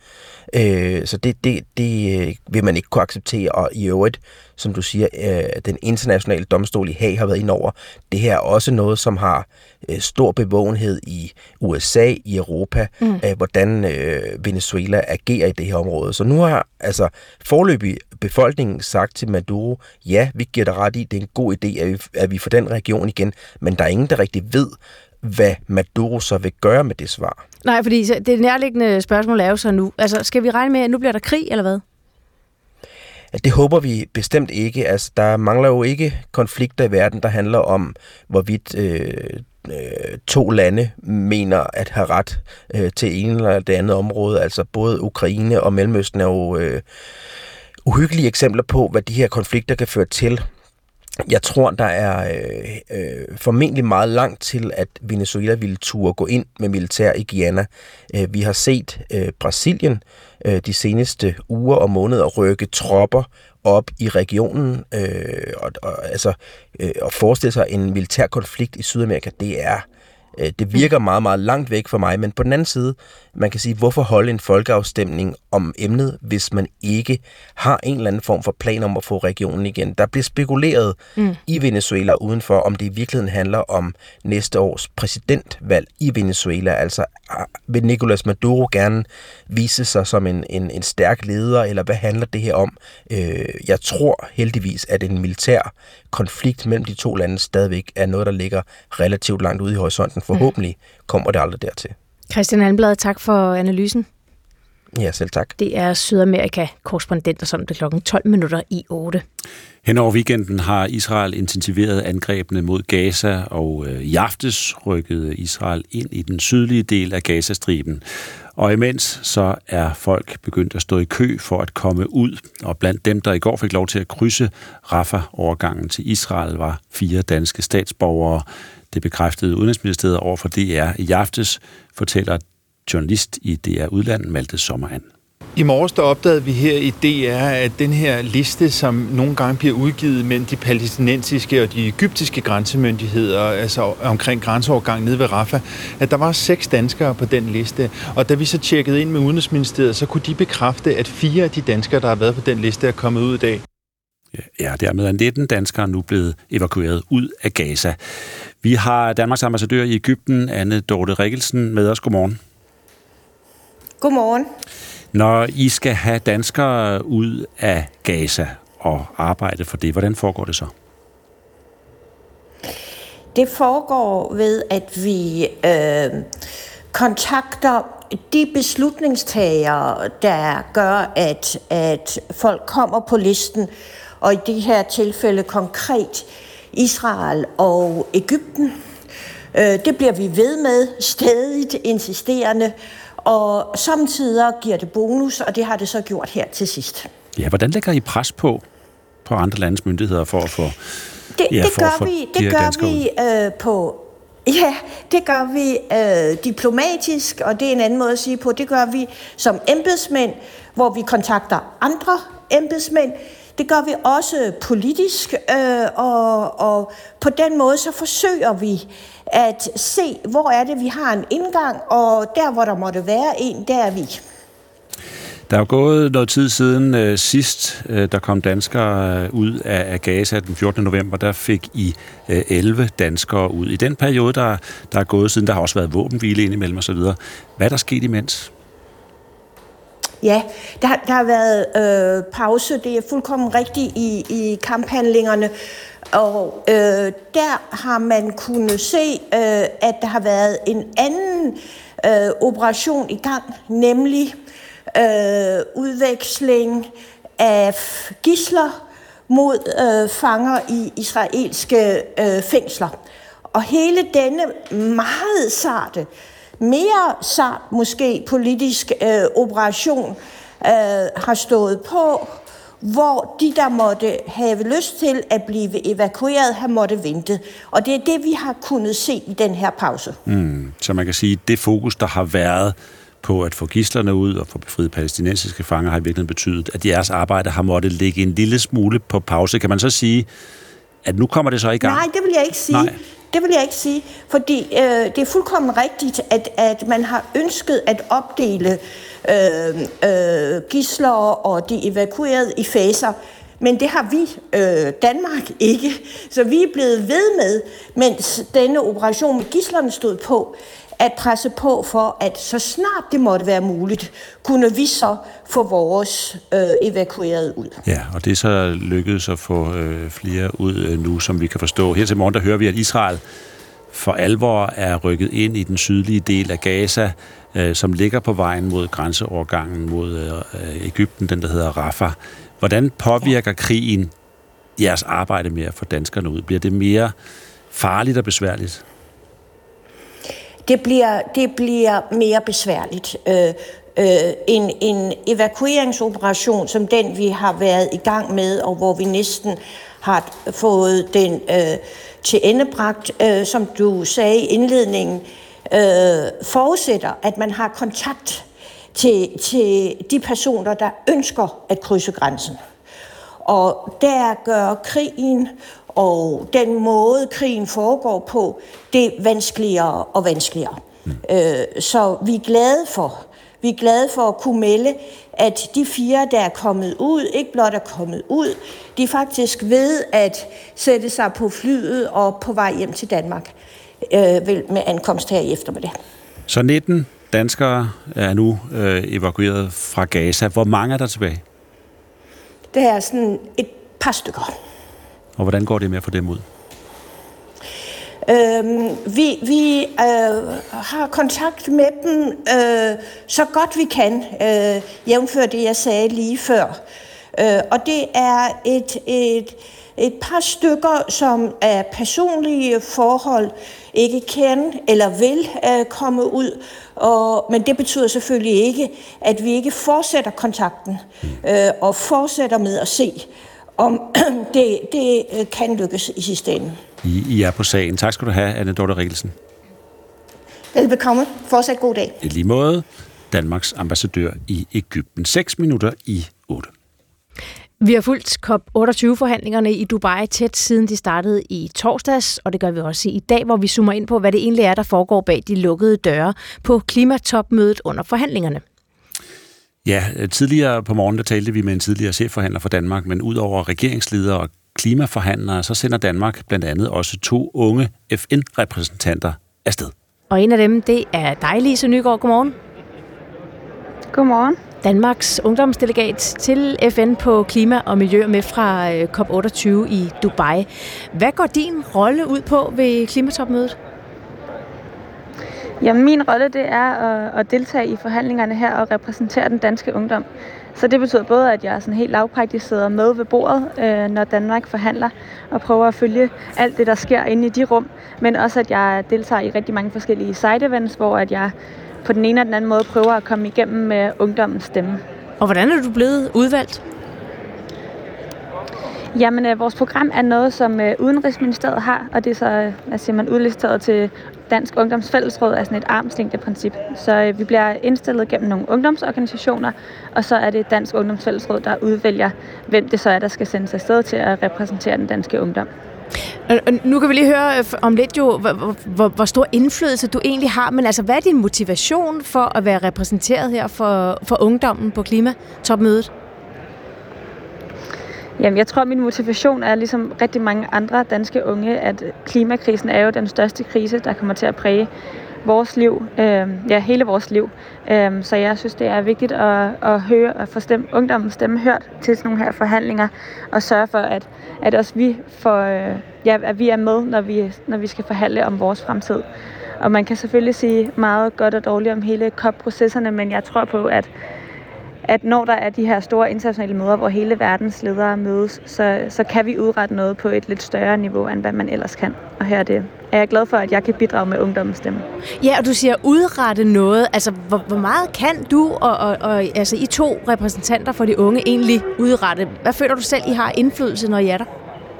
Øh, så det, det, det vil man ikke kunne acceptere, og i øvrigt, som du siger, øh, den internationale domstol i Haag har været ind over. Det her er også noget, som har øh, stor bevågenhed i U S A, i Europa, mm. øh, hvordan øh, Venezuela agerer i det her område. Så nu har altså foreløbig befolkningen sagt til Maduro, ja, vi giver dig ret i, det er en god idé, at vi, at vi får den region igen, men der er ingen, der rigtig ved, hvad Maduro så vil gøre med det svar. Nej, fordi det nærliggende spørgsmål er jo så nu, altså skal vi regne med, at nu bliver der krig, eller hvad? det håber vi bestemt ikke. Altså, der mangler jo ikke konflikter i verden, der handler om, hvorvidt øh, øh, to lande mener at have ret øh, til en eller det andet område. Altså både Ukraine og Mellemøsten er jo øh, uhyggelige eksempler på, hvad de her konflikter kan føre til. Jeg tror, der er øh, øh, formentlig meget langt til, at Venezuela ville turde gå ind med militær i Guyana. Øh, vi har set øh, Brasilien øh, de seneste uger og måneder rykke tropper op i regionen, øh, og, og, altså, øh, og forestille sig en militær konflikt i Sydamerika, det er det virker meget, meget langt væk for mig, men på den anden side, man kan sige, hvorfor holde en folkeafstemning om emnet, hvis man ikke har en eller anden form for plan om at få regionen igen. Der bliver spekuleret mm. i Venezuela udenfor, om det i virkeligheden handler om næste års præsidentvalg i Venezuela. Altså, vil Nicolás Maduro gerne vise sig som en, en, en stærk leder, eller hvad handler det her om? Øh, jeg tror heldigvis, at en militær konflikt mellem de to lande stadigvæk er noget, der ligger relativt langt ude i horisonten. Forhåbentlig kommer det aldrig dertil. Christian Almblad, tak for analysen. Ja, selv tak. Det er Sydamerika-korrespondent, og sådan det klokken tolv minutter i otte. Hen over weekenden har Israel intensiveret angrebene mod Gaza, og i aftes rykkede Israel ind i den sydlige del af Gazastriben. Og imens så er folk begyndt at stå i kø for at komme ud, og blandt dem, der i går fik lov til at krydse Rafah-overgangen til Israel, var fire danske statsborgere. Det bekræftede Udenrigsministeriet over for D R i aftes, fortæller journalist i D R Udland, Malte Sommerand. I morges der opdagede vi her i D R, at den her liste, som nogle gange bliver udgivet mellem de palæstinensiske og de egyptiske grænsemyndigheder, altså omkring grænseovergang nede ved Rafah, at der var seks danskere på den liste. Og da vi så tjekkede ind med Udenrigsministeriet, så kunne de bekræfte, at fire af de danskere, der har været på den liste, er kommet ud i dag. Ja, dermed er nitten danskere nu blevet evakueret ud af Gaza. Vi har Danmarks ambassadør i Egypten, Anne Dorte Rikkelsen, med os. Godmorgen. Godmorgen. Når I skal have danskere ud af Gaza og arbejde for det, hvordan foregår det så? Det foregår ved, at vi øh, kontakter de beslutningstagere, der gør, at, at folk kommer på listen, og i det her tilfælde konkret Israel og Egypten. Øh, det bliver vi ved med, stadigt insisterende, og samtidig giver det bonus, og det har det så gjort her til sidst. Ja, hvordan lægger I pres på på andre landes myndigheder for at få det, ja, det for, gør for vi, de det gør vi øh, på ja, det gør vi øh, diplomatisk, og det er en anden måde at sige på. Det gør vi som embedsmænd, hvor vi kontakter andre embedsmænd. Det gør vi også politisk, øh, og, og på den måde så forsøger vi at se, hvor er det, vi har en indgang, og der, hvor der måtte være en, der er vi. Der er jo gået noget tid siden øh, sidst, øh, der kom danskere øh, ud af, af Gaza den fjortende november, der fik I øh, elleve danskere ud. I den periode, der, der er gået siden, der har også været våbenhvile indimellem osv. Hvad er der sket imens? Ja, der, der har været øh, pause, det er fuldkommen rigtigt i, i kamphandlingerne, og øh, der har man kunnet se, øh, at der har været en anden øh, operation i gang, nemlig øh, udveksling af gidsler mod øh, fanger i israelske øh, fængsler. Og hele denne meget sarte, mere sart måske politisk øh, operation øh, har stået på, hvor de, der måtte have lyst til at blive evakueret, har måtte vente. Og det er det, vi har kunnet se i den her pause. Mm, så man kan sige, at det fokus, der har været på at få gidslerne ud og få befriet palæstinensiske fanger, har i virkeligheden betydet, at jeres arbejde har måttet ligge en lille smule på pause. Kan man så sige, at nu kommer det så i gang? Nej, det vil jeg ikke sige. Nej. Det vil jeg ikke sige, fordi øh, det er fuldkommen rigtigt, at, at man har ønsket at opdele øh, øh, gidsler og de evakuerede i faser, men det har vi, øh, Danmark, ikke. Så vi er blevet ved med, mens denne operation med gidslerne stod på, at presse på for, at så snart det måtte være muligt, kunne vi så få vores øh, evakueret ud. Ja, og det er så lykkedes at få øh, flere ud øh, nu, som vi kan forstå. Her til morgen, der hører vi, at Israel for alvor er rykket ind i den sydlige del af Gaza, øh, som ligger på vejen mod grænseovergangen mod øh, Egypten, den der hedder Rafah. Hvordan påvirker krigen jeres arbejde med at få danskerne ud? Bliver det mere farligt og besværligt? Det bliver, det bliver mere besværligt. Øh, øh, en, en evakueringsoperation som den, vi har været i gang med, og hvor vi næsten har fået den øh, til endebragt, øh, som du sagde i indledningen, øh, forudsætter, at man har kontakt til, til de personer, der ønsker at krydse grænsen. Og der gør krigen og den måde, krigen foregår på, det er vanskeligere og vanskeligere. Mm. Øh, så vi er glade for, vi er glade for at kunne melde, at de fire, der er kommet ud, ikke blot er kommet ud, de er faktisk ved at sætte sig på flyet og på vej hjem til Danmark øh, med ankomst her i eftermiddag. Så nitten danskere er nu øh, evakueret fra Gaza. Hvor mange er der tilbage? Det er sådan et par stykker. Og hvordan går det med at få dem ud? Øhm, vi vi øh, har kontakt med dem øh, så godt vi kan, øh, jævnfør det, jeg sagde lige før. Øh, og det er et, et, et par stykker, som af personlige forhold ikke kan eller vil øh, komme ud. Og, men det betyder selvfølgelig ikke, at vi ikke fortsætter kontakten øh, og fortsætter med at se, om det, det kan lykkes i sidste ende. I, I er på sagen. Tak skal du have, Anne Dorthe Rikkelsen. Velbekomme. Fortsat god dag. I lige måde, Danmarks ambassadør i Egypten. seks minutter i otte. Vi har fulgt COP otteogtyve-forhandlingerne i Dubai tæt siden de startede i torsdags, og det gør vi også i dag, hvor vi zoomer ind på, hvad det egentlig er, der foregår bag de lukkede døre på klimatopmødet under forhandlingerne. Ja, tidligere på morgen der talte vi med en tidligere chefforhandler for Danmark, men ud over regeringsledere og klimaforhandlere, så sender Danmark blandt andet også to unge F N-repræsentanter afsted. Og en af dem, det er dig, Lise Nygaard. Godmorgen. Godmorgen. Danmarks ungdomsdelegat til F N på klima og miljø med fra COP otteogtyve i Dubai. Hvad går din rolle ud på ved klimatopmødet? Jamen, min rolle det er at, at deltage i forhandlingerne her og repræsentere den danske ungdom. Så det betyder både, at jeg sådan helt lavpraktisk sidder med ved bordet, øh, når Danmark forhandler, og prøver at følge alt det, der sker inde i de rum, men også, at jeg deltager i rigtig mange forskellige side-events, hvor at jeg på den ene og den anden måde prøver at komme igennem med ungdommens stemme. Og hvordan er du blevet udvalgt? Jamen, øh, vores program er noget, som øh, Udenrigsministeriet har, og det er så, hvad siger man, udliciteret til Dansk Ungdomsfællesråd af sådan et armslængdeprincip. Så øh, vi bliver indstillet gennem nogle ungdomsorganisationer, og så er det Dansk Ungdomsfællesråd, der udvælger, hvem det så er, der skal sendes afsted til at repræsentere den danske ungdom. Nu kan vi lige høre om lidt jo, hvor, hvor, hvor stor indflydelse du egentlig har, men altså, hvad er din motivation for at være repræsenteret her for, for ungdommen på klimatopmødet? Jamen, jeg tror, at min motivation er ligesom rigtig mange andre danske unge, at klimakrisen er jo den største krise, der kommer til at præge vores liv, øh, ja, hele vores liv. Øh, så jeg synes, det er vigtigt at, at høre og få stemme, ungdommens stemme hørt til sådan nogle her forhandlinger, og sørge for, at, at også vi, får, øh, ja, at vi er med, når vi, når vi skal forhandle om vores fremtid. Og man kan selvfølgelig sige meget godt og dårligt om hele C O P-processerne, men jeg tror på, at at når der er de her store internationale møder, hvor hele verdens ledere mødes, så, så kan vi udrette noget på et lidt større niveau, end hvad man ellers kan. Og her er, det, er jeg glad for, at jeg kan bidrage med ungdommens stemme. Ja, og du siger udrette noget. Altså, hvor, hvor meget kan du og, og, og altså, I to repræsentanter for de unge egentlig udrette? Hvad føler du selv, I har indflydelse, når I er der?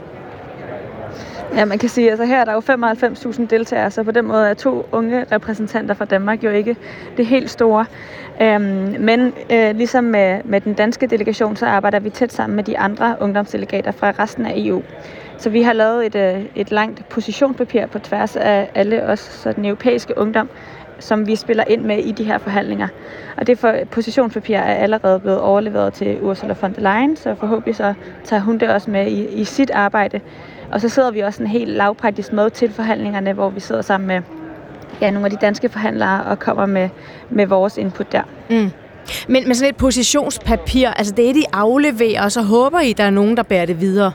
Ja, man kan sige, at altså her er der jo femoghalvfems tusind deltagere, så på den måde er to unge repræsentanter fra Danmark jo ikke det helt store. Øhm, men øh, ligesom med, med den danske delegation, så arbejder vi tæt sammen med de andre ungdomsdelegater fra resten af E U. Så vi har lavet et, øh, et langt positionspapir på tværs af alle os, så den europæiske ungdom, som vi spiller ind med i de her forhandlinger. Og det for, positionspapir er allerede blevet overleveret til Ursula von der Leyen, så forhåbentlig så tager hun det også med i, i sit arbejde. Og så sidder vi også en helt lavpraktisk med til forhandlingerne, hvor vi sidder sammen med ja, nogle af de danske forhandlere og kommer med, med vores input der. Mm. Men med sådan et positionspapir, altså det er de afleverer, og så håber I, der er nogen, der bærer det videre?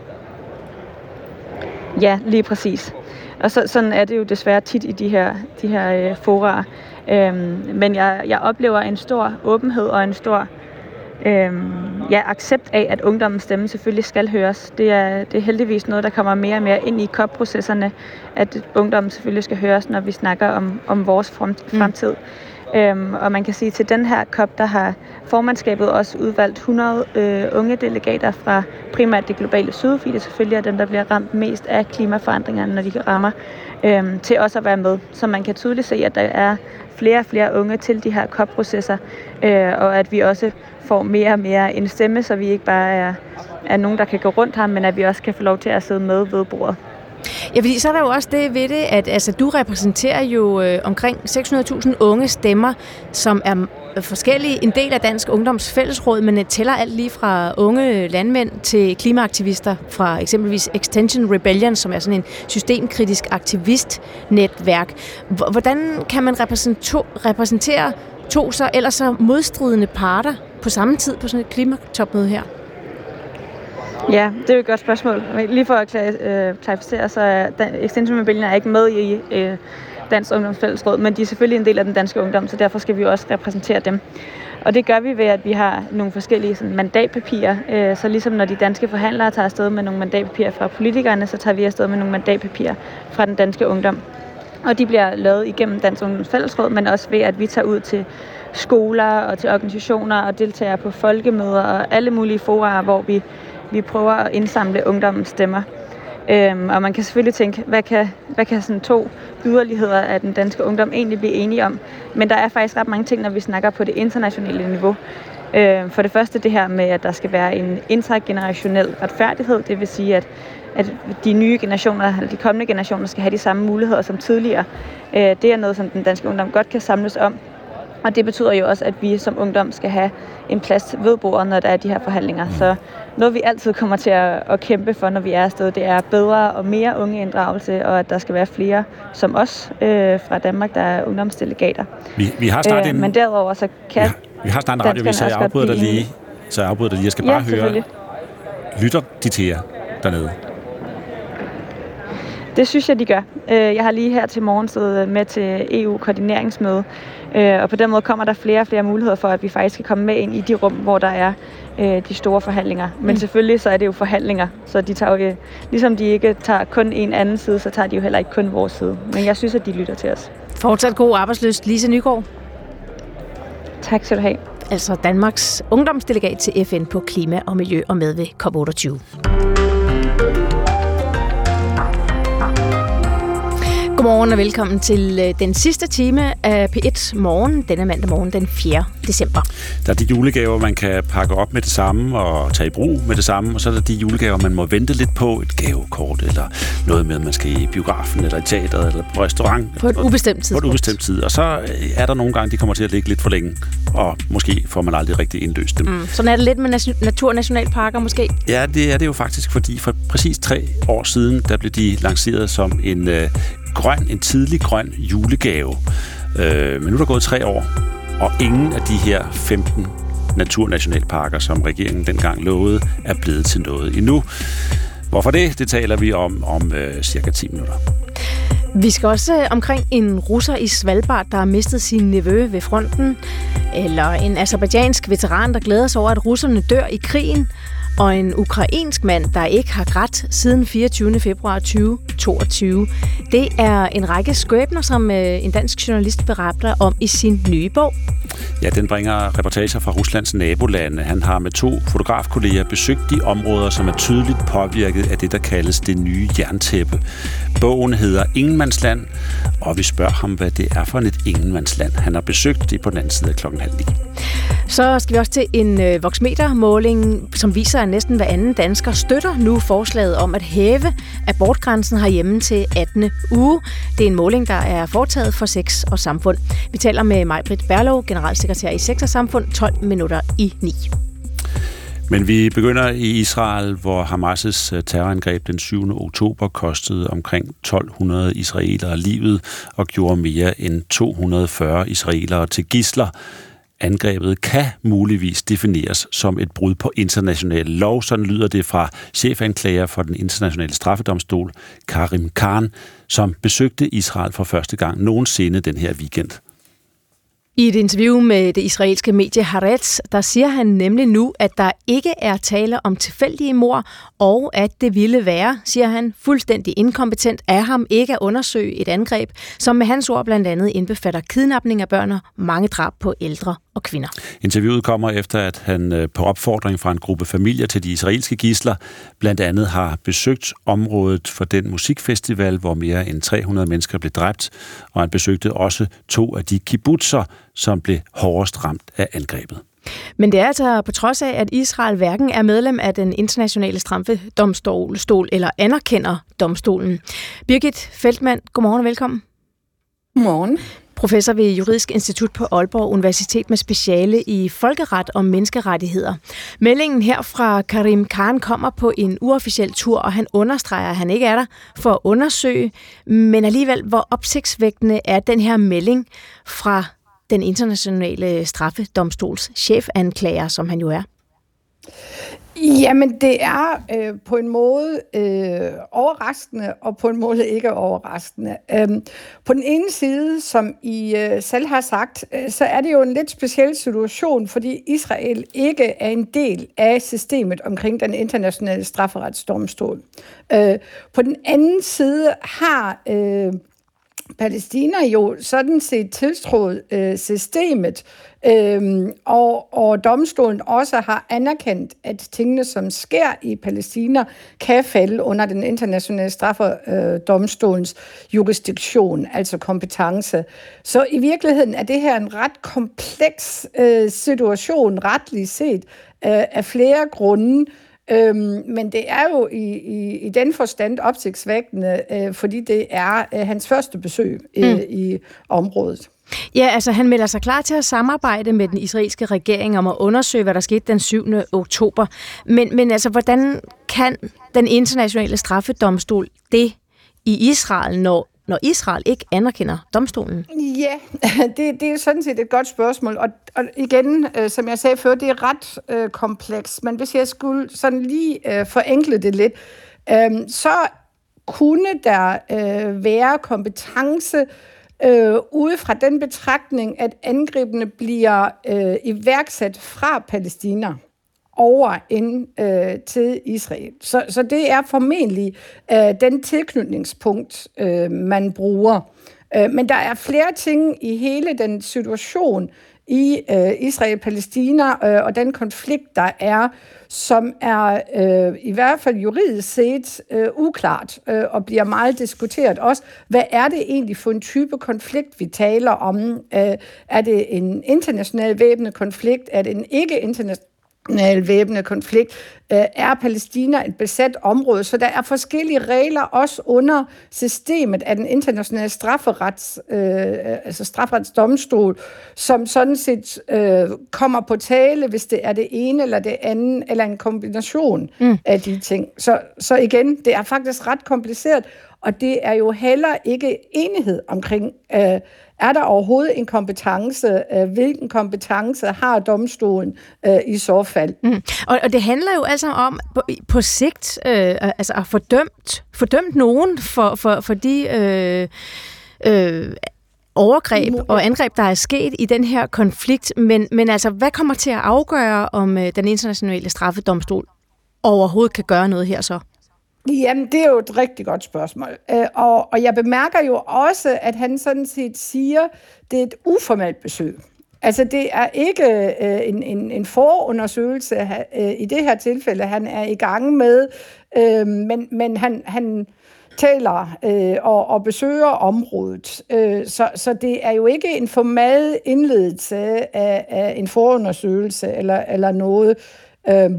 Ja, lige præcis. Og så, sådan er det jo desværre tit i de her, de her øh, forarer. Øhm, men jeg, jeg oplever en stor åbenhed og en stor øhm, ja, accept af, at ungdommens stemme selvfølgelig skal høres. Det er, det er heldigvis noget, der kommer mere og mere ind i C O P-processerne, at ungdommen selvfølgelig skal høres, når vi snakker om, om vores fremtid. Mm. Øhm, og man kan sige, at til den her C O P, der har formandskabet også udvalgt hundrede øh, unge delegater fra primært det globale syd, fordi det selvfølgelig er dem, der bliver ramt mest af klimaforandringerne, når de rammer, øhm, til også at være med. Så man kan tydeligt se, at der er flere og flere unge til de her C O P-processer, øh, og at vi også får mere og mere en stemme, så vi ikke bare er, er nogen, der kan gå rundt her, men at vi også kan få lov til at sidde med ved bordet. Ja, fordi så er der jo også det ved det, at altså, du repræsenterer jo øh, omkring seks hundrede tusind unge stemmer, som er forskellige. En del af Dansk Ungdoms Fællesråd, men det tæller alt lige fra unge landmænd til klimaaktivister fra eksempelvis Extinction Rebellion, som er sådan en systemkritisk aktivistnetværk. Hvordan kan man repræsentere to så ellers så modstridende parter på samme tid på sådan et klimatopmøde her? Ja, det er jo et godt spørgsmål. Lige for at klarificere, så er Extinction Rebellion er ikke med i øh, Dansk Ungdoms Fællesråd, men de er selvfølgelig en del af den danske ungdom, så derfor skal vi også repræsentere dem. Og det gør vi ved, at vi har nogle forskellige sådan, mandatpapirer. Øh, så ligesom når de danske forhandlere tager afsted med nogle mandatpapirer fra politikerne, så tager vi afsted med nogle mandatpapirer fra den danske ungdom. Og de bliver lavet igennem Dansk Ungdoms Fællesråd, men også ved, at vi tager ud til skoler og til organisationer og deltager på folkemøder og alle mulige fora, hvor vi Vi prøver at indsamle ungdommens stemmer. Øhm, og man kan selvfølgelig tænke, hvad kan, hvad kan sådan to yderligheder af den danske ungdom egentlig blive enige om? Men der er faktisk ret mange ting, når vi snakker på det internationale niveau. Øhm, for det første det her med, at der skal være en intergenerationel retfærdighed. Det vil sige, at, at de nye generationer, eller de kommende generationer, skal have de samme muligheder som tidligere. Øh, det er noget, som den danske ungdom godt kan samles om. Og det betyder jo også, at vi som ungdom skal have en plads ved bordet, når der er de her forhandlinger. Mm. Så noget, vi altid kommer til at, at kæmpe for, når vi er afsted, det er bedre og mere unge inddragelse, og at der skal være flere som os øh, fra Danmark, der er ungdomsdelegater. Vi, vi har snart øh, en... Men derudover så kan... Vi har, vi har snart en radiovis, så jeg afbryder dig lige. Så jeg afbryder dig lige. Jeg skal bare ja, høre... Lytter de til jer dernede? Det synes jeg, de gør. Jeg har lige her til morgen siddet med til E U-koordineringsmøde, og på den måde kommer der flere og flere muligheder for, at vi faktisk kan komme med ind i de rum, hvor der er de store forhandlinger. Men mm. selvfølgelig så er det jo forhandlinger, så de tager jo, ligesom de ikke tager kun en anden side, så tager de jo heller ikke kun vores side. Men jeg synes, at de lytter til os. Fortsat god arbejdslyst, Lise Nygaard. Tak skal du have. Altså Danmarks ungdomsdelegat til F N på klima og miljø og med ved COP otteogtyve. Godmorgen og velkommen til den sidste time af P et Morgen, denne mandag morgen den fjerde december. Der er de julegaver, man kan pakke op med det samme og tage i brug med det samme, og så er der de julegaver, man må vente lidt på, et gavekort eller noget med, at man skal i biografen eller i teateret eller på restaurant. På et ubestemt tid. På et ubestemt tid. Og så er der nogle gange, de kommer til at ligge lidt for længe, og måske får man aldrig rigtig indløst dem. Mm. Sådan er det lidt med naturnationalparker måske? Ja, det er det jo faktisk, fordi for præcis tre år siden, der blev de lanceret som en øh, grøn, en tidlig grøn julegave. Øh, men nu er der gået tre år, og ingen af de her femten naturnationalparker, som regeringen dengang lovede, er blevet til noget endnu. Hvorfor det? Det taler vi om om øh, cirka ti minutter. Vi skal også omkring en russer i Svalbard, der har mistet sin nevø ved fronten, eller en aserbajdsjansk veteran, der glæder sig over, at russerne dør i krigen, og en ukrainsk mand, der ikke har grædt siden fireogtyvende februar tyve toogtyve. Det er en række skæbner, som en dansk journalist beretter om i sin nye bog. Ja, den bringer reportager fra Ruslands nabolande. Han har med to fotografkolleger besøgt de områder, som er tydeligt påvirket af det, der kaldes det nye jerntæppe. Bogen hedder Ingenmandsland, og vi spørger ham, hvad det er for et ingenmandsland. Han har besøgt det på den anden side af klokken halv ni. Så skal vi også til en øh, voxmeter-måling, som viser, at næsten hver anden dansker støtter nu forslaget om at hæve abortgrænsen herhjemme til attende uge. Det er en måling, der er foretaget for Sex og Samfund. Vi taler med Maj-Britt Berlov, generalsekretær i Sex og Samfund, tolv minutter i ni. Men vi begynder i Israel, hvor Hamas' terrorangreb den syvende oktober kostede omkring tolv hundrede israelere livet og gjorde mere end to hundrede og fyrre israelere til gidsler. Angrebet kan muligvis defineres som et brud på international lov. Sådan lyder det fra chefanklager for den internationale straffedomstol, Karim Khan, som besøgte Israel for første gang nogensinde den her weekend. I et interview med det israelske medie Haaretz, der siger han nemlig nu, at der ikke er tale om tilfældige mord, og at det ville være, siger han, fuldstændig inkompetent af ham ikke at undersøge et angreb, som med hans ord blandt andet indbefatter kidnapning af børn og mange drab på ældre og kvinder. Interviewet kommer efter, at han på opfordring fra en gruppe familier til de israelske gidsler blandt andet har besøgt området for den musikfestival, hvor mere end tre hundrede mennesker blev dræbt, og han besøgte også to af de kibbutzer, som blev hårdest ramt af angrebet. Men det er altså på trods af, at Israel hverken er medlem af den internationale straffedomstol eller anerkender domstolen. Birgit Feldmann, godmorgen og velkommen. Godmorgen. Professor ved Juridisk Institut på Aalborg Universitet med speciale i folkeret og menneskerettigheder. Meldingen her fra Karim Khan kommer på en uofficiel tur, og han understreger, at han ikke er der for at undersøge, men alligevel, hvor opsigtsvækkende er den her melding fra den internationale straffedomstols chefanklager, som han jo er? Jamen, det er øh, på en måde øh, overraskende, og på en måde ikke overraskende. Øhm, på den ene side, som I øh, selv har sagt, øh, så er det jo en lidt speciel situation, fordi Israel ikke er en del af systemet omkring den internationale strafferetsdomstol. Øh, på den anden side har øh, Palæstina jo sådan set tiltrådt øh, systemet, øhm, og, og domstolen også har anerkendt, at tingene, som sker i Palæstina, kan falde under den internationale straffedomstolens øh, jurisdiktion, altså kompetence. Så i virkeligheden er det her en ret kompleks øh, situation, retligt set, øh, af flere grunde. Øhm, men det er jo i, i, i den forstand opsigtsvækkende, øh, fordi det er øh, hans første besøg øh, mm. i området. Ja, altså han melder sig klar til at samarbejde med den israelske regering om at undersøge, hvad der skete den syvende oktober. Men, men altså, hvordan kan den internationale straffedomstol det i Israel, når når Israel ikke anerkender domstolen? Ja, det, det er sådan set et godt spørgsmål. Og, og igen, øh, som jeg sagde før, det er ret øh, kompleks. Men hvis jeg skulle sådan lige øh, forenkle det lidt, øh, så kunne der øh, være kompetence øh, ude fra den betragtning, at angrebene bliver øh, iværksat fra Palæstina over ind øh, til Israel. Så, så det er formentlig øh, den tilknytningspunkt, øh, man bruger. Øh, men der er flere ting i hele den situation i øh, Israel-Palæstina øh, og den konflikt, der er, som er øh, i hvert fald juridisk set øh, uklart øh, og bliver meget diskuteret også. Hvad er det egentlig for en type konflikt, vi taler om? Øh, er det en international væbnet konflikt? Er det en ikke-international væbnet konflikt? Er Palæstina et besat område? Så der er forskellige regler også under systemet af den internationale strafferets, øh, altså strafferetsdomstol, som sådan set øh, kommer på tale, hvis det er det ene eller det andet, eller en kombination mm. af de ting. Så, så igen, det er faktisk ret kompliceret, og det er jo heller ikke enighed omkring, øh, er der overhovedet en kompetence? Øh, hvilken kompetence har domstolen øh, i så fald? Mm. Og, og det handler jo altså om på, på sigt øh, altså at fordømt, fordømt nogen for, for, for de øh, øh, overgreb og angreb, der er sket i den her konflikt. Men, men altså, hvad kommer til at afgøre, om øh, den internationale straffedomstol overhovedet kan gøre noget her så? Jamen, det er jo et rigtig godt spørgsmål. Øh, og, og jeg bemærker jo også, at han sådan set siger, det er et uformelt besøg. Altså, det er ikke øh, en, en, en forundersøgelse øh, i det her tilfælde, han er i gang med, øh, men, men han, han taler øh, og, og besøger området. Øh, så, så det er jo ikke en formel indledelse af, af en forundersøgelse eller, eller noget. Øh,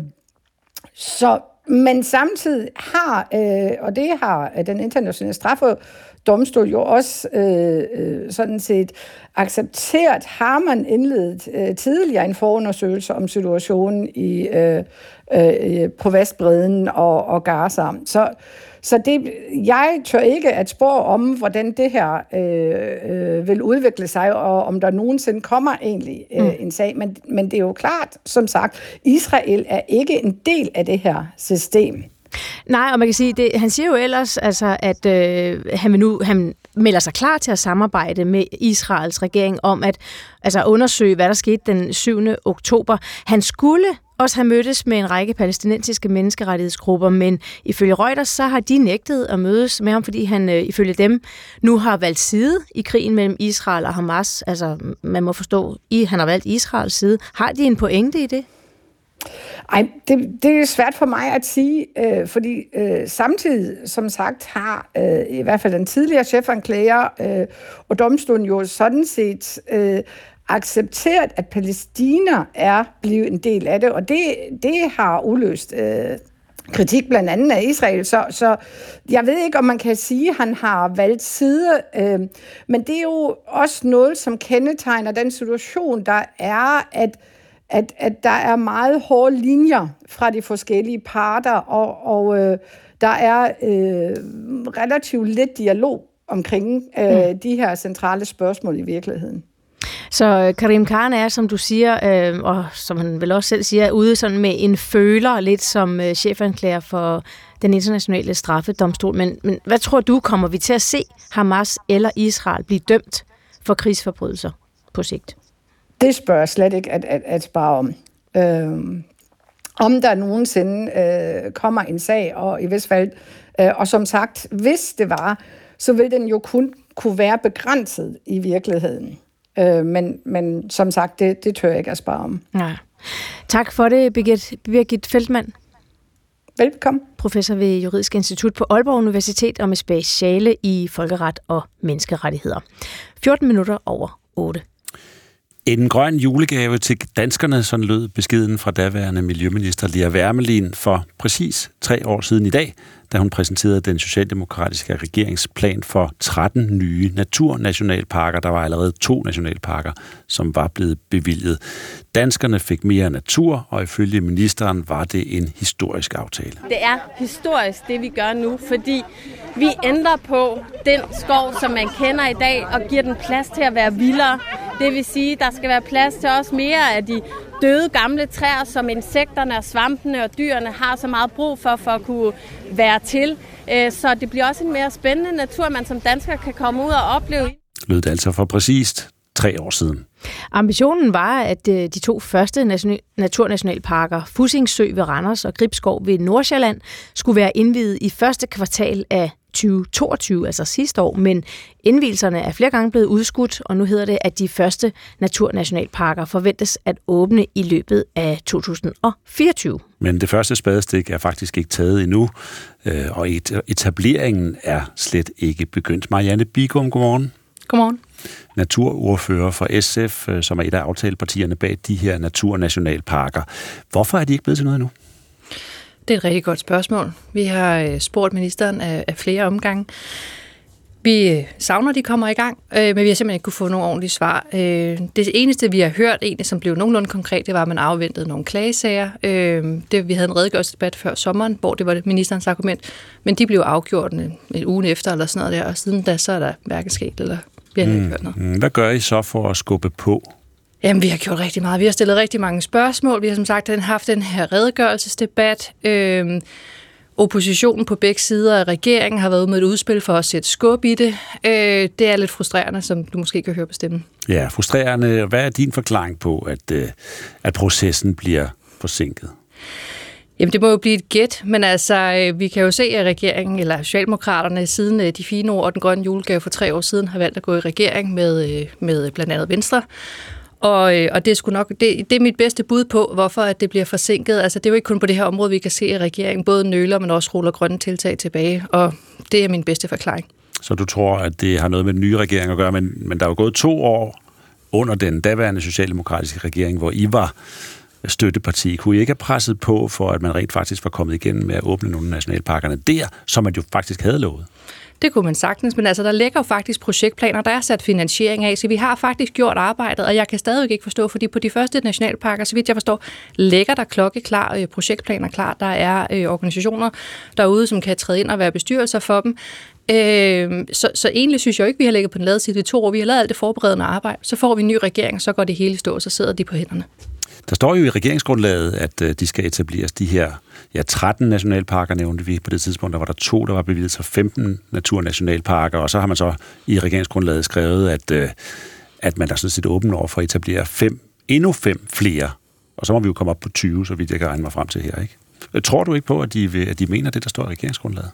så Men samtidig har, øh, og det har den internationale straffedomstol jo også øh, sådan set accepteret, har man indledt øh, tidligere en forundersøgelse om situationen i, øh, øh, på Vestbredden og, og Gaza. Så, så det, jeg tør ikke at spå om, hvordan det her øh, øh, vil udvikle sig, og om der nogensinde kommer egentlig øh, mm. en sag. Men, men det er jo klart, som sagt, Israel er ikke en del af det her system. Nej, og man kan sige, det, han siger jo ellers, altså, at øh, han, vil nu, han melder sig klar til at samarbejde med Israels regering om at altså undersøge, hvad der skete den syvende oktober. Han skulle også have mødtes med en række palæstinensiske menneskerettighedsgrupper, men ifølge Reuters så har de nægtet at mødes med ham, fordi han øh, ifølge dem nu har valgt side i krigen mellem Israel og Hamas. Altså, man må forstå, at han har valgt Israels side. Har de en pointe i det? Ej, det, det er svært for mig at sige, øh, fordi øh, samtidig, som sagt, har øh, i hvert fald den tidligere chefanklager øh, og domstolen jo sådan set øh, accepteret, at Palæstina er blevet en del af det, og det, det har udløst øh, kritik blandt andet af Israel, så, så jeg ved ikke, om man kan sige, at han har valgt side, øh, men det er jo også noget, som kendetegner den situation, der er, at At, at der er meget hårde linjer fra de forskellige parter, og, og øh, der er øh, relativt lidt dialog omkring øh, mm. de her centrale spørgsmål i virkeligheden. Så Karim Khan er, som du siger, øh, og som han vel også selv siger, ude sådan med en føler, lidt som øh, chefanklager for den internationale straffedomstol. Men, men hvad tror du, kommer vi til at se Hamas eller Israel blive dømt for krigsforbrydelser på sigt? Det spørger jeg slet ikke at, at, at spare om. Øh, om der nogensinde øh, kommer en sag, og i hvis fald, øh, og som sagt, hvis det var, så ville den jo kun kunne være begrænset i virkeligheden. Øh, men, men som sagt, det, det tør jeg ikke at spare om. Ja. Tak for det, Birgit, Birgit Feldtmann. Velkommen. Professor ved Juridisk Institut på Aalborg Universitet og med speciale i folkeret og menneskerettigheder. fjorten minutter over otte. En grøn julegave til danskerne, sådan lød beskeden fra daværende miljøminister Lea Wermelin for præcis tre år siden i dag, da hun præsenterede den socialdemokratiske regeringsplan for tretten nye naturnationalparker. Der var allerede to nationalparker, som var blevet bevilget. Danskerne fik mere natur, og ifølge ministeren var det en historisk aftale. Det er historisk, det vi gør nu, fordi vi ændrer på den skov, som man kender i dag, og giver den plads til at være vildere. Det vil sige, at der skal være plads til også mere af de døde gamle træer, som insekterne og svampene og dyrene har så meget brug for, for at kunne være til. Så det bliver også en mere spændende natur, man som dansker kan komme ud og opleve. Lød det altså for præcist tre år siden. Ambitionen var, at de to første naturnationalparker, Fussingsø ved Randers og Gribskov ved Nordsjælland, skulle være indviet i første kvartal af tyve toogtyve, altså sidste år, men indvielserne er flere gange blevet udskudt, og nu hedder det, at de første naturnationalparker forventes at åbne i løbet af to tusind fireogtyve. Men det første spadestik er faktisk ikke taget endnu, og etableringen er slet ikke begyndt. Marianne Bigum, godmorgen. Godmorgen. Naturordfører for S F, som er et af aftalepartierne bag de her naturnationalparker. Hvorfor er de ikke blevet til noget endnu? Det er et rigtig godt spørgsmål. Vi har spurgt ministeren af flere omgange. Vi savner, at de kommer i gang, men vi har simpelthen ikke kunne få nogle ordentlige svar. Det eneste, vi har hørt, egentlig, som blev nogenlunde konkret, det var, at man afventede nogle klagesager. Det, vi havde en redegørelsesdebat før sommeren, hvor det var ministerens argument, men de blev afgjort en, en uge efter eller sådan noget der, og siden da, så er der hverken sket, eller vi har mm, ikke hørt noget. Hvad gør I så for at skubbe på? Jamen, vi har gjort rigtig meget. Vi har stillet rigtig mange spørgsmål. Vi har som sagt haft den her redegørelsesdebat. Øhm, oppositionen på begge sider af regeringen har været ude med et udspil for at sætte skub i det. Øh, det er lidt frustrerende, som du måske kan høre på stemmen. Ja, frustrerende. Hvad er din forklaring på, at, øh, at processen bliver forsinket? Jamen, det må jo blive et gæt, men altså, vi kan jo se, at regeringen, eller Socialdemokraterne, siden de fine ord og den grønne julegave for tre år siden, har valgt at gå i regering med, med blandt andet Venstre. Og, og det, er sgu nok, det, det er mit bedste bud på, hvorfor at det bliver forsinket. Altså, det er jo ikke kun på det her område, vi kan se, at regeringen både nøler, men også ruller grønne tiltag tilbage, og det er min bedste forklaring. Så du tror, at det har noget med den nye regering at gøre, men, men der er jo gået to år under den daværende socialdemokratiske regering, hvor I var støtteparti. Kunne I ikke have presset på, for at man rent faktisk var kommet igennem med at åbne nogle af nationalparkerne der, som man jo faktisk havde lovet? Det kunne man sagtens, men altså, der ligger jo faktisk projektplaner, der er sat finansiering af, så vi har faktisk gjort arbejdet, og jeg kan stadig ikke forstå, fordi på de første nationalparker, så vidt jeg forstår, ligger der klokkeklar øh, projektplaner klar. Der er øh, organisationer derude, som kan træde ind og være bestyrelser for dem. Øh, så, så egentlig synes jeg jo ikke, vi har ligget på den lade side i to år. Vi har lavet alt det forberedende arbejde. Så får vi en ny regering, så går det hele stå, og så sidder de på hænderne. Der står jo i regeringsgrundlaget, at øh, de skal etableres de her ja, tretten nationalparker, nævnte vi på det tidspunkt. Der var der to, der var bevilget sig femten naturnationalparker, og så har man så i regeringsgrundlaget skrevet, at, øh, at man er sådan set åben over for at etablere fem, endnu fem flere. Og så må vi jo komme op på tyve, så vidt jeg kan regne mig frem til her, ikke? Tror du ikke på, at de, vil, at de mener det, der står i regeringsgrundlaget?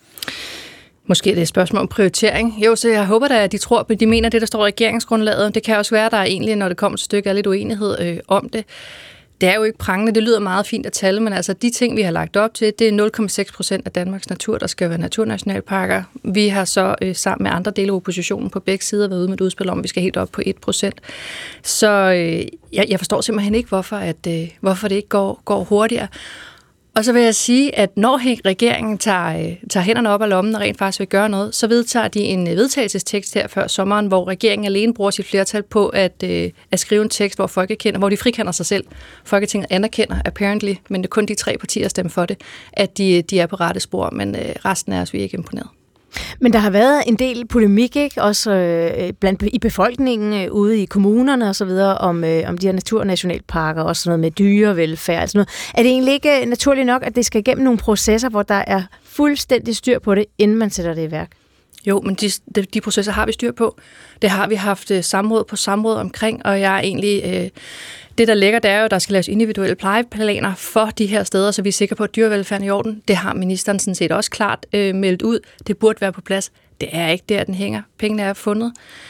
Måske er det et spørgsmål om prioritering. Jo, så jeg håber da, at de tror, at de mener det, der står i regeringsgrundlaget. Det kan også være, at der er egentlig, når det kommer til stykke, er lidt uenighed øh, om det. Det er jo ikke prangende, det lyder meget fint at tale, men altså de ting, vi har lagt op til, det er nul komma seks procent af Danmarks natur, der skal være naturnationalparker. Vi har så øh, sammen med andre dele af oppositionen på begge sider været ude med et udspil om, at vi skal helt op på et procent. Så øh, jeg, jeg forstår simpelthen ikke, hvorfor, at, øh, hvorfor det ikke går, går hurtigere. Og så vil jeg sige, at når regeringen tager, tager hænderne op af lommen og rent faktisk vil gøre noget, så vedtager de en vedtagelsestekst her før sommeren, hvor regeringen alene bruger sit flertal på at, øh, at skrive en tekst, hvor Folketinget, hvor de frikender sig selv. Folketinget anerkender, apparently, men det er kun de tre partier, der stemmer for det, at de, de er på rette spor, men øh, resten af os, vi er ikke imponeret. Men der har været en del polemik, ikke? Også øh, blandt i befolkningen, øh, ude i kommunerne og så videre, om, øh, om de her naturnationalparker, også sådan noget med dyrevelfærd og sådan noget. Er det egentlig ikke naturligt nok, at det skal igennem nogle processer, hvor der er fuldstændig styr på det, inden man sætter det i værk? Jo, men de, de, de processer har vi styr på. Det har vi haft uh, samråd på samråd omkring, og jeg er egentlig... Øh, det, der ligger, det er jo, at der skal laves individuelle plejeplaner for de her steder, så vi er sikre på, at dyrevelfærden er i orden. Det har ministeren sådan set også klart øh, meldt ud. Det burde være på plads. Det er ikke der, den hænger. Pengene er fundet.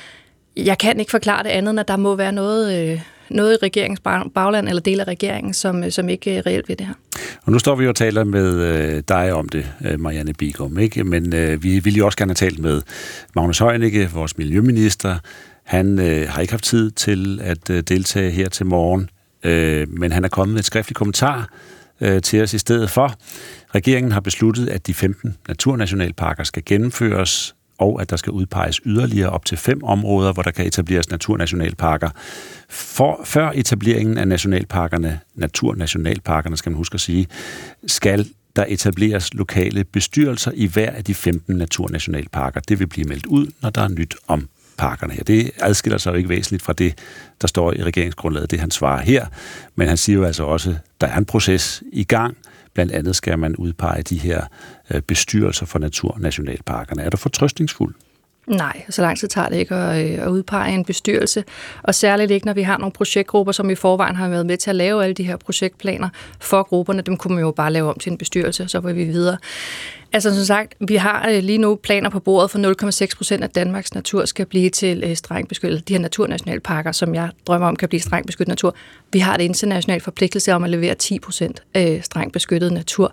Jeg kan ikke forklare det andet, end at der må være noget... Øh, noget i regeringens bagland, eller del af regeringen, som, som ikke reelt ved det her. Og nu står vi jo og taler med øh, dig om det, øh, Marianne Bigum, ikke? Men øh, vi ville jo også gerne have talt med Magnus Heunicke, vores miljøminister. Han øh, har ikke haft tid til at øh, deltage her til morgen, øh, men han er kommet med et skriftligt kommentar øh, til os i stedet for. Regeringen har besluttet, at de femten naturnationalparker skal gennemføres, og at der skal udpeges yderligere op til fem områder, hvor der kan etableres naturnationalparker. For, før etableringen af nationalparkerne, naturnationalparkerne skal man huske at sige, skal der etableres lokale bestyrelser i hver af de femten naturnationalparker. Det vil blive meldt ud, når der er nyt om parkerne her. Det adskiller sig jo ikke væsentligt fra det, der står i regeringsgrundlaget, det han svarer her. Men han siger jo altså også, at der er en proces i gang. Blandt andet skal man udpege de her bestyrelser for naturnationalparkerne. Er du fortrøstningsfuld? Nej, så lang tid tager det ikke at, at udpege en bestyrelse, og særligt ikke, når vi har nogle projektgrupper, som i forvejen har været med til at lave alle de her projektplaner for grupperne. Dem kunne man jo bare lave om til en bestyrelse, så var vi videre. Altså som sagt, vi har lige nu planer på bordet for nul komma seks procent af Danmarks natur skal blive til strengt beskyttet. De her naturnationalparker, som jeg drømmer om, kan blive strengt beskyttet natur. Vi har et internationalt forpligtelse om at levere ti procent strengt beskyttet natur.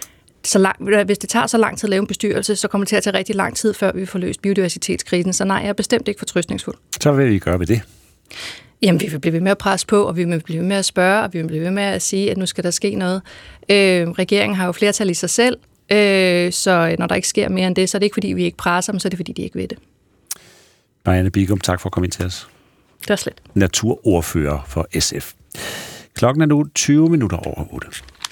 Så lang, hvis det tager så lang tid at lave en bestyrelse, så kommer det til at tage rigtig lang tid, før vi får løst biodiversitetskrisen. Så nej, jeg er bestemt ikke fortrøstningsfuld. Så vil vi gøre ved det? Jamen, vi vil blive ved med at presse på, og vi vil blive ved med at spørge, og vi vil blive ved med at sige, at nu skal der ske noget. Øh, regeringen har jo flertal i sig selv, øh, så når der ikke sker mere end det, så er det ikke, fordi vi ikke presser dem, så er det, fordi de ikke ved det. Marianne Bigum, tak for at komme ind til os. Det var slet. Naturordfører for S F. Klokken er nu tyve minutter over otte.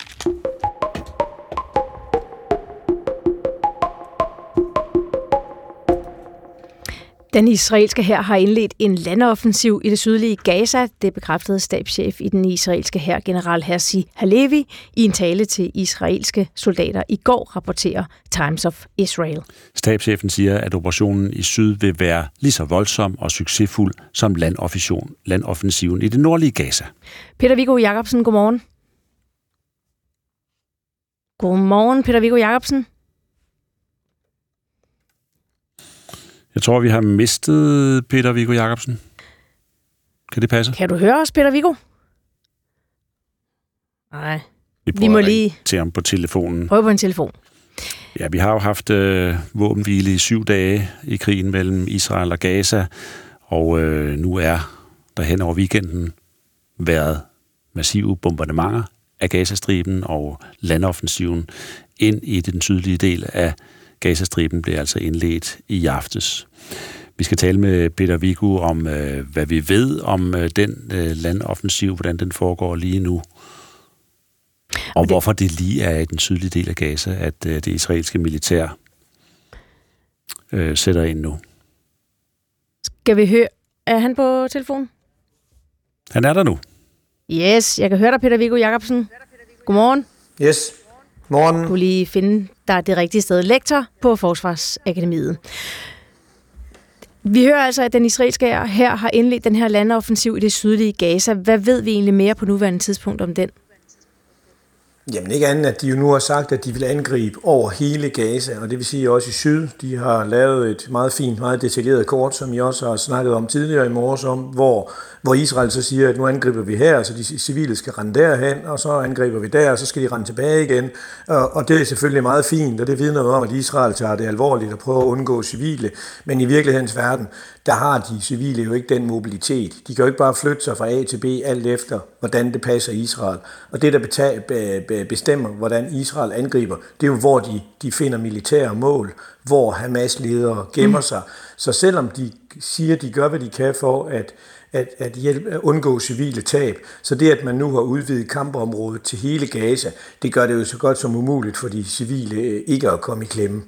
Den israelske hær har indledt en landoffensiv i det sydlige Gaza. Det bekræftede stabschef i den israelske hær, general Herzi Halevi, i en tale til israelske soldater i går, rapporterer Times of Israel. Stabschefen siger, at operationen i syd vil være lige så voldsom og succesfuld som landoffensiven i det nordlige Gaza. Peter Viggo Jacobsen, godmorgen. Godmorgen, Peter Viggo Jacobsen. Jeg tror, vi har mistet Peter Viggo Jacobsen. Kan det passe? Kan du høre os, Peter Viggo? Nej. Vi, vi må lige til ham på telefonen. Prøv på en telefon. Ja, vi har jo haft øh, våbenhvile i syv dage i krigen mellem Israel og Gaza, og øh, nu er der hen over weekenden været massive bombardementer af Gazastriben, og landoffensiven ind i den sydlige del af Gazastriben blev altså indledt i aftes. Vi skal tale med Peter Viggo om, øh, hvad vi ved om øh, den øh, landoffensiv, hvordan den foregår lige nu, og det... hvorfor det lige er i den sydlige del af Gaza, at øh, det israelske militær øh, sætter ind nu. Skal vi høre? Er han på telefonen? Han er der nu. Yes, jeg kan høre dig, Peter Viggo Jacobsen. Godmorgen. Yes, morgen. Du vil lige finde dig det rigtige sted. Lektor på Forsvarsakademiet. Vi hører altså, at den israelske hær har indledt den her landoffensiv i det sydlige Gaza. Hvad ved vi egentlig mere på nuværende tidspunkt om den? Jamen ikke andet, at de jo nu har sagt, at de vil angribe over hele Gaza, og det vil sige også i syd. De har lavet et meget fint, meget detaljeret kort, som I også har snakket om tidligere i morges, om, hvor, hvor Israel så siger, at nu angriber vi her, så de civile skal rende derhen, og så angriber vi der, og så skal de rende tilbage igen. Og, og det er selvfølgelig meget fint, og det vidner om, at Israel tager det alvorligt og prøver at undgå civile. Men i virkelighedens verden, der har de civile jo ikke den mobilitet. De kan jo ikke bare flytte sig fra A til B, alt efter, hvordan det passer Israel. Og det, der betager, bestemmer, hvordan Israel angriber, det er jo, hvor de, de finder militære mål, hvor Hamas-ledere gemmer sig. Så selvom de siger, at de gør, hvad de kan for at, at, at, hjælpe, at undgå civile tab, så det, at man nu har udvidet kampområdet til hele Gaza, det gør det jo så godt som umuligt for de civile ikke at komme i klemme.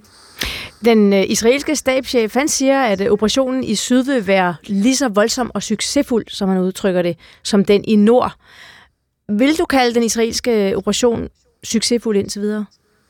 Den israelske stabschef, han siger, at operationen i syd vil være lige så voldsom og succesfuld, som han udtrykker det, som den i nord. Vil du kalde den israelske operation succesfuld indtil videre?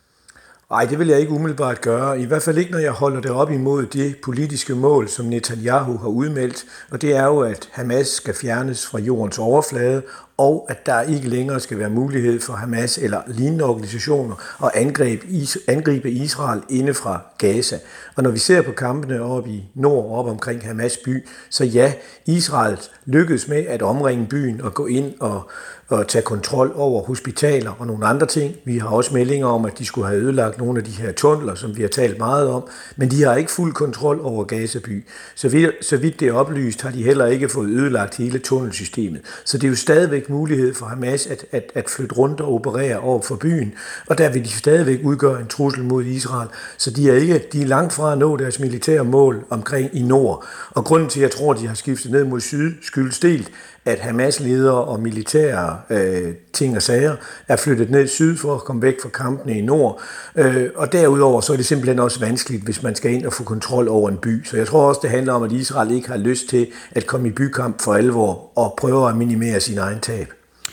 Nej, det vil jeg ikke umiddelbart gøre. I hvert fald ikke, når jeg holder det op imod det politiske mål, som Netanyahu har udmeldt. Og det er jo, at Hamas skal fjernes fra jordens overflade, og at der ikke længere skal være mulighed for Hamas eller lignende organisationer at angribe, angribe Israel inde fra Gaza. Og når vi ser på kampene oppe i nord, op omkring Hamas by, så ja, Israel lykkedes med at omringe byen og gå ind og, og tage kontrol over hospitaler og nogle andre ting. Vi har også meldinger om, at de skulle have ødelagt nogle af de her tunneler, som vi har talt meget om, men de har ikke fuld kontrol over Gaza by. Så vidt, så vidt det er oplyst, har de heller ikke fået ødelagt hele tunnelsystemet. Så det er jo stadigvæk mulighed for Hamas at, at, at flytte rundt og operere over for byen, og der vil de stadigvæk udgøre en trussel mod Israel. Så de er, ikke, de er langt fra at nå deres militære mål omkring i nord. Og grunden til, at jeg tror, at de har skiftet ned mod syd, skyldes delt, at Hamas-ledere og militære øh, ting og sager er flyttet ned syd for at komme væk fra kampene i nord. Øh, og derudover så er det simpelthen også vanskeligt, hvis man skal ind og få kontrol over en by. Så jeg tror også, det handler om, at Israel ikke har lyst til at komme i bykamp for alvor og prøve at minimere sin egen tab.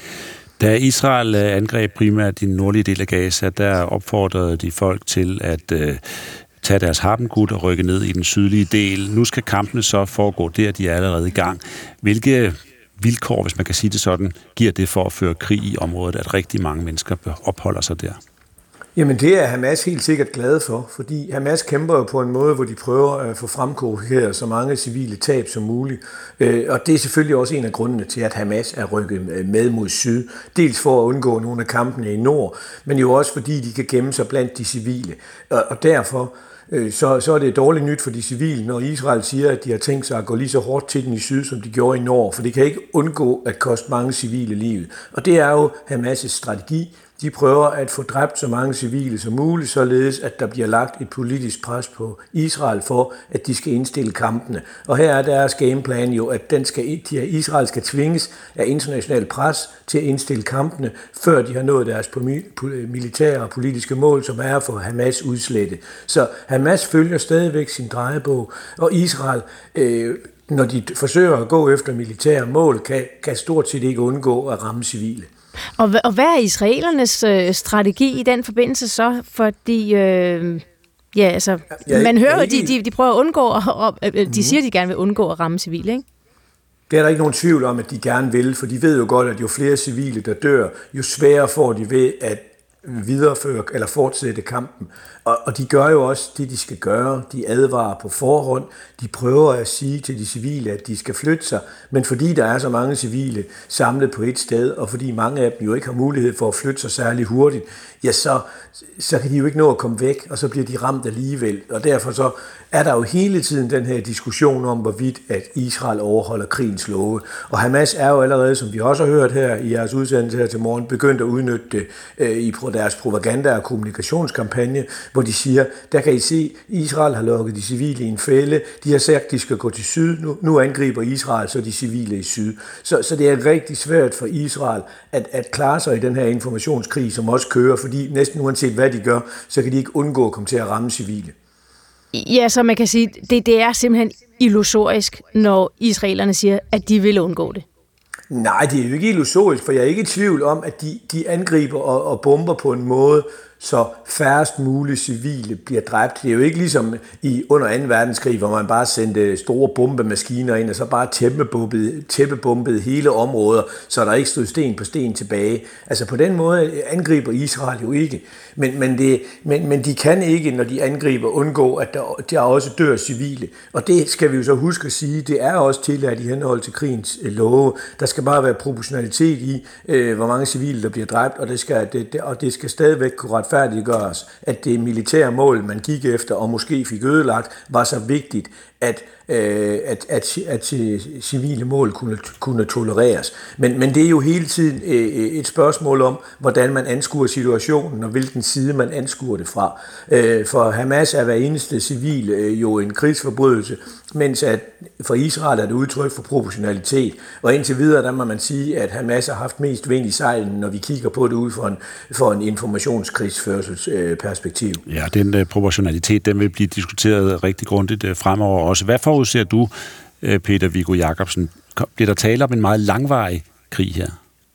Da Israel angreb primært i den nordlige del af Gaza, der opfordrede de folk til at øh, tage deres harpengud og rykke ned i den sydlige del. Nu skal kampene så foregå der, de er allerede i gang. Hvilke vilkår, hvis man kan sige det sådan, giver det for at føre krig i området, at rigtig mange mennesker opholder sig der? Jamen det er Hamas helt sikkert glade for, fordi Hamas kæmper jo på en måde, hvor de prøver at få fremkorrigeret så mange civile tab som muligt. Og det er selvfølgelig også en af grundene til, at Hamas er rykket med mod syd. Dels for at undgå nogle af kampene i nord, men jo også fordi de kan gemme sig blandt de civile. Og derfor Så, så er det dårligt nyt for de civile, når Israel siger, at de har tænkt sig at gå lige så hårdt til den i syd, som de gjorde i nord, for det kan ikke undgå at koste mange civile livet. Og det er jo Hamas' strategi. De prøver at få dræbt så mange civile som muligt, således at der bliver lagt et politisk pres på Israel for, at de skal indstille kampene. Og her er deres gameplan jo, at den skal, de Israel skal tvinges af international pres til at indstille kampene, før de har nået deres militære og politiske mål, som er for Hamas udslette. Så Hamas følger stadigvæk sin drejebog, og Israel, øh, når de forsøger at gå efter militære mål, kan, kan stort set ikke undgå at ramme civile. Og, og hvad er israelernes øh, strategi i den forbindelse så? Fordi, øh, ja, altså, ja, man hører jo, at de, de, de prøver at undgå, at, og, de mm. siger, at de gerne vil undgå at ramme civile, ikke? Det er der ikke nogen tvivl om, at de gerne vil, for de ved jo godt, at jo flere civile, der dør, jo sværere får de ved at videreføre eller fortsætte kampen. Og, og de gør jo også det, de skal gøre. De advarer på forhånd. De prøver at sige til de civile, at de skal flytte sig. Men fordi der er så mange civile samlet på et sted, og fordi mange af dem jo ikke har mulighed for at flytte sig særlig hurtigt, ja, så, så kan de jo ikke nå at komme væk, og så bliver de ramt alligevel. Og derfor så er der jo hele tiden den her diskussion om, hvorvidt at Israel overholder krigens love. Og Hamas er jo allerede, som vi også har hørt her i jeres udsendelse her til morgen, begyndt at udnytte det øh, i deres propaganda- og kommunikationskampagne, hvor de siger, der kan I se, Israel har lukket de civile i en fælde, de har sagt, at de skal gå til syd, nu, nu angriber Israel så de civile i syd. Så, så det er rigtig svært for Israel at, at klare sig i den her informationskrig, som også kører, fordi næsten uanset hvad de gør, så kan de ikke undgå at komme til at ramme civile. Ja, så man kan sige, det, det er simpelthen illusorisk, når israelerne siger, at de vil undgå det. Nej, det er jo ikke illusorisk, for jeg er ikke i tvivl om, at de, de angriber og, og bomber på en måde, så færrest mulige civile bliver dræbt. Det er jo ikke ligesom i under anden verdenskrig, hvor man bare sendte store bombemaskiner ind, og så bare tæppebombede, tæppebombede hele områder, så der ikke stod sten på sten tilbage. Altså på den måde angriber Israel jo ikke. Men, men, det, men, men de kan ikke, når de angriber, undgå, at der, der også dør civile. Og det skal vi jo så huske at sige, det er også tilladt i henhold til krigens love. Der skal bare være proportionalitet i, øh, hvor mange civile, der bliver dræbt, og det skal, det, det, og det skal stadigvæk kunne retfærdiggøres, at det militære mål, man gik efter og måske fik ødelagt, var så vigtigt, at, øh, at, at, at, at civile mål kunne, kunne tolereres. Men, men det er jo hele tiden øh, et spørgsmål om, hvordan man anskuer situationen, og hvilken side man anskuer det fra. Øh, for Hamas er hver eneste civil øh, jo en krigsforbrydelse, mens at for Israel er det udtryk for proportionalitet. Og indtil videre, der må man sige, at Hamas har haft mest vind i sejlen, når vi kigger på det ud for en, for en informationskrigsførselsperspektiv. Øh, ja, den øh, proportionalitet, den vil blive diskuteret rigtig grundigt øh, fremover også. Hvad forudser du, øh, Peter Viggo Jacobsen? Bliver der tale om en meget langvarig krig her?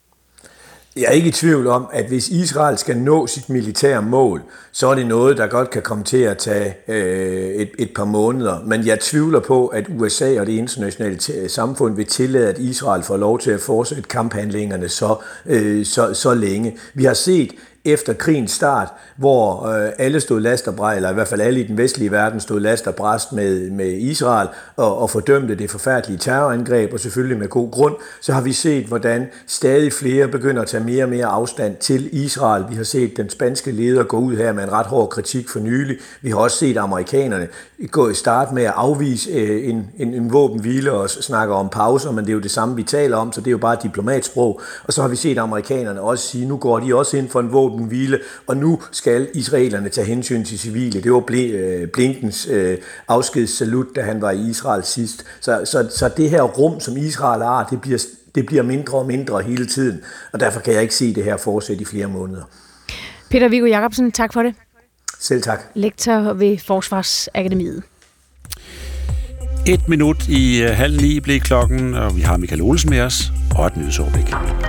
Jeg er ikke i tvivl om, at hvis Israel skal nå sit militære mål, så er det noget, der godt kan komme til at tage øh, et, et par måneder. Men jeg tvivler på, at U S A og det internationale t- samfund vil tillade, at Israel får lov til at fortsætte kamphandlingerne så, øh, så, så længe. Vi har set efter krigens start, hvor øh, alle stod last og bræst, eller i hvert fald alle i den vestlige verden stod last og bræst med, med Israel og, og fordømte det forfærdelige terrorangreb, og selvfølgelig med god grund, så har vi set, hvordan stadig flere begynder at tage mere og mere afstand til Israel. Vi har set den spanske leder gå ud her med en ret hård kritik for nylig. Vi har også set amerikanerne gå i start med at afvise øh, en, en, en våbenhvile og snakke om pauser, men det er jo det samme, vi taler om, så det er jo bare diplomatsprog. Og så har vi set amerikanerne også sige, nu går de også ind for en våbenhvile, og nu skal israelerne tage hensyn til civile. Det var Blinkens øh, afskedssalut, da han var i Israel sidst. Så, så, så det her rum, som Israel har, det bliver, det bliver mindre og mindre hele tiden, og derfor kan jeg ikke se det her fortsætte i flere måneder. Peter Viggo Jacobsen, tak for det. Selv tak. Lektor ved Forsvarsakademiet. Et minut i uh, halv ni blev klokken, og vi har Michael Olsen med os, og et nyhedsoverblik.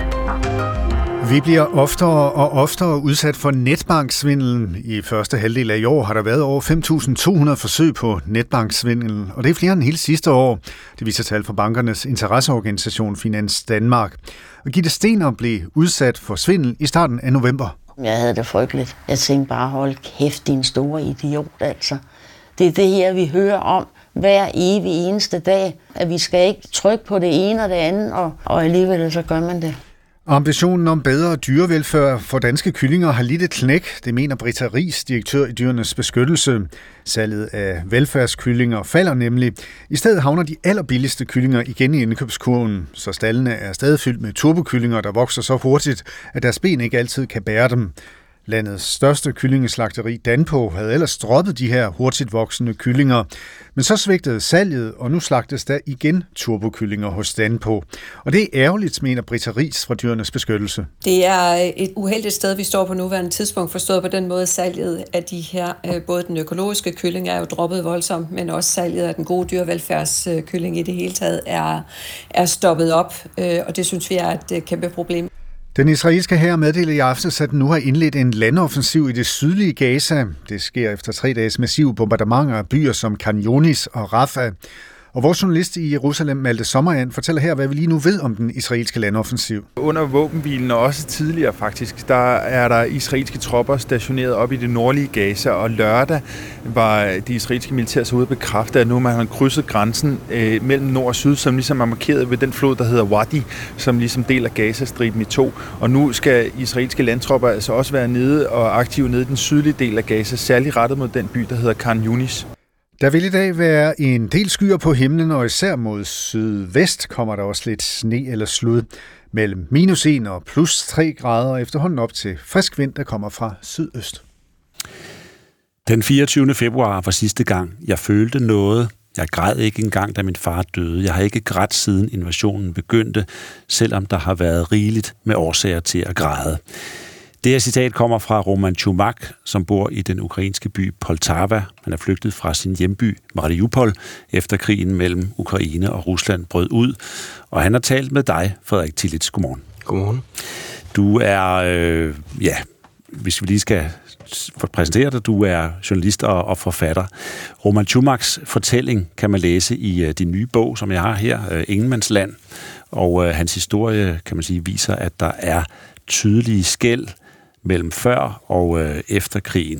Vi bliver oftere og oftere udsat for netbanksvindel. I første halvdel af i år har der været over fem tusind to hundrede forsøg på netbanksvindel, og det er flere end hele sidste år. Det viser tal fra bankernes interesseorganisation Finans Danmark. Og Gitte Stener blev udsat for svindel i starten af november. Jeg havde det frygteligt. Jeg tænkte bare, hold kæft, din store idiot, altså. Det er det her, vi hører om hver evig eneste dag, at vi skal ikke trykke på det ene og det andet, og, og alligevel så gør man det. Ambitionen om bedre dyrevelfærd for danske kyllinger har lidt et knæk, det mener Britta Riis, direktør i Dyrenes Beskyttelse. Salget af velfærdskyllinger falder nemlig. I stedet havner de allerbilligste kyllinger igen i indkøbskurven, så stallene er stadig fyldt med turbokyllinger, der vokser så hurtigt, at deres ben ikke altid kan bære dem. Landets største kyllingeslagteri Danpo havde ellers droppet de her hurtigt voksende kyllinger. Men så svigtede salget, og nu slagtes der igen turbokyllinger hos Danpo. Og det er ærgerligt, mener Britta Riis fra Dyrenes Beskyttelse. Det er et uheldigt sted, vi står på nuværende tidspunkt, forstået på den måde, salget af de her, både den økologiske kylling er jo droppet voldsomt, men også salget af den gode dyrevelfærdskylling i det hele taget er, er stoppet op, og det synes vi er et kæmpe problem. Den israelske hær meddelte i aftes, at den nu har indledt en landoffensiv i det sydlige Gaza. Det sker efter tre dages massive bombardementer af byer som Khan Yunis og Rafah. Og vores journalist i Jerusalem, Malte Sommerand, fortæller her, hvad vi lige nu ved om den israelske landoffensiv. Under våbenhvilen og også tidligere faktisk, der er der israelske tropper stationeret op i det nordlige Gaza, og lørdag var de israelske militær så ude at bekræfte, at nu man har krydset grænsen øh, mellem nord og syd, som ligesom er markeret ved den flod, der hedder Wadi, som ligesom deler Gazastriben i to. Og nu skal israelske landtropper altså også være nede og aktive nede i den sydlige del af Gaza, særligt rettet mod den by, der hedder Khan Yunis. Der vil i dag være en del skyer på himlen, og især mod sydvest kommer der også lidt sne eller slud. Mellem minus en og plus tre grader efterhånden op til frisk vind, der kommer fra sydøst. Den fireogtyvende februar var sidste gang, jeg følte noget. Jeg græd ikke engang, da min far døde. Jeg har ikke grædt siden invasionen begyndte, selvom der har været rigeligt med årsager til at græde. Det her citat kommer fra Roman Chumak, som bor i den ukrainske by Poltava. Han er flygtet fra sin hjemby Mariupol, efter krigen mellem Ukraine og Rusland brød ud. Og han har talt med dig, Frederik Tillich. Godmorgen. Godmorgen. Du er, øh, ja, hvis vi lige skal præsentere dig, du er journalist og, og forfatter. Roman Chumaks fortælling kan man læse i uh, din nye bog, som jeg har her, uh, Ingenmandsland. Og uh, hans historie, kan man sige, viser, at der er tydelige skel mellem før og uh, efter krigen.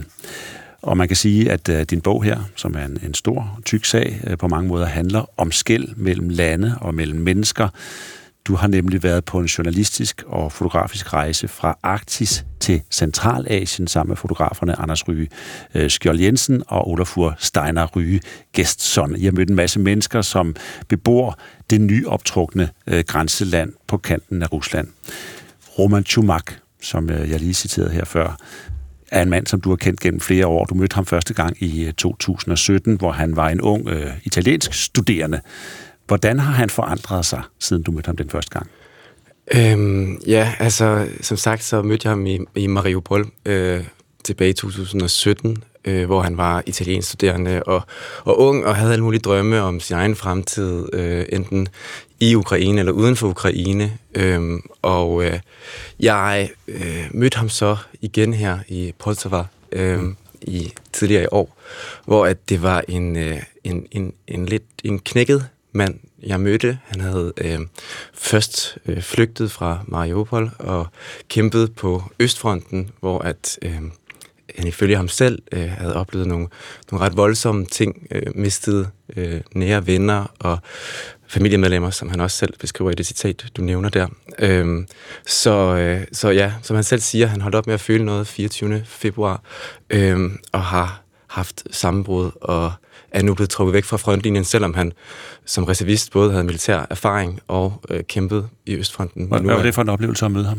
Og man kan sige, at uh, din bog her, som er en, en stor, tyk sag, uh, på mange måder handler om skel mellem lande og mellem mennesker. Du har nemlig været på en journalistisk og fotografisk rejse fra Arktis til Centralasien sammen med fotograferne Anders Ryge Skjold Jensen og Olafur Steiner Ryge Gestson. I har mødt en masse mennesker, som bebor det nyoptrukne øh, grænseland på kanten af Rusland. Roman Chumak, som øh, jeg lige citerede her før, er en mand, som du har kendt gennem flere år. Du mødte ham første gang i to tusind og sytten, hvor han var en ung øh, italiensk studerende. Hvordan har han forandret sig, siden du mødte ham den første gang? Øhm, ja, altså, som sagt, så mødte jeg ham i, i Mariupol øh, tilbage i to tusind og sytten, øh, hvor han var italiensk studerende og, og ung, og havde alle mulige drømme om sin egen fremtid, øh, enten i Ukraine eller uden for Ukraine. Øhm, og øh, jeg øh, mødte ham så igen her i Poltava øh, mm. i tidligere i år, hvor at det var en, øh, en, en, en lidt en knækket mand, jeg mødte. Han havde øh, først øh, flygtet fra Mariupol og kæmpet på Østfronten, hvor at øh, han ifølge ham selv øh, havde oplevet nogle, nogle ret voldsomme ting, øh, mistet øh, nære venner og familiemedlemmer, som han også selv beskriver i det citat, du nævner der. Øh, så, øh, så ja, som han selv siger, han holdt op med at føle noget fireogtyvende februar øh, og har haft sammenbrud og er nu blevet trukket væk fra frontlinjen, selvom han som reservist både havde militær erfaring og øh, kæmpet i Østfronten. Hvad var det for en oplevelse at møde ham?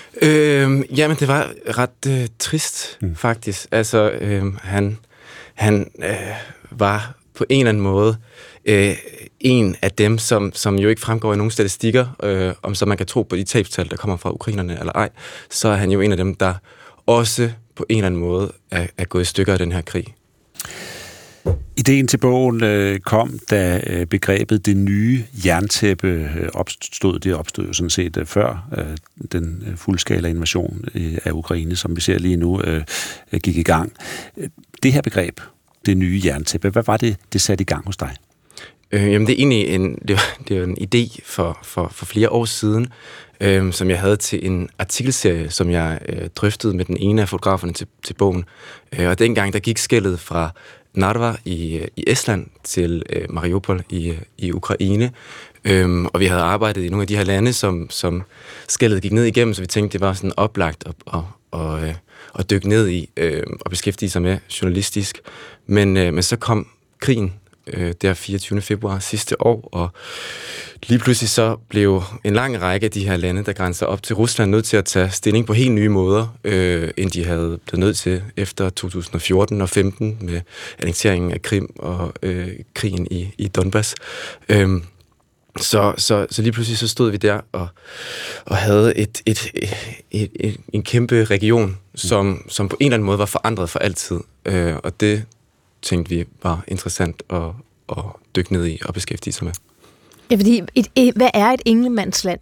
Øh, jamen, det var ret øh, trist, mm. faktisk. Altså, øh, han, han øh, var på en eller anden måde øh, en af dem, som, som jo ikke fremgår i nogle statistikker, øh, om så man kan tro på de tabstal, der kommer fra ukrainerne eller ej, så er han jo en af dem, der også på en eller anden måde er, er gået i stykker af den her krig. Ideen til bogen øh, kom, da øh, begrebet det nye jerntæppe øh, opstod. Det opstod jo sådan set øh, før øh, den øh, fuldskala invasion øh, af Ukraine, som vi ser lige nu, øh, gik i gang. Det her begreb, det nye jerntæppe, hvad var det, det satte i gang hos dig? Øh, jamen det er egentlig en, det var, det var en idé for, for, for flere år siden, øh, som jeg havde til en artikelserie, som jeg øh, drøftede med den ene af fotograferne til, til bogen. Øh, og dengang, der gik skellet fra Narva i, i Estland til øh, Mariupol i, i Ukraine. Øhm, og vi havde arbejdet i nogle af de her lande, som, som skellet gik ned igennem, så vi tænkte, det var sådan oplagt at, at, at, at, at dykke ned i øh, og beskæftige sig med journalistisk. Men, øh, men så kom krigen øh, der fireogtyvende februar sidste år, og lige pludselig så blev en lang række af de her lande, der grænser op til Rusland, nødt til at tage stilling på helt nye måder, øh, end de havde blevet nødt til efter to tusind og fjorten og femten med annekteringen af Krim og øh, krigen i, i Donbass. Øh, så, så, så lige pludselig så stod vi der og, og havde et, et, et, et, et, en kæmpe region, som, som på en eller anden måde var forandret for altid. Øh, og det tænkte vi var interessant at, at dykke ned i og beskæftige sig med. Ja, fordi et, et, hvad er et engelmandsland?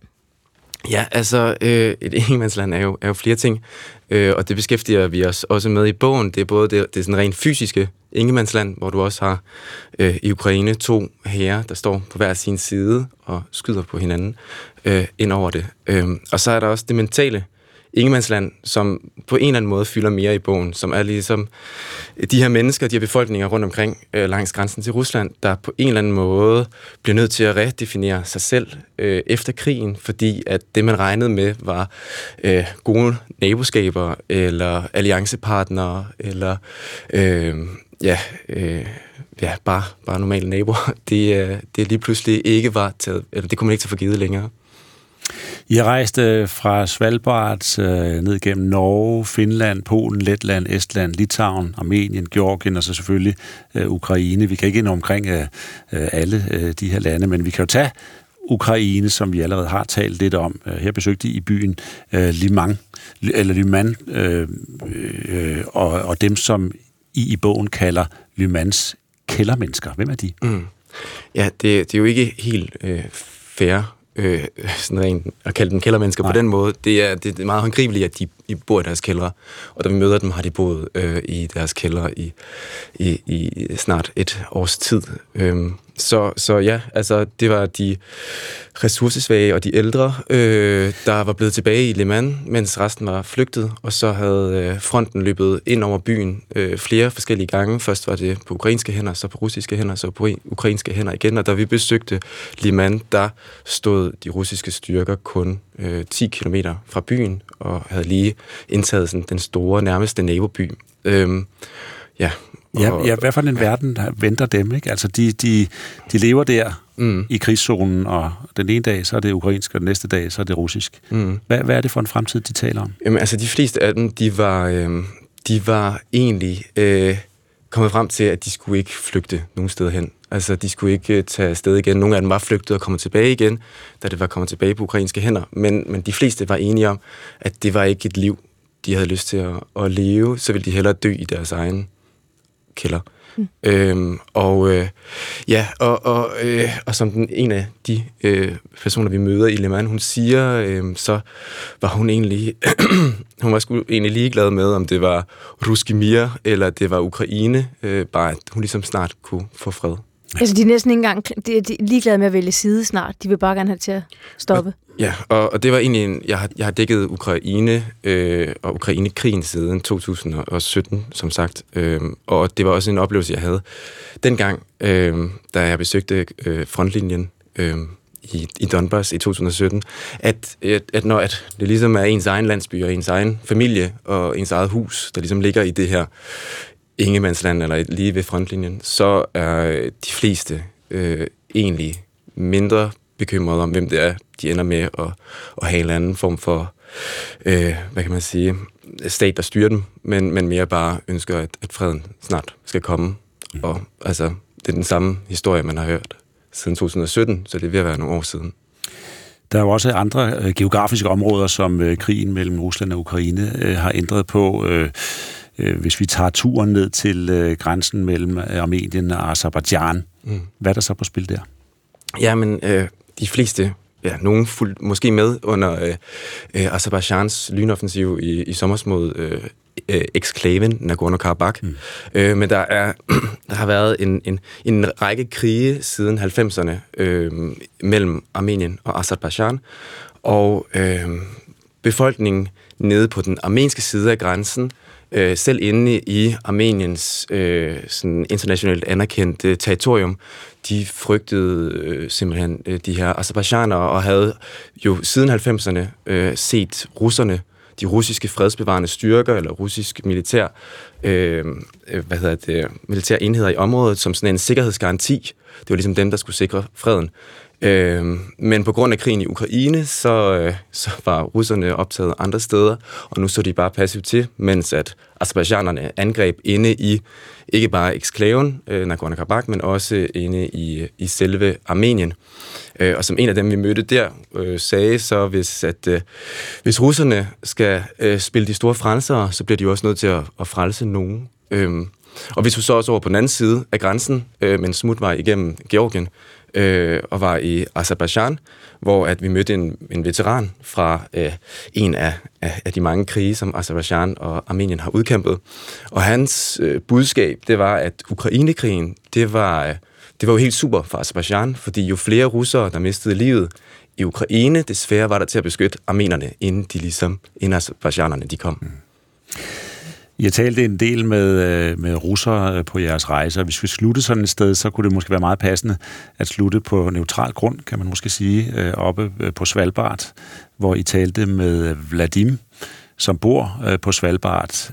Ja, altså øh, et engelmandsland er jo, er jo flere ting, øh, og det beskæftiger vi os også med i bogen. Det er både det, det er sådan rent fysiske engelmandsland, hvor du også har øh, i Ukraine to hære, der står på hver sin side og skyder på hinanden øh, ind over det. Øh, og så er der også det mentale ingenmandsland, som på en eller anden måde fylder mere i bogen, som er ligesom de her mennesker, de her befolkninger rundt omkring øh, langs grænsen til Rusland, der på en eller anden måde bliver nødt til at redefinere sig selv øh, efter krigen, fordi at det, man regnede med, var øh, gode naboskaber, eller alliancepartnere, eller øh, ja, øh, ja, bare, bare normale naboer, det, øh, det lige pludselig ikke var taget, eller det kunne man ikke tage for givet længere. I har rejst fra Svalbard ned gennem Norge, Finland, Polen, Letland, Estland, Litauen, Armenien, Georgien og så selvfølgelig Ukraine. Vi kan ikke ind omkring alle de her lande, men vi kan jo tage Ukraine, som vi allerede har talt lidt om. Her besøgte I byen øh, Liman, eller Lyman, øh, øh, og, og dem, som I i bogen kalder Lymans kældermennesker. Hvem er de? Mm. Ja, det, det er jo ikke helt øh, fair øh, sådan rent at kalde dem kældermennesker på den måde. Det er, det er meget håndgribeligt, at de, de bor i deres kældre, og da vi møder dem, har de boet øh, i deres kældre i, i, i snart et års tid. Øhm, så, så ja, altså det var de ressourcesvage og de ældre, øh, der var blevet tilbage i Liman, mens resten var flygtet, og så havde øh, fronten løbet ind over byen øh, flere forskellige gange. Først var det på ukrainske hænder, så på russiske hænder, så på ukrainske hænder igen, og da vi besøgte Liman, der stod de russiske styrker kun øh, ti kilometer fra byen, og havde lige indtaget sådan, den store, nærmeste naboby. Øhm, ja, Ja, ja, hvad for en ja. verden der venter dem, ikke? Altså, de, de, de lever der mm. i krigszonen, og den ene dag, så er det ukrainsk, og den næste dag, så er det russisk. Mm. Hvad, hvad er det for en fremtid, de taler om? Jamen, altså, de fleste af dem, de var, øh, de var egentlig øh, kommet frem til, at de skulle ikke flygte nogen steder hen. Altså, de skulle ikke øh, tage afsted igen. Nogle af dem var flygtet og kommet tilbage igen, da det var kommet tilbage på ukrainske hænder. Men, men de fleste var enige om, at det var ikke et liv, de havde lyst til at, at leve. Så ville de hellere dø i deres egen kælder. Mm. Øhm, og øh, ja, og, og, øh, og som den en af de øh, personer, vi møder i Liman, hun siger, øh, så var hun egentlig hun var sgu egentlig ligeglad med, om det var Ruski Mir, eller det var Ukraine, øh, bare at hun ligesom snart kunne få fred. Altså, de er næsten ikke engang de er, de er ligeglade med at vælge side snart. De vil bare gerne have det til at stoppe. Og, ja, og, og det var egentlig en... Jeg har, jeg har dækket Ukraine øh, og Ukraine-krigen siden to tusind og sytten, som sagt. Øh, og det var også en oplevelse, jeg havde dengang, øh, da jeg besøgte øh, frontlinjen øh, i, i Donbass i to tusind og sytten, at, at, at når at det ligesom er ens egen landsby og ens egen familie og ens eget hus, der ligesom ligger i det her ingemandsland, eller lige ved frontlinjen, så er de fleste øh, egentlig mindre bekymrede om, hvem det er, de ender med at, at have en eller anden form for, øh, hvad kan man sige, stat, der styrer dem, men, men mere bare ønsker, at, at freden snart skal komme. Mm. Og altså, det er den samme historie, man har hørt siden to tusind og sytten, så det er ved at være nogle år siden. Der er jo også andre øh, geografiske områder, som øh, krigen mellem Rusland og Ukraine øh, har ændret på. Øh, Hvis vi tager turen ned til øh, grænsen mellem Armenien og Aserbajdsjan, mm. hvad er der så på spil der? Jamen, øh, de fleste, ja, nogen fuldt måske med under øh, øh, Aserbajdsjans lynoffensiv i, i sommers mod øh, øh, eksklaven Nagorno-Karabakh. Mm. Øh, men der, er, der har været en, en, en række krige siden halvfemserne øh, mellem Armenien og Aserbajdsjan, og øh, befolkningen nede på den armenske side af grænsen, Øh, selv inde i Armeniens øh, sådan internationalt anerkendte territorium, de frygtede øh, simpelthen øh, de her aserbajdsjanere, og havde jo siden halvfemserne øh, set russerne, de russiske fredsbevarende styrker, eller russisk militær, øh, hvad hedder det, militær enheder i området, som sådan en sikkerhedsgaranti. Det var ligesom dem, der skulle sikre freden. Øh, men på grund af krigen i Ukraine, så, øh, så var russerne optaget andre steder, og nu så de bare passivt til, mens at aserbajdsjanerne angreb inde i, ikke bare eksklaven, øh, Nagorno-Karabakh, men også inde i, i selve Armenien. Øh, og som en af dem, vi mødte der, øh, sagde så, hvis, at, øh, hvis russerne skal øh, spille de store frelsere, så bliver de jo også nødt til at, at frelse nogen. Øh, og vi tog så også over på den anden side af grænsen, øh, med en smutvej igennem Georgien, Øh, og var i Aserbajdsjan, hvor at vi mødte en, en veteran fra øh, en af, af, af de mange krige, som Aserbajdsjan og Armenien har udkæmpet. Og hans øh, budskab, det var, at Ukrainekrigen, det var, øh, det var jo helt super for Aserbajdsjan, fordi jo flere russere, der mistede livet i Ukraine, desværre var der til at beskytte armenerne, inden de ligesom, inden aserbajdsjanerne, de kom. Mm. Jeg talte en del med, med russere på jeres rejser. Hvis vi sluttede sådan et sted, så kunne det måske være meget passende at slutte på neutral grund, kan man måske sige, oppe på Svalbard, hvor I talte med Vadim, som bor på Svalbard.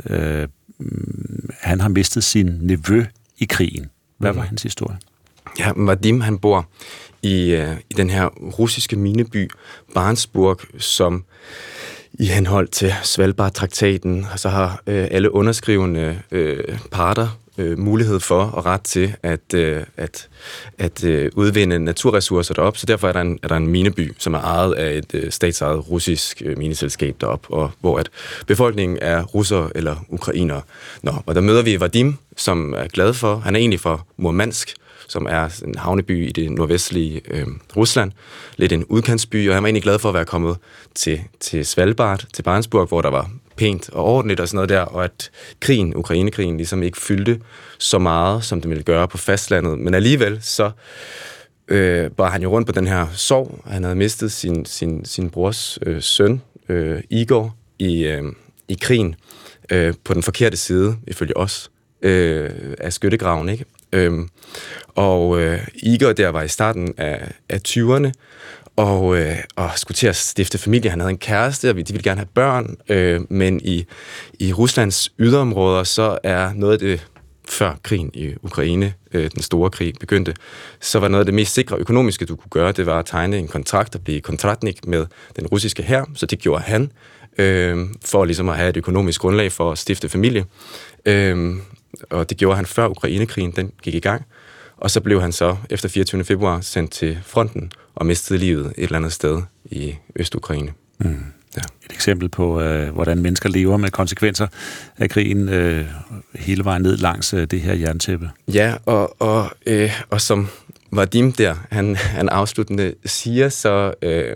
Han har mistet sin nevø i krigen. Hvad var hans historie? Ja, Vadim, han bor i, i den her russiske mineby Barentsburg, som i henhold til Svalbard-traktaten, så har øh, alle underskrivende øh, parter øh, mulighed for og ret til at, øh, at, at øh, udvinde naturressourcer derop, så derfor er der en, er der en mineby, som er ejet af et øh, statsejet russisk øh, mineselskab derop, og hvor at befolkningen er russere eller ukrainere. Nå, og der møder vi Vadim, som er glad for, han er egentlig fra Murmansk, som er en havneby i det nordvestlige øh, Rusland, lidt en udkantsby, og han var egentlig glad for at være kommet til, til Svalbard, til Barentsburg, hvor der var pænt og ordentligt og sådan noget der, og at krigen, Ukrainekrigen, ligesom ikke fyldte så meget, som det ville gøre på fastlandet. Men alligevel så øh, var han jo rundt på den her sorg. Han havde mistet sin, sin, sin brors øh, søn, øh, Igor, i, øh, i krigen, øh, på den forkerte side, ifølge os, øh, af skyttegraven, ikke? Øhm, og øh, Igor der var i starten af, af tyverne, og, øh, og skulle til at stifte familie. Han havde en kæreste, og de ville gerne have børn, øh, men i, i Ruslands yderområder, så er noget af det, før krigen i Ukraine, øh, den store krig, begyndte, så var noget af det mest sikre økonomiske, du kunne gøre, det var at tegne en kontrakt og blive kontraktnik med den russiske hær, så det gjorde han, øh, for ligesom at have et økonomisk grundlag for at stifte familie. Øh, og det gjorde han før Ukrainekrigen, den gik i gang. Og så blev han så efter fireogtyvende februar sendt til fronten og mistede livet et eller andet sted i Øst-Ukraine. Mm. Ja. Et eksempel på, øh, hvordan mennesker lever med konsekvenser af krigen øh, hele vejen ned langs øh, det her jerntæppe. Ja, og, og, øh, og som Vadim der, han, han afsluttende siger, så øh,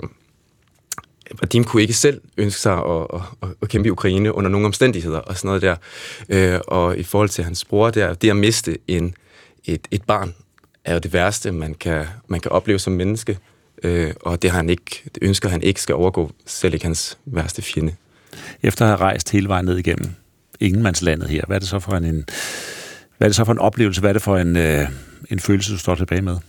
Vadim kunne ikke selv ønske sig at, at, at kæmpe i Ukraine under nogle omstændigheder og sådan noget der. Øh, og i forhold til hans bror der, det at miste en, et, et barn, er jo det værste, man kan, man kan opleve som menneske. Øh, og det, har han ikke, det ønsker han ikke skal overgå, selv ikke hans værste fjende. Efter at have rejst hele vejen ned igennem ingenmandslandet her, hvad er det så for en, en, hvad er det så for en oplevelse, hvad er det for en, øh, en følelse, du står tilbage med?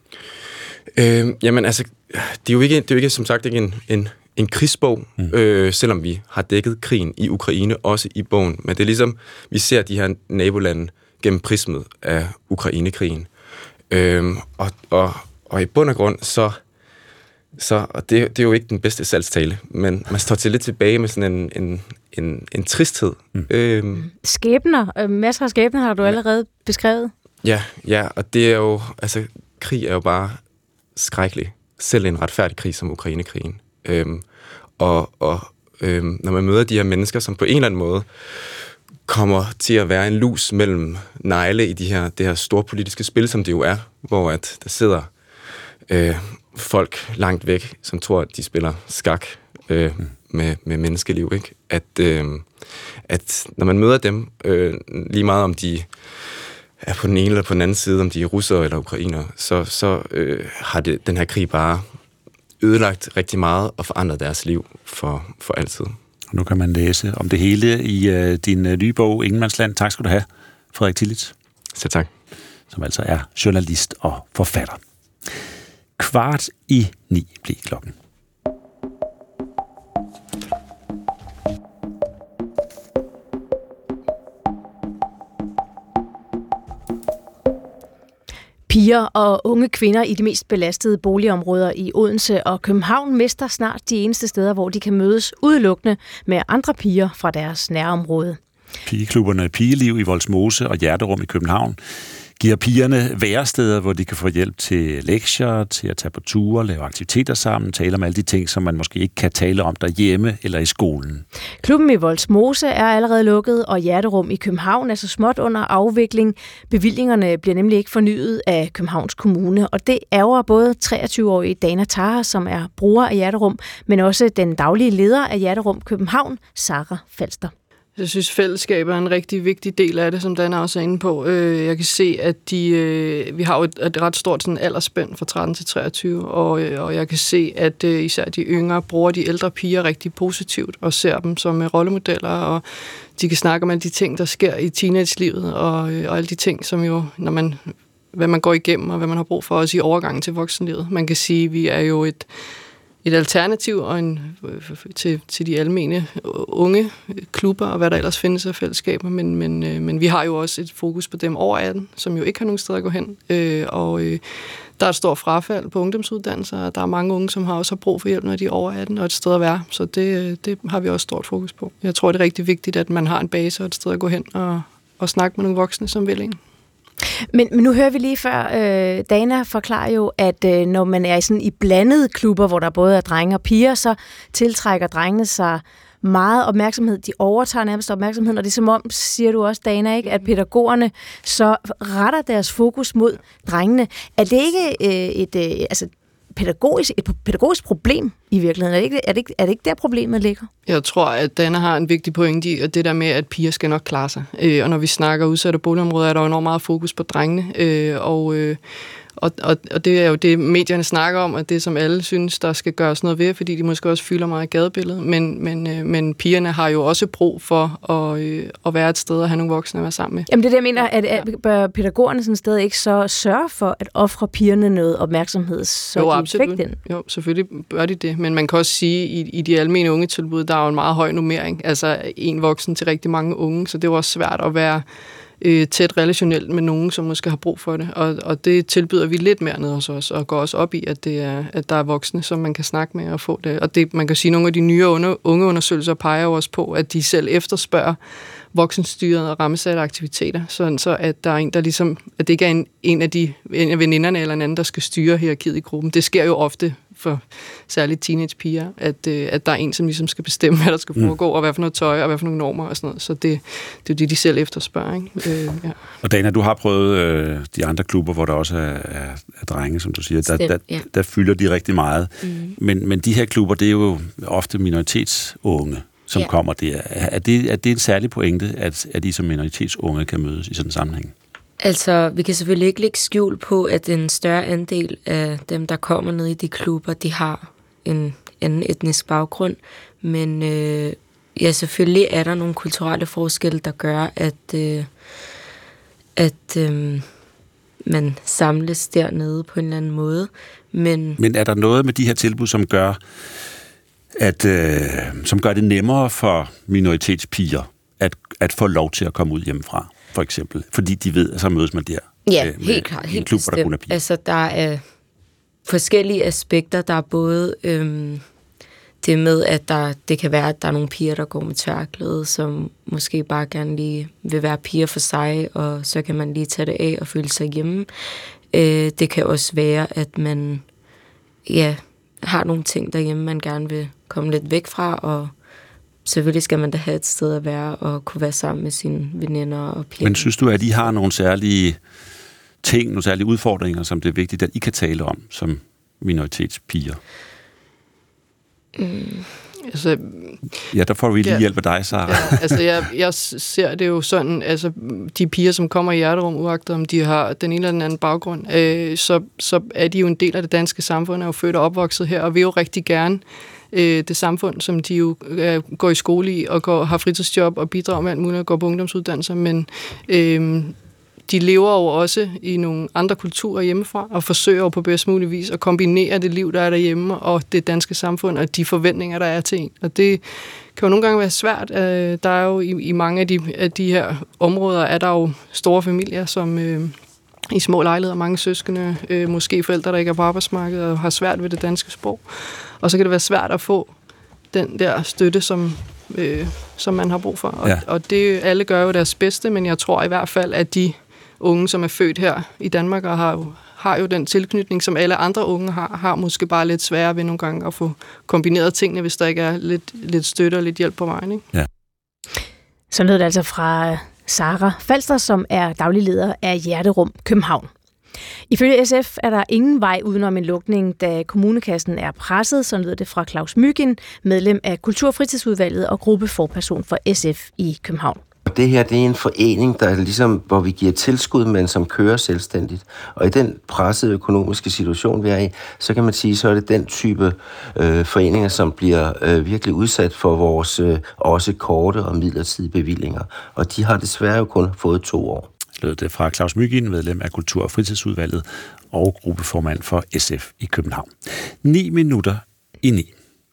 Øh, jamen altså, det er jo ikke, det er jo ikke som sagt ikke en, en, en krigsbog, mm. øh, selvom vi har dækket krigen i Ukraine, også i bogen. Men det er ligesom, vi ser de her nabolande gennem prismet af Ukrainekrigen. Øh, og, og, og i bund og grund, så Så og det, det er jo ikke den bedste salgstale, men man står til lidt tilbage med sådan en, en, en, en tristhed. Mm. Øhm. Skæbner, masser af skæbner har du allerede beskrevet. Ja, ja, og det er jo, altså krig er jo bare skrækkelig. Selv en retfærdig krig som Ukrainekrigen. Øhm, og og øhm, når man møder de her mennesker, som på en eller anden måde kommer til at være en lus mellem negle i de her, det her store politiske spil, som det jo er, hvor at der sidder øh, folk langt væk, som tror, at de spiller skak øh, med, med menneskeliv, ikke? At, øh, at når man møder dem, øh, lige meget om de er på den ene eller på den anden side, om de er russere eller ukrainere, så, så øh, har det, den her krig bare ødelagt rigtig meget og forandret deres liv for, for altid. Nu kan man læse om det hele i øh, din øh, nye bog, Ingenmandsland. Tak skal du have, Frederik Tillich. Så tak. Som altså er journalist og forfatter. Kvart i ni blev klokken. Piger og unge kvinder i de mest belastede boligområder i Odense og København mister snart de eneste steder, hvor de kan mødes udelukkende med andre piger fra deres nærområde. Pigeklubberne Pigeliv i Vollsmose og Hjerterum i København giver pigerne væresteder, hvor de kan få hjælp til lektier, til at tage på ture, lave aktiviteter sammen, tale om alle de ting, som man måske ikke kan tale om derhjemme eller i skolen. Klubben i Vollsmose er allerede lukket, og Hjerterum i København er så småt under afvikling. Bevillingerne bliver nemlig ikke fornyet af Københavns Kommune, og det ærger både treogtyve-årige Dana Taha, som er bruger af Hjerterum, men også den daglige leder af Hjerterum København, Sara Falster. Jeg synes, fællesskab er en rigtig vigtig del af det, som Dan også er inde på. Jeg kan se, at de, vi har jo et, et ret stort sådan, aldersspænd fra tretten til treogtyve, og, og jeg kan se, at især de yngre bruger de ældre piger rigtig positivt og ser dem som rollemodeller, og de kan snakke om alle de ting, der sker i teenage-livet, og, og alle de ting, som jo, når man, hvad man går igennem, og hvad man har brug for også i overgangen til voksenlivet. Man kan sige, at vi er jo et et alternativ og en, til, til de almene unge klubber og hvad der ellers findes af fællesskaber, men, men, men vi har jo også et fokus på dem over atten, som jo ikke har nogen sted at gå hen, øh, og øh, der er et stort frafald på ungdomsuddannelser, og der er mange unge, som har også har brug for hjælp, når de er over atten og et sted at være, så det, det har vi også stort fokus på. Jeg tror, det er rigtig vigtigt, at man har en base og et sted at gå hen og, og snakke med nogle voksne, som vil en. Men, men nu hører vi lige før, øh, Dana forklarer jo, at øh, når man er i, sådan, i blandede klubber, hvor der både er drenge og piger, så tiltrækker drengene sig meget opmærksomhed. De overtager nærmest opmærksomheden, og det er som om, siger du også, Dana, ikke, at pædagogerne så retter deres fokus mod drengene. Er det ikke øh, et, øh, altså, pædagogisk, et pædagogisk problem i virkeligheden? Er det, ikke, er, det ikke, er det ikke der, problemet ligger? Jeg tror, at Dana har en vigtig pointe i, at det der med, at piger skal nok klare sig. Øh, og når vi snakker udsatte boligområder, er der jo enormt meget fokus på drengene. Øh, og, øh, og, og, og det er jo det, medierne snakker om, og det, som alle synes, der skal gøres noget ved, fordi de måske også fylder meget i gadebilledet. Men, men, øh, men pigerne har jo også brug for at, øh, at være et sted og have nogle voksne at være sammen med. Jamen det er det, jeg mener, at, at bør pædagogerne sådan sted ikke så sørge for at ofre pigerne noget opmærksomhed, så jo, de absolut. fik den? Jo, selvfølgelig bør de det, men man kan også sige, at i, i de almene ungetilbud, der er jo en meget høj nummering, altså en voksen til rigtig mange unge, så det er jo også svært at være øh, tæt relationelt med nogen, som måske har brug for det, og, og det tilbyder vi lidt mere ned hos os, og går også op i, at, det er, at der er voksne, som man kan snakke med og få det. Og det, man kan sige, at nogle af de nye ungeundersøgelser peger jo også på, at de selv efterspørger voksenstyrede og rammesatte aktiviteter, sådan så at der er en, der ligesom, at det ikke er en, en af de en af veninderne eller en anden, der skal styre hierarkiet i gruppen. Det sker jo ofte for særligt teenagepiger, at, at der er en, som ligesom skal bestemme, hvad der skal foregå, mm. og hvad for noget tøj, og hvad for nogle normer og sådan noget. Så det, det er jo det, de selv efterspørger. Ikke? Øh, ja. Og Dana, du har prøvet øh, de andre klubber, hvor der også er, er, er drenge, som du siger. Der, Stem, der, ja. der fylder de rigtig meget. Mm. Men, men de her klubber, det er jo ofte minoritetsunge, som ja. kommer der. Er det, er det en særlig pointe, at, at I som minoritetsunge kan mødes i sådan en sammenhæng? Altså, vi kan selvfølgelig ikke lægge skjul på, at en større andel af dem, der kommer ned i de klubber, de har en anden etnisk baggrund. Men øh, ja, selvfølgelig er der nogle kulturelle forskelle, der gør, at, øh, at øh, man samles dernede på en eller anden måde. Men, Men er der noget med de her tilbud, som gør, at, øh, som gør det nemmere for minoritetspiger at, at få lov til at komme ud hjemmefra, for eksempel? Fordi de ved, at så mødes man der. Ja, øh, helt klart. Helt klub, der kun er bestemt. Altså, der er forskellige aspekter. Der er både øhm, det med, at der, det kan være, at der er nogle piger, der går med tørklæde, som måske bare gerne lige vil være piger for sig, og så kan man lige tage det af og føle sig hjemme. Øh, det kan også være, at man ja, har nogle ting derhjemme, man gerne vil komme lidt væk fra, og selvfølgelig skal man da have et sted at være og kunne være sammen med sine veninder og piger. Men synes du, at I har nogle særlige ting, nogle særlige udfordringer, som det er vigtigt, at I kan tale om som minoritetspiger? Mm. Altså, ja, der får vi lige ja, hjælp af dig, Sara. Ja, altså, jeg, jeg ser det jo sådan, altså, de piger, som kommer i hjerterum, uagtet om de har den ene eller den anden baggrund, øh, så, så er de jo en del af det danske samfund, er jo født og opvokset her, og vil jo rigtig gerne det samfund, som de jo øh, går i skole i, og går, har fritidsjob og bidrager med alt muligt, og går på ungdomsuddannelser, men øh, de lever jo også i nogle andre kulturer hjemmefra, og forsøger jo på bedst mulig vis at kombinere det liv, der er derhjemme, og det danske samfund, og de forventninger, der er til en. Og det kan jo nogle gange være svært. Der er jo i, i mange af de, af de her områder, er der jo store familier, som øh, i små lejligheder, mange søskende, øh, måske forældre, der ikke er på arbejdsmarkedet, og har svært ved det danske sprog. Og så kan det være svært at få den der støtte, som, øh, som man har brug for. Og, ja. og det, alle gør jo deres bedste, men jeg tror i hvert fald, at de unge, som er født her i Danmark, og har jo, har jo den tilknytning, som alle andre unge har, har måske bare lidt sværere ved nogle gange at få kombineret tingene, hvis der ikke er lidt, lidt støtte og lidt hjælp på vejen. Ikke? Ja. Så lød det altså fra Sara Falster, som er daglig leder af Hjerterum København. Ifølge S F er der ingen vej udenom en lukning, da kommunekassen er presset, så lyder det fra Claus Myggen, medlem af Kultur- og Fritidsudvalget og gruppeforperson for S F i København. Det her, det er en forening, der er ligesom, hvor vi giver tilskud, men som kører selvstændigt. Og i den pressede økonomiske situation, vi er i, så kan man sige, så er det den type øh, foreninger, som bliver øh, virkelig udsat for vores øh, også korte og midlertidige bevillinger. Og de har desværre jo kun fået to år. Lød det fra Claus Myggen, medlem af Kultur- og Fritidsudvalget og gruppeformand for S F i København. Ni minutter i ni.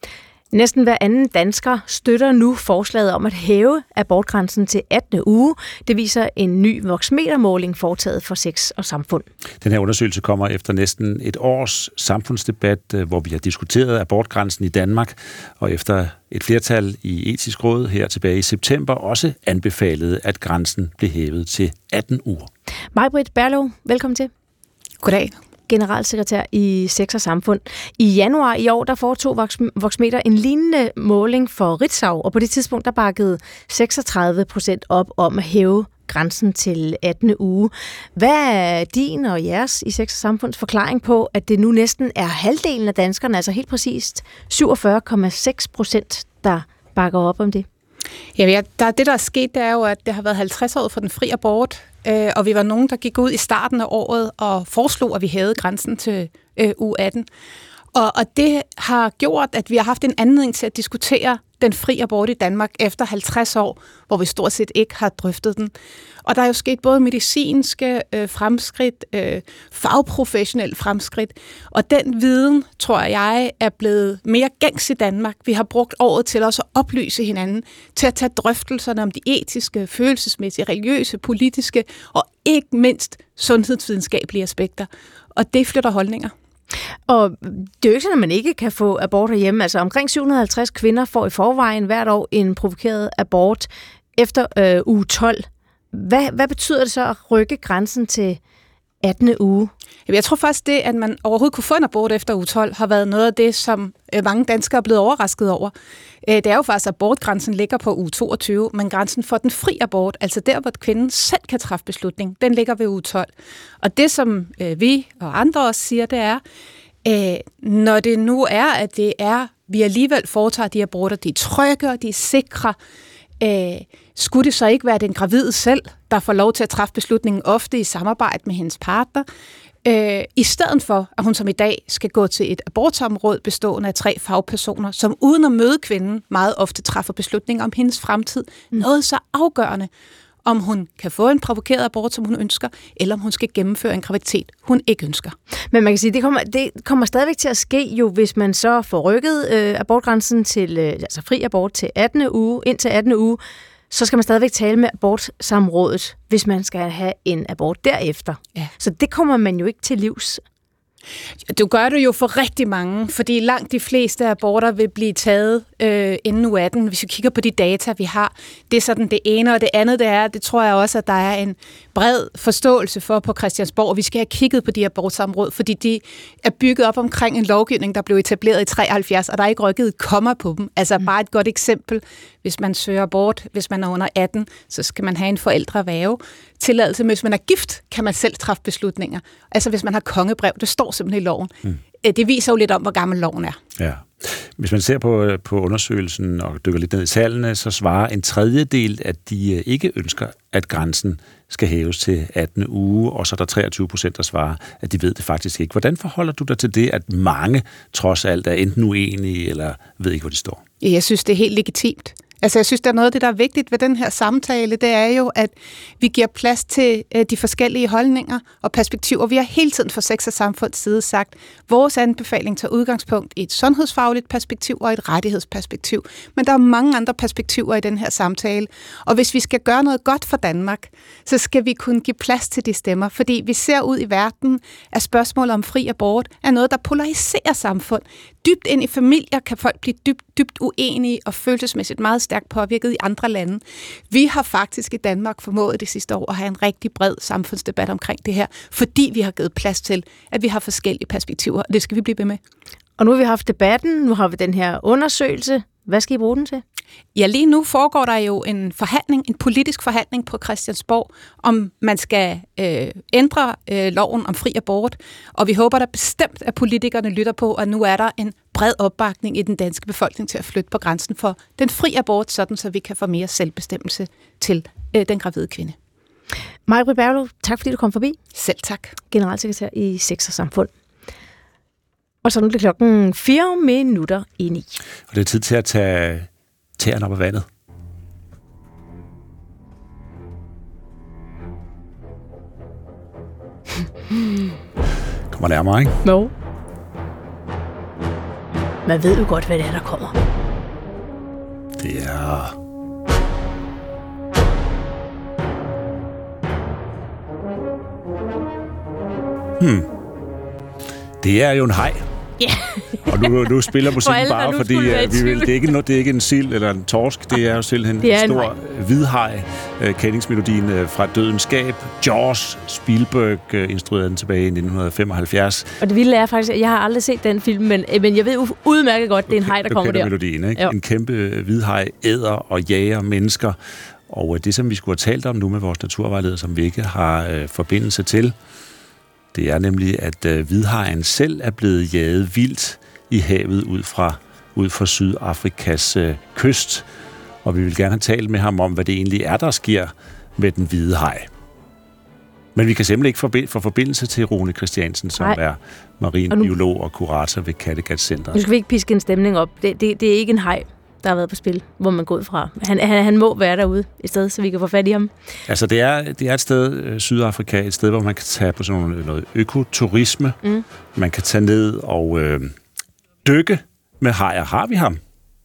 Næsten hver anden dansker støtter nu forslaget om at hæve abortgrænsen til attende uge. Det viser en ny voxmetermåling foretaget for Sex og Samfund. Den her undersøgelse kommer efter næsten et års samfundsdebat, hvor vi har diskuteret abortgrænsen i Danmark, og efter et flertal i Etisk Råd her tilbage i september også anbefalede, at grænsen blev hævet til atten uger. Maj-Britt Berlov, velkommen til. Goddag. Generalsekretær i Sex og Samfund. I januar i år, der foretog Voxmeter en lignende måling for Ritzau, og på det tidspunkt, der bakkede seksogtredive procent op om at hæve grænsen til attende uge. Hvad er din og jeres i Sex og Samfunds forklaring på, at det nu næsten er halvdelen af danskerne, altså helt præcist syvogfyrre komma seks procent, der bakker op om det? Ja, der, det der er sket, det er jo, at det har været halvtreds år for den fri abort, øh, og vi var nogen, der gik ud i starten af året og foreslog, at vi hævede grænsen til øh, uge atten. Og, og det har gjort, at vi har haft en anledning til at diskutere den fri abort i Danmark efter halvtreds år, hvor vi stort set ikke har drøftet den. Og der er jo sket både medicinske øh, fremskridt, øh, fagprofessionelle fremskridt, og den viden, tror jeg, er blevet mere gængs i Danmark. Vi har brugt året til også at oplyse hinanden, til at tage drøftelserne om de etiske, følelsesmæssige, religiøse, politiske og ikke mindst sundhedsvidenskabelige aspekter. Og det flytter holdninger. Og det er jo ikke sådan, at man ikke kan få aborter hjemme. Altså omkring syv hundrede og halvtreds kvinder får i forvejen hvert år en provokeret abort efter øh, uge tolv. Hvad, hvad betyder det så at rykke grænsen til attende uge? Jeg tror faktisk, det, at man overhovedet kunne få en abort efter uge tolv, har været noget af det, som mange danskere er blevet overrasket over. Det er jo faktisk, at abortgrænsen ligger på uge toogtyve, men grænsen for den fri abort, altså der, hvor kvinden selv kan træffe beslutning, den ligger ved uge tolv. Og det, som vi og andre også siger, det er, når det nu er, at det er, vi alligevel foretager de aborter, de er trygge og de er sikre, Øh, skulle det så ikke være den gravide selv, der får lov til at træffe beslutningen ofte i samarbejde med hendes partner, øh, i stedet for, at hun som i dag skal gå til et abortområde bestående af tre fagpersoner, som uden at møde kvinden meget ofte træffer beslutninger om hendes fremtid. Mm. Noget så afgørende, om hun kan få en provokeret abort, som hun ønsker, eller om hun skal gennemføre en graviditet, hun ikke ønsker. Men man kan sige, det kommer, det kommer stadigvæk til at ske jo, hvis man så får rykket øh, abortgrænsen til, øh, altså fri abort til attende uge, indtil attende uge, så skal man stadigvæk tale med abortsamrådet, hvis man skal have en abort derefter. Ja. Så det kommer man jo ikke til livs. Du gør det jo for rigtig mange, fordi langt de fleste aborter vil blive taget øh, inden uge atten, hvis vi kigger på de data, vi har. Det er sådan det ene, og det andet, det er, det tror jeg også, at der er en bred forståelse for på Christiansborg. Vi skal have kigget på de abortsamråd, fordi de er bygget op omkring en lovgivning, der blev etableret i treoghalvfjerds, og der er ikke rykket et komma på dem. Altså mm. bare et godt eksempel. Hvis man søger abort, hvis man er under atten, så skal man have en forældreværge. Tilladelse, hvis man er gift, kan man selv træffe beslutninger. Altså hvis man har kongebrev, det står simpelthen i loven. Mm. Det viser jo lidt om, hvor gammel loven er. Ja. Hvis man ser på, på undersøgelsen og dykker lidt ned i tallene, så svarer en tredjedel, at de ikke ønsker, at grænsen skal hæves til attende uge, og så er der treogtyve procent, der svarer, at de ved det faktisk ikke. Hvordan forholder du dig til det, at mange trods alt er enten uenige, eller ved ikke, hvor de står? Jeg synes, det er helt legitimt. Altså, jeg synes, der er noget af det, der er vigtigt ved den her samtale, det er jo, at vi giver plads til øh, de forskellige holdninger og perspektiver. Vi har hele tiden fra Sex og Samfunds side sagt, vores anbefaling tager udgangspunkt i et sundhedsfagligt perspektiv og et rettighedsperspektiv. Men der er mange andre perspektiver i den her samtale. Og hvis vi skal gøre noget godt for Danmark, så skal vi kunne give plads til de stemmer. Fordi vi ser ud i verden, at spørgsmålet om fri abort er noget, der polariserer samfund. Dybt ind i familier kan folk blive dybt, dybt uenige og følelsesmæssigt meget stærkt påvirket i andre lande. Vi har faktisk i Danmark formået det sidste år at have en rigtig bred samfundsdebat omkring det her, fordi vi har givet plads til, at vi har forskellige perspektiver, og det skal vi blive ved med. Og nu har vi haft debatten, nu har vi den her undersøgelse. Hvad skal I bruge den til? Ja, lige nu foregår der jo en forhandling, en politisk forhandling på Christiansborg, om man skal øh, ændre øh, loven om fri abort, og vi håber da bestemt, at politikerne lytter på, at nu er der en bred opbakning i den danske befolkning til at flytte på grænsen for den fri abort, sådan så vi kan få mere selvbestemmelse til øh, den gravide kvinde. Maj-Britt Berlov, tak fordi du kom forbi. Selv tak. Generalsekretær i Sex og Samfund. Og så nu er det klokken fire minutter i ni. Og det er tid til at tage tæerne op af vandet. Kommer nærmere, ikke? No. Man ved jo godt, hvad det er, der kommer. Det er... Hmm. Det er jo en haj. Ja. Og nu, nu spiller musikken bare, fordi uh, vi vil, det, er ikke, det er ikke en sild eller en torsk, det er jo simpelthen en stor hvidhaj. Uh, kendingsmelodien uh, fra Dødens Skab. Jaws, Spielberg uh, instruerede den tilbage i nitten femoghalvfjerds. Og det vilde er faktisk, at jeg har aldrig set den film, men, men jeg ved udmærket godt, det er en haj, der du kommer der. Melodien, ikke? En kæmpe hvidhaj æder og jager mennesker. Og uh, det, som vi skulle have talt om nu med vores naturvejleder, som vi ikke har uh, forbindelse til, det er nemlig, at øh, hvidhajen selv er blevet jaget vildt i havet ud fra, ud fra Sydafrikas øh, kyst. Og vi vil gerne have talt med ham om, hvad det egentlig er, der sker med den hvide haj. Men vi kan simpelthen ikke forbi- få forbindelse til Rune Christiansen, som Nej. er marinbiolog og, og kurator ved Kattegat Center. Nu skal vi ikke piske en stemning op. Det, det, det er ikke en haj, der har været på spil, hvor man går ud fra. Han, han, han må være derude et sted, så vi kan få fat i ham. Altså, det er, det er et sted, Sydafrika, et sted, hvor man kan tage på sådan noget, noget økoturisme. Mm. Man kan tage ned og øh, dykke med hajer. Har vi ham?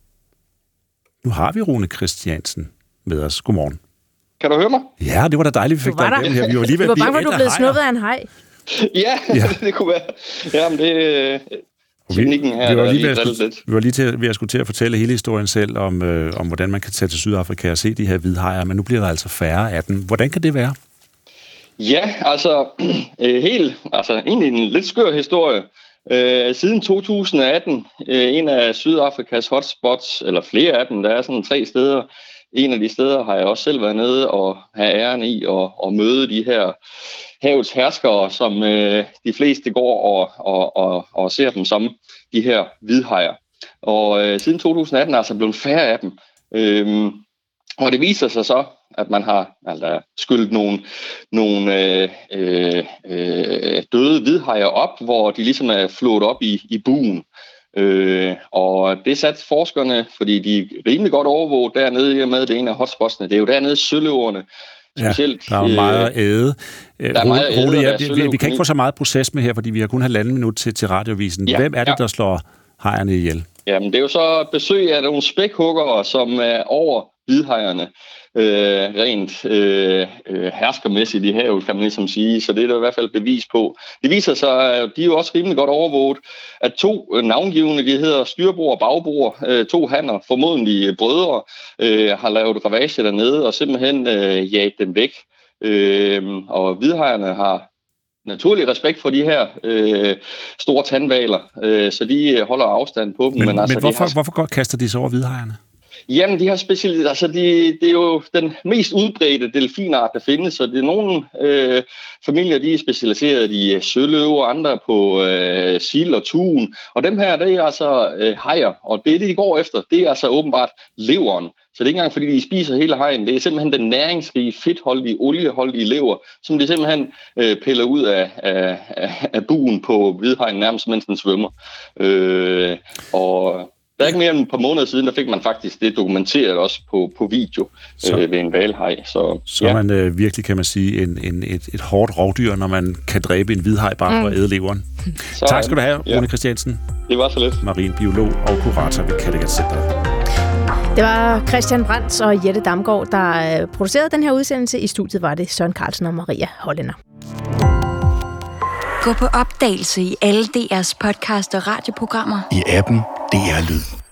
Nu har vi Rune Christiansen med os. Godmorgen. Kan du høre mig? Ja, det var da dejligt, vi fik dig igennem her. Vi var lige ved du var bange for, at du blev snuppet af en haj. Ja, ja. det kunne være. Jamen, det... Teknikken her, vi, var lige lige ved at, vi var lige til, ved at skulle til at fortælle hele historien selv om, øh, om, hvordan man kan tage til Sydafrika og se de her hvidhajer, men nu bliver der altså færre af dem. Hvordan kan det være? Ja, altså, øh, helt, altså egentlig en lidt skør historie. Øh, siden to tusind atten, øh, en af Sydafrikas hotspots, eller flere af dem, der er sådan tre steder. En af de steder har jeg også selv været nede og have æren i at, at møde de her havets herskere, som øh, de fleste går og, og, og, og ser dem som de her hvidhajer. Og øh, siden to tusind atten er altså blevet færre af dem. Øhm, og det viser sig så, at man har altså, skyllet nogle, nogle øh, øh, døde hvidhajer op, hvor de ligesom er flået op i, i buen. Øh, og det satte forskerne, fordi de er rimelig godt overvåget dernede, i og med det er en af hotspotsene. Det er jo dernede søløverne. Specielt, ja, der er meget at æde. Der er meget at æde, ja, vi, vi kan ikke få så meget proces med her, fordi vi har kun halvanden minut til, til radiovisen. Ja, Hvem er det, ja. der slår hajerne ihjel? Jamen, det er jo så besøg af nogle spækhuggere, som er over hvidhajerne. Øh, rent øh, øh, herskermæssigt i havet, kan man ligesom sige. Så det er der i hvert fald bevis på. Det viser sig, at de er jo også rimelig godt overvåget, at to navngivende, de hedder styrbror og bagbord, øh, to hanner, formodentlig brødre, øh, har lavet ravage dernede og simpelthen øh, jaget dem væk. Øh, og hvidhajerne har naturlig respekt for de her øh, store tandvaler, øh, så de holder afstand på dem. Men, men, altså, men hvorfor, de har... hvorfor godt kaster de sig over hvidhajerne? Jamen, de har specielt, altså de, det er jo den mest udbredte delfinart, der findes, så det er nogle øh, familier, de er specialiseret i søløve og andre på øh, sild og tun, og dem her, det er altså øh, hajer, og det, det de går efter, det er altså åbenbart leveren. Så det er ikke engang, fordi de spiser hele hajen, det er simpelthen den næringsrige, fedtholdige, olieholdige lever, som de simpelthen øh, piller ud af, af, af buen på hvidhajen, nærmest mens den svømmer. Øh, og der er ikke mere end et par måneder siden, der fik man faktisk det dokumenteret også på, på video øh, ved en hvalhaj. Så, så ja. man øh, virkelig, kan man sige, en, en, et, et hårdt rovdyr, når man kan dræbe en hvidhaj bare for at æde leveren. Så, tak skal du have, Rune ja. Christiansen. Det var så lidt. Marinbiolog og kurator ved Kattegat Center. Det var Christian Brandt og Jette Damgaard, der producerede den her udsendelse. I studiet var det Søren Carlsen og Maria Hollænder. Gå på opdagelse i alle D R's podcast og radioprogrammer. I appen D R Lyd.